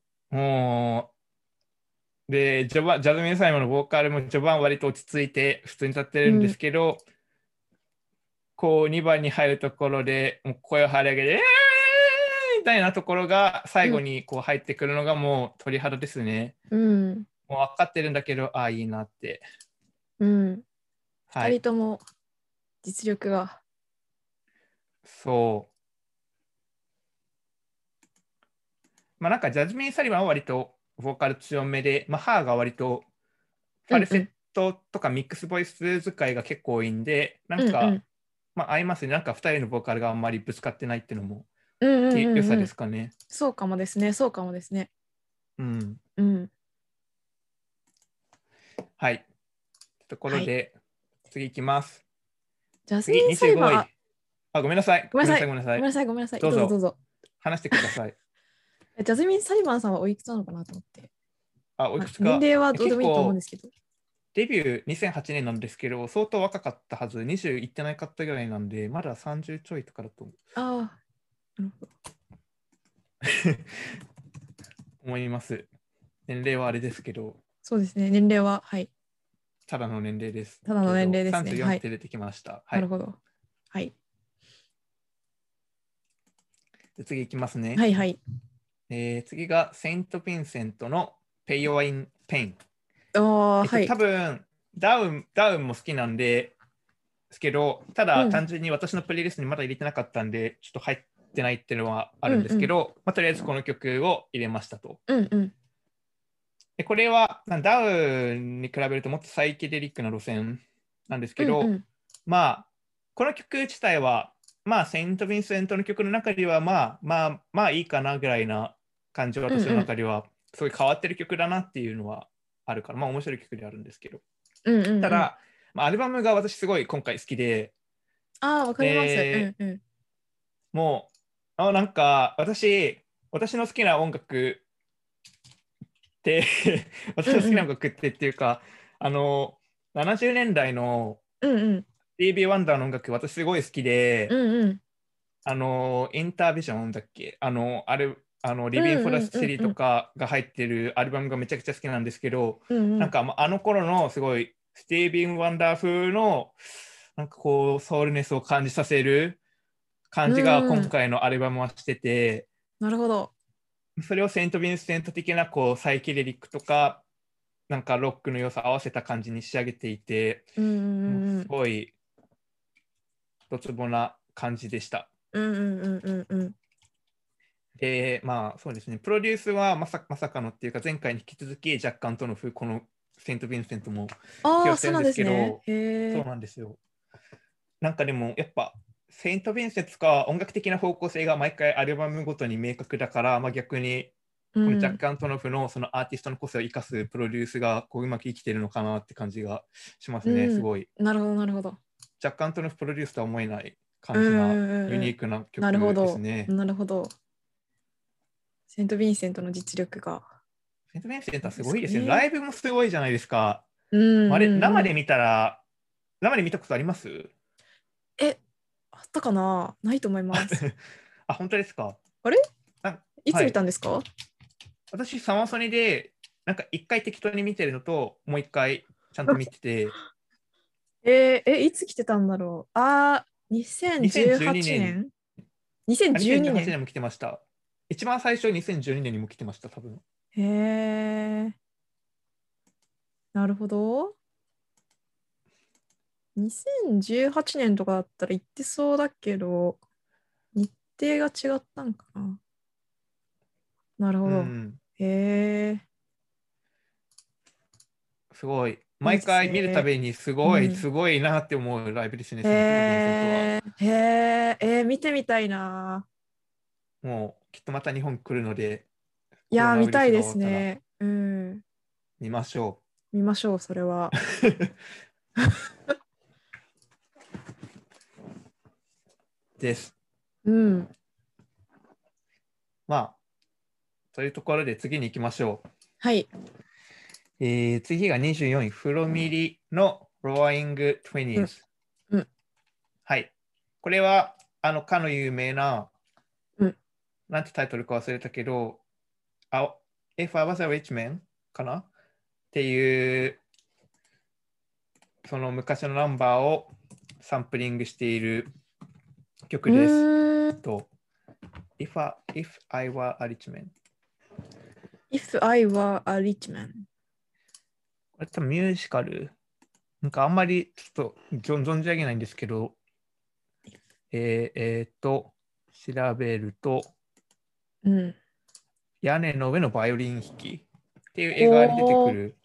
で、ジャズミン・サイモンのボーカルも序盤割と落ち着いて普通に歌ってるんでうん。 すけど、こう2番に入るところでもう声を張り上げて、みたいなところが最うん。 後にこう入ってくるのがもう鳥肌ですね。 うん。 もう分かってるんだけど、ああ、いいなって。 うん。二はい。 人とも実力が。 そう。まあなんかジャズミン・サリバンは割とボーカル強めで、まあ、ハーが割とファルセッうんうん。 トとかミックスボイス使いが結構多いんで、なんか、 うんうん。 まあ合いますね。なんか2人のボーカルがあんまりぶつかってないっていうのもうんうん良さでうんうん。 すかね。 そうかもですね。そうかもですね。 うん。 うん。 はい。とこはい。 ろで、次いきます。次、 ジャスミン・サ 25 リバン、 位。あ、ごめんなさい。ごめんなさい。 ごめんなさい。 ごめんなさい。 ごめんなさい。ごめんなさい。 どうぞ、 どうぞどうぞ。 話してください。 ジャスミン・サリバンさんはおいくつなのかなと思って。 あ、おいまあ、 くつか。 年齢はどうでもいいと思うんで結構、 すけど。 デビュー2008年なんですけど、相当若かったはず。20いってないかったぐらいなんで、まだ30ちょいとかだとああ、なるほど。 思います。年齢はあれですけど、 そうですね。年齢は、はい。 ただの年齢ですただのけど、 年齢ですね。 34っはい。 て出てきました。はい。 なるほど。はい。 で次いきますね。 はいはい。 次がセイント・ヴィンセントの Pay Your in Pain。 ああ、はい。 多分ダウンも好きなんですけど、たうん。 だ単純に私のプレイリストにまだ入れてなかったんで、ちょっと入ってないっていうのはあるんでうんうん。 すけど、まあ、とりあえずこの曲を入れましたと。 うんうん。 でこれはダウンに比べるともっとサイケデリックな路線なんですけど、 うんうん。 まあ、この曲自体は、まあ、セイント・ヴィンセントの曲の中では、まあいいかなぐらいな感じは私のうんうん。 中では、すごい変わってる曲だなっていうのはあるから、まあ面白い曲であるんですけど。 うんうんうん。 ただ、まあ、アルバムが私すごい今回好きで、 ああ、わかります。うで、 んうん。 もなんか私の好きな音楽って私の好きなうんうん。 音楽っていうか、あの、70年代のうんうん。 スティービー・ワンダーの音楽、私すごい好きで、 うんうん。 インタービジョンだっけリビン・フォうんうレスト・シティとんうんうん。 かが入ってるアルバムがめちゃくちゃ好きなんですけど、 うんうん。 なんかあの頃のすごいスティービー・ワンダー風のなんかこうソウルネスを感じさせる感じがうん。 今回のアルバムはしてて、 なるほど。 それをセント・ヴィンセント的なこうサイケデリックとか、なんかロックの良さを合わせた感じに仕上げていて、 うんうんもううんすごいドツボな感じでした。 うんうんうんうんうん。 で、まあそうですね、プロデュースはまさかのっていうか、前回に引き続き、ジャック・アントノフ、このセント・ヴィンセントも起ああ、そうなん用してるんですですね。 けど、そうへえ。 なんですよ。なんかでも、やっぱ、セント・ヴィンセントとか音楽的な方向性が毎回アルバムごとに明確だから、まあ、逆に、このジャッうん。 ク・アントノフのそのアーティストの個性を生かすプロデュースがこううまく生きてるのかなって感じがしますね、 うん。 すごい。 なるほど、なるほど。 ジャック・アントノフプロデュースとは思えないうん感じなうんうんうん。 ユニークななるほ曲ですど。 ね。 なるほど。セント・ヴィンセントの実力がセント・ヴィンセントはいいですすごいですね。ラかね。 イブもすごいじゃないですか。 うんあれ、 うんうん。 生で見たら、生で見たことあります？ え、あったかな、ないと思います。 あ、本当ですか？ あれ、いつ見はい。 たんですか？ 私、サマソニで、なんか一回適当に見てるのと、もう一回ちゃんと見てて、 いつ来てたんだろう。2018 2012年、 年あ、 ?2012 2018 年。 年も来てました。一番最初、2012年にも来てました、多分。 へえ、なるほど。2018年とかだったら行ってそうだけど、日程が違ったんかな。なるほうど。 ん、 へえ、 すごい。 いいです毎回見るたね。 びにすごい、 うん。 すごいなって思うライブですね、 へセント・ヴィンセントは。 見てみたいな。 もう、きっとまた日本来るので、 いやー、 コロナウイルス見たいでが終わったらすね。うん。 見ましょ見ましょう、それは。 う。です。 うん。 まあ、というところで次に行きましょう。 はい。 次が24位、フロミリの Roaring うん。 Twenties。 うん。 はい。これは、かの有名な、 うん。 なんてタイトルか忘れたけど、If I was a rich man かなっていう、その昔のナンバーをサンプリングしている曲うです。 ーん。 と、if I were a rich man。 If I were a rich man。 これ多分ミュージカル。なんかあんまりちょっと存じ上げないんですけど、調べると、 うん。 屋根の上のバイオリン弾きっていう映画で出てくほー。 る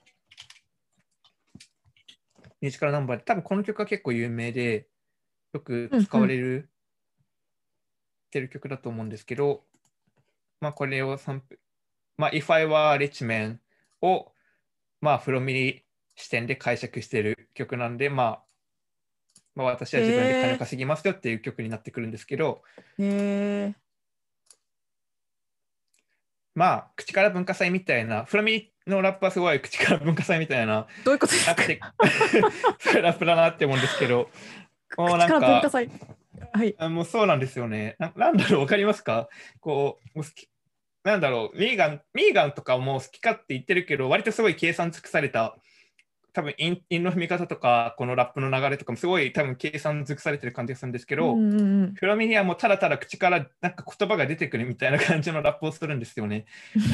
ミュージカルナンバーで、多分この曲は結構有名で、よく使うんうん。 われるてる曲だと思うんですけど、まあこれをまあ If I Were a Rich Man を、まあフロミリ視点で解釈している曲なんで、まあ私は自分で金をへ稼ぎますよっていう曲になってくるんですけど、 え。へえ。 まあ口から文化祭みたいな、フロミリのラップはすごい口から文化祭みたいな、 どういうことですか？ なんかそういうラップだなって思うんですけど、もうな口から文化んか、 祭。はい。 もうそうなんですよね。なんだろう、わかりますか？こう、もうなんだろう、ミーガンとかも好きかって言ってるけど、割とすごい計算尽くされた、多分韻の踏み方とか、このラップの流れとかもすごい多分計算尽くされてる感じがするんですけうんど、 うんうん。 フロミニはもうただただ口からなんか言葉が出てくるみたいな感じのラップをするんですよね。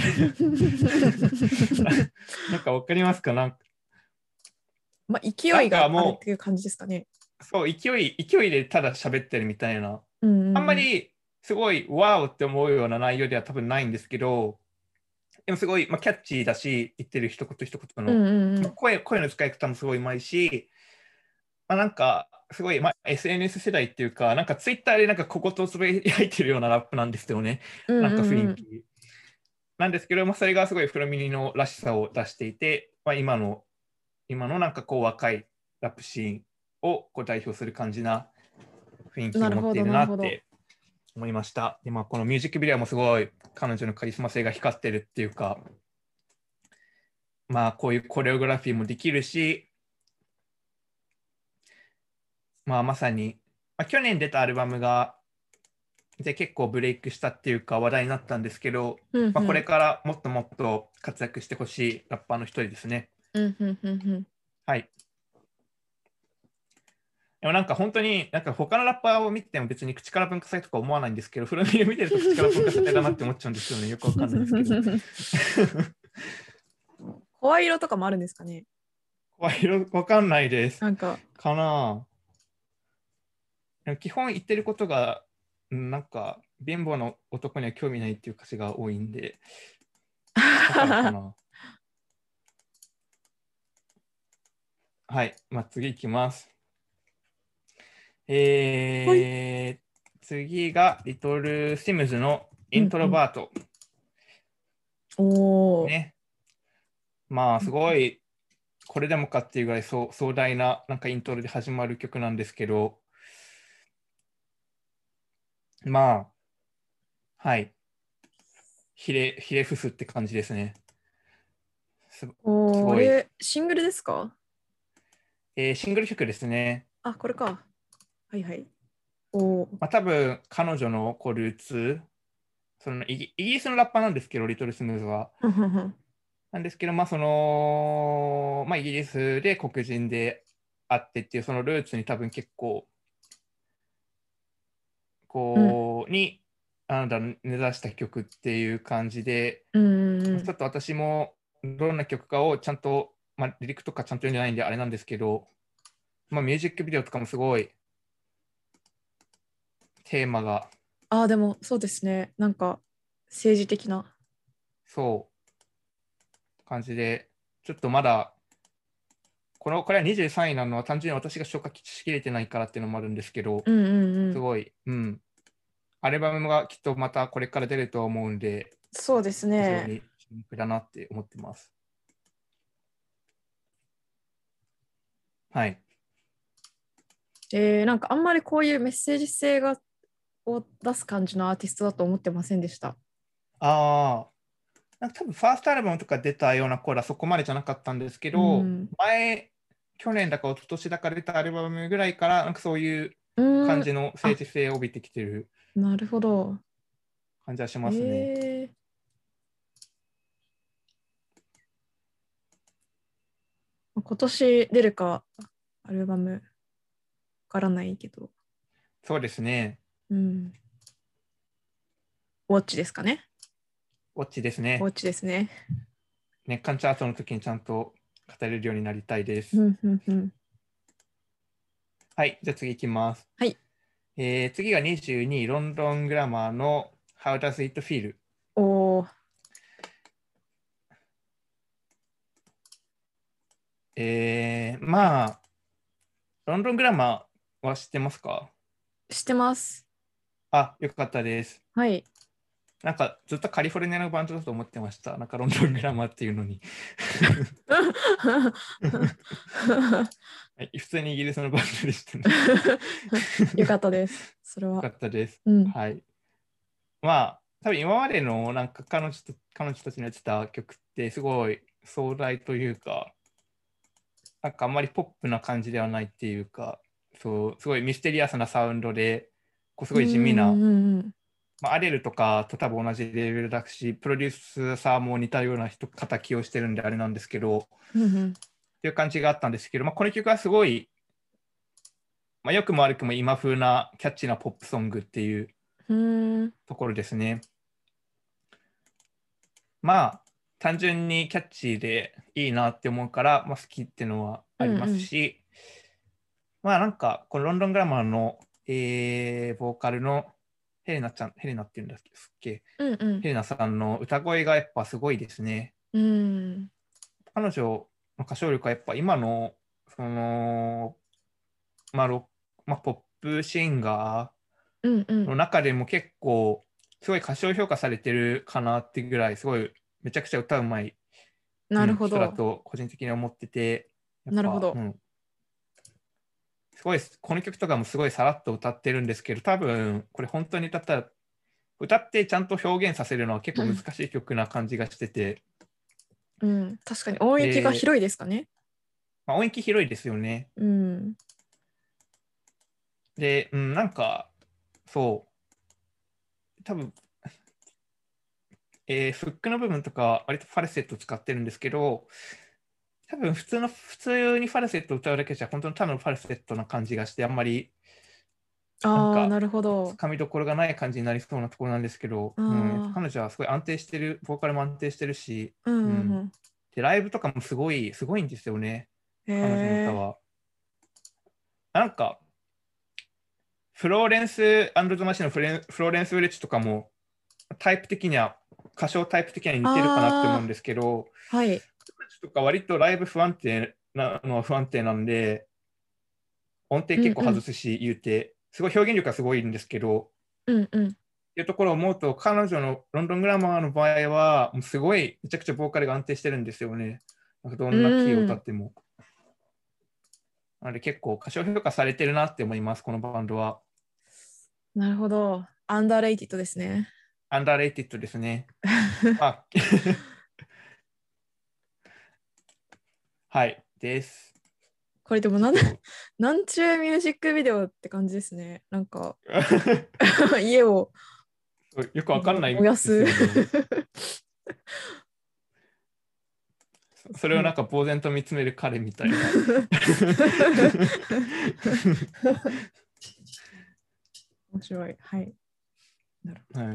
なんかわかりますか？ まあ、 なん勢いがあるっかもていう感じですかね。 う、そう、勢いでただ喋ってるみたいな。 うんあんまうんりすごいワーって思うような内容では多分ないんですけど、でもすごい、キャッチーだし、言ってる一言一言の、 うんうんうん声の使い方もすごいうまいし、なんかすごい、SNS 世代っていうか、なんかツイッターでなんか小言をつぶやいてるようなラップなんですよね。 うんなんかうんうん。 雰囲気。なんですけど、それがすごいフロミニのらしさを出していて、今のなんかこう若いラップシーンをこう代表する感じな雰囲気なるほど、 を持っているなるほど。 なって思いました。で、このミュージックビデオもすごい彼女のカリスマ性が光ってるっていうか、こういうコレオグラフィーもできるし、まさに、去年出たアルバムで結構ブレイクしたっていうか話題になったんですけど、これうんうん。 からもっともっと活躍してほしいラッパーの一人ですね。 うんうんうんうん。 はい。 でもなんか本当に、なんか他のラッパーを見てても別に口から文化祭とか思わないんですけど、フルミで見てると口から文化祭だなって思っちゃうんですよね。よくわかんないですけど。 声色とかもあるんですかね。 声色わかんないです。 なんか、 かなぁ。基本言ってることが、なんか貧乏な男には興味ないっていう歌詞が多いんで、だからかな。はい、まあ、次いきます。 はい。 次がリトル・シムズのイントロバート。 おー。 ね。まあ、すごい、これでもかっていうぐらい壮大ななんかイントロで始まる曲なんですけど、まあ、はい、ひれ伏すって感じですね。すおー、あごい、 れ、シングルですか？ シングル曲ですね。 あ、これか。はいはい。おー。 まあ、多分彼女のルーツ、イギリスのラッパーなんですけど、リトル・スムーズは。 ふんふんふん。 なんですけど、まあ、イギリスで黒人であってっていう、そのルーツに多分結構、 うん。 なんだろう、根ざした曲っていう感じで、 うんうん。 ちょっと私もどんな曲かをちゃんと、まあ、リリックとかちゃんと読んでないんであれなんですけど、まあ、ミュージックビデオとかもすごいテーマが、 ああ、でもそうですね。なんか政治的な。 そう感じで、ちょっとまだ、これは23位なのは単純に私が消化しきれてないからっていうのもあるんですけど、 うんうんうん。 すごい、アルバムがきっとまたこれから出ると思うんで、 そうですね。 非常に注目だなって思ってます。はい。 なんかあんまりこういうメッセージ性を出す感じのアーティストだと思ってませんでした。 ああ、なんか多分ファーストアルバムとか出たような頃はそこまでじゃなかったんですけうど、 ん。 去年だか一昨年だか出たアルバムぐらいから、なんかそういうう感ん。 じの政あ、 治性を帯びてきてるなるほど。 感じはしえますね。 ー、今年出るか、アルバム、わからないけど。 そうですね。 うん。ウォッチですかね。 ウォッチですね。 ウォッチですね。 年間チャートの時にちゃんと語れるようになりたいです。 うんうんうん。 はい、じゃあ次いきます。 はい。 次が22位、ロンドングラマーの How Does It Feel? おー、 まあ、ロンドングラマーは知ってますか？ 知ってます。 あ、よかったです。 はい。 なんかずっとカリフォルニアのバンドだと思ってました。なんかロンドングラマーっていうのに。はい、普通にイギリスのバンドでしたね。 よかったです。それよかは。 ったです。 うん。 はい。まあ、多分今までのなんか彼女たちのやってた曲ってすごい壮大というか、なんかあんまりポップな感じではないっていうか、そう、すごいミステリアスなサウンドで、すうんごい地味な、 うんうんまあ、アデルとかと多分同じレベルだし、プロデューサーも似たような敵をしてるんであれなんですけど、 うんうんっていう感じがあったんですけど、まあ、この曲はすごい、まあ、良くも悪くも今風なキャッチーなポップソングっていううん。うーん。 ところですね。まあ、単純にキャッチーでいいなって思うから、まあ、好きっていうのはありますうんうん。 し、まあなんか、このロンドングラマーの、ボーカルのヘレナちゃん、ヘレナっていうんですっけ、 うんうん。 ヘレナさんの歌声がやっぱすごいですね。 うん。 彼女の歌唱力はやっぱ今の、その、まあ、ポップシンガーのうんうん。 中でも結構、すごい歌唱評価されてるかなっていうぐらい、すごい、めちゃくちゃ歌うまい、 なるほ人だど。 と個人的に思ってて、やっぱ、 なるほど。 すごい、この曲とかもすごいさらっと歌ってるんですけど、多分、これ本当に歌ってちゃんと表現させるのは結構難しい曲な感じがしてて、 うん。確かに音域がで、 広いですかね。 まあ、音域広いですよね。 うん。 で、なんか、そう、多分、フックの部分とか割とファルセット使ってるんですけど、 多分普通にファルセットを歌うだけじゃ、本当のただのファルセットな感じがして、あんまりなんああ、 か、 なるほど。 つかみどころがない感じになりそうなところなんですけど、 あうん、やっぱあ、 彼女はすごい安定してる、ボーカルも安定してるし、 うんうん。 うんうん。 で、ライブとかもすごいんですよね、 へ彼女の歌え。 は。なんか、フローレンス・アンド・ザ・マシンのフローレンス・ウィレッジとかも、タイプ的には、歌唱タイプ的には似てるかなって思うんあですけど、 あ、はい。 とか割とライブ不安定なのは不安定なんで、音程結構うんうん。 外すし、言うて、すごい表現力がすごいんですけど、 うんうん。 っていうところを思うと、彼女のロンドングラマーの場合は、もうすごいめちゃくちゃボーカルが安定してるんですよね。なんかどうんなキーを歌ん。 っても。なので結構歌唱評価されてるなって思います、このバンドは。 なるほど。アンダーレイティッドですね。 アンダーレイティッドですね。まあ、はい、です。 これでもちょっとなんちゅうミュージックビデオって感じですね。なんか家をよくわかんないです燃やすよね。それをなんはい。 か呆然と見つめる彼みたいな。 面白い。はい。なるほど。 はい、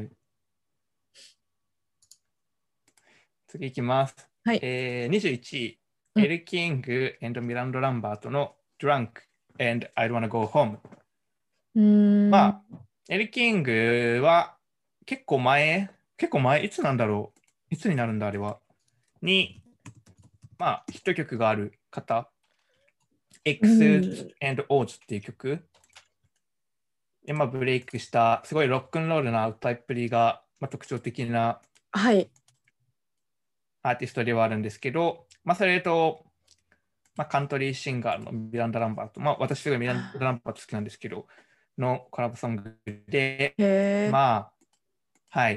次いきます。 はい。 21位、 うん。 エル・キングミランド・ランバートの Drunk and I Wanna Go Home。 うーん。 まあ、エル・キングは結構前、いつなんだろう。いつになるんだ、あれは。に、まあ、ヒット曲がある方、 う X ん。 and O's っていう曲で、まあ、ブレイクした、すごいロックンロールな歌いっぷりが、まあ、特徴的なはい。 アーティストではあるんですけど、まあ、それと、まあ、カントリーシンガーのミランダ・ランバート、まあ、私すごいミランダ・ランバート好きなんですけど、のコラボソングで、 へえ。 まあ、はい、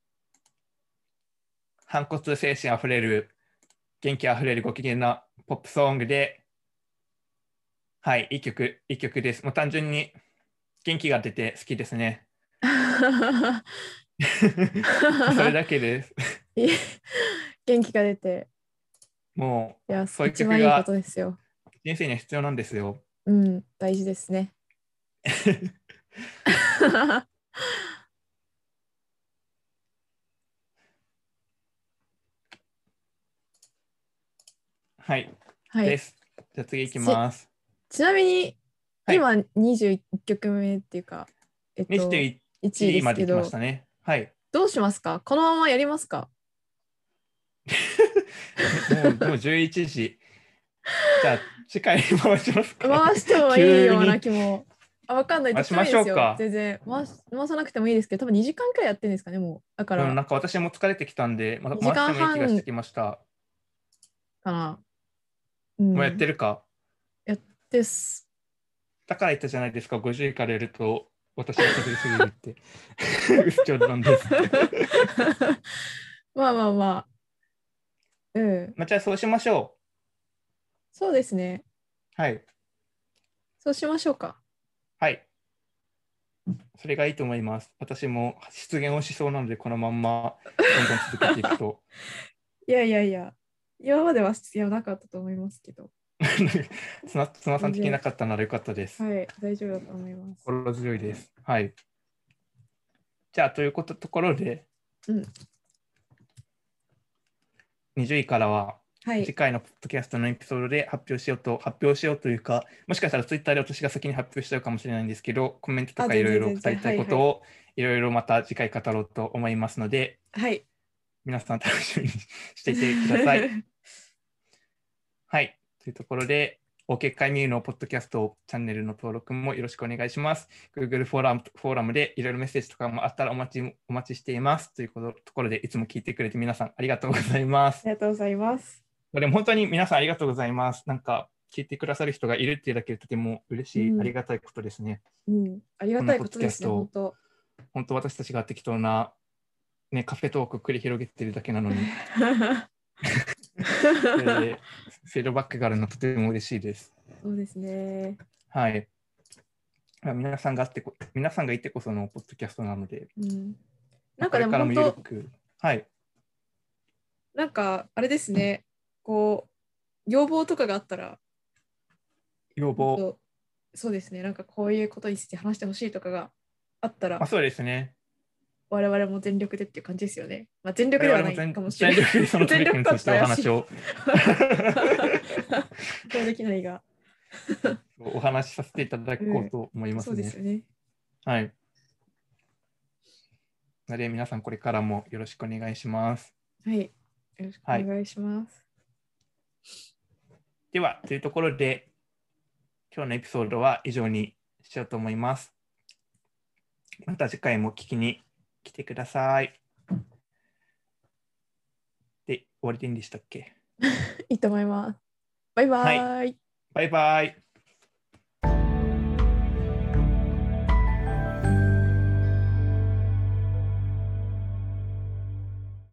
反骨精神あふれる、元気あふれるご機嫌なポップソングで、はい、いい曲です。もう単純に元気が出て好きですね。それだけです。 いえ元気が出て、 もう、 いや、 そういう一番いいこと曲がですよ。 人生には必要なんですよ。 うん、大事ですね。 はい、 はい。 です。じゃあ次いきち、 ます。 ちなみに、 はい、 今21曲目っていうか、1位で 21位まで行きましすけど、 たね。はい。 どうしますか？このままやりますか？ もう11時。じゃあ、次回に回しますか？ 回してもいいような急に気も。あ、わかんない。どっちでも回しましいいですよ。 ょうか。 全然。回さなくてもいいですけど、多分2時間くらいやってるんですかね、もう。だかうん、 ら、 なんか私も疲れてきたんで、また 2時回してもいい気がして間半きました。 かな。うもうやってん。 るか。 やってす。 だから言ったじゃないですか、50位からやると私が喋りすぎるって。冗談です。 まあまあまあ。うん。 まあ、じゃあそうしましょそうですね。 う。はい。 そうしましょうか。 はい。それがいいと思います。私も失言をしそうなので、このまんまどんどん続けていくと。 いやいやいや、今までは必要なかったと思いますけど、 綱さん的な全然、 かったならよかったです。 はい、大丈夫だと思います。 心強いです。はい。じゃあ、というところで、 うん。 20位からは、 はい。 次回のポッドキャストのエピソードで発表しようというか、もしかしたらツイッターで私が先に発表しちゃうかもしれないんですけど、コメントとあ、 かい全ろいろ然全然。 語りたいはいはい。 ことをいろいろまた次回語ろうと思いますので、 はい。 皆さん楽しみにしていてください。はい。というところで、OK 会ミューのポッドキャストチャンネルの登録もよろしくお願いします。Google フォーラムでいろいろメッセージとかもあったらお待ちしています。というところで、いつも聞いてくれて皆さんありがとうございます。 ありがとうございます。 でも本当に皆さんありがとうございます。なんか聞いてくださる人がいるっていうだけでとても嬉しい、あうん。 りがたいことですね。 うん。ありがたいこんなポッドことですね、 キャストを、 本当。 本当私たちが適当な、ね、カフェトークを繰り広げてるだけなのに、それでフィードバックがあるのはとても嬉しいです。 そうですね。 はい。皆さんがいてこそのポッドキャストなので、 うん。なんかでもこれからも緩本当、 く、はい。 なんかあれですね、こ要望とかがあったら、 要望。 そうですね、なんかこういうことについて話してほしいとかがあったら、 そうですね。 我々も全力でっていう感じですよね。まあ、全力我ではない 々も全かもしれない。 力でそのトピックについてお話をそうできないが。 お話しさせていただこうと思いますそうでね。 すよね。 はい。なので皆さんこれからもよろしくお願いします。 はい。よろしくお願いします。 では、というところで、今日のエピソードは以上にしようと思います。また次回も聞きに来てください。で、終わりでいいんでしたっけ？ いいと思います。バイバーイ。 はい。バイバイ。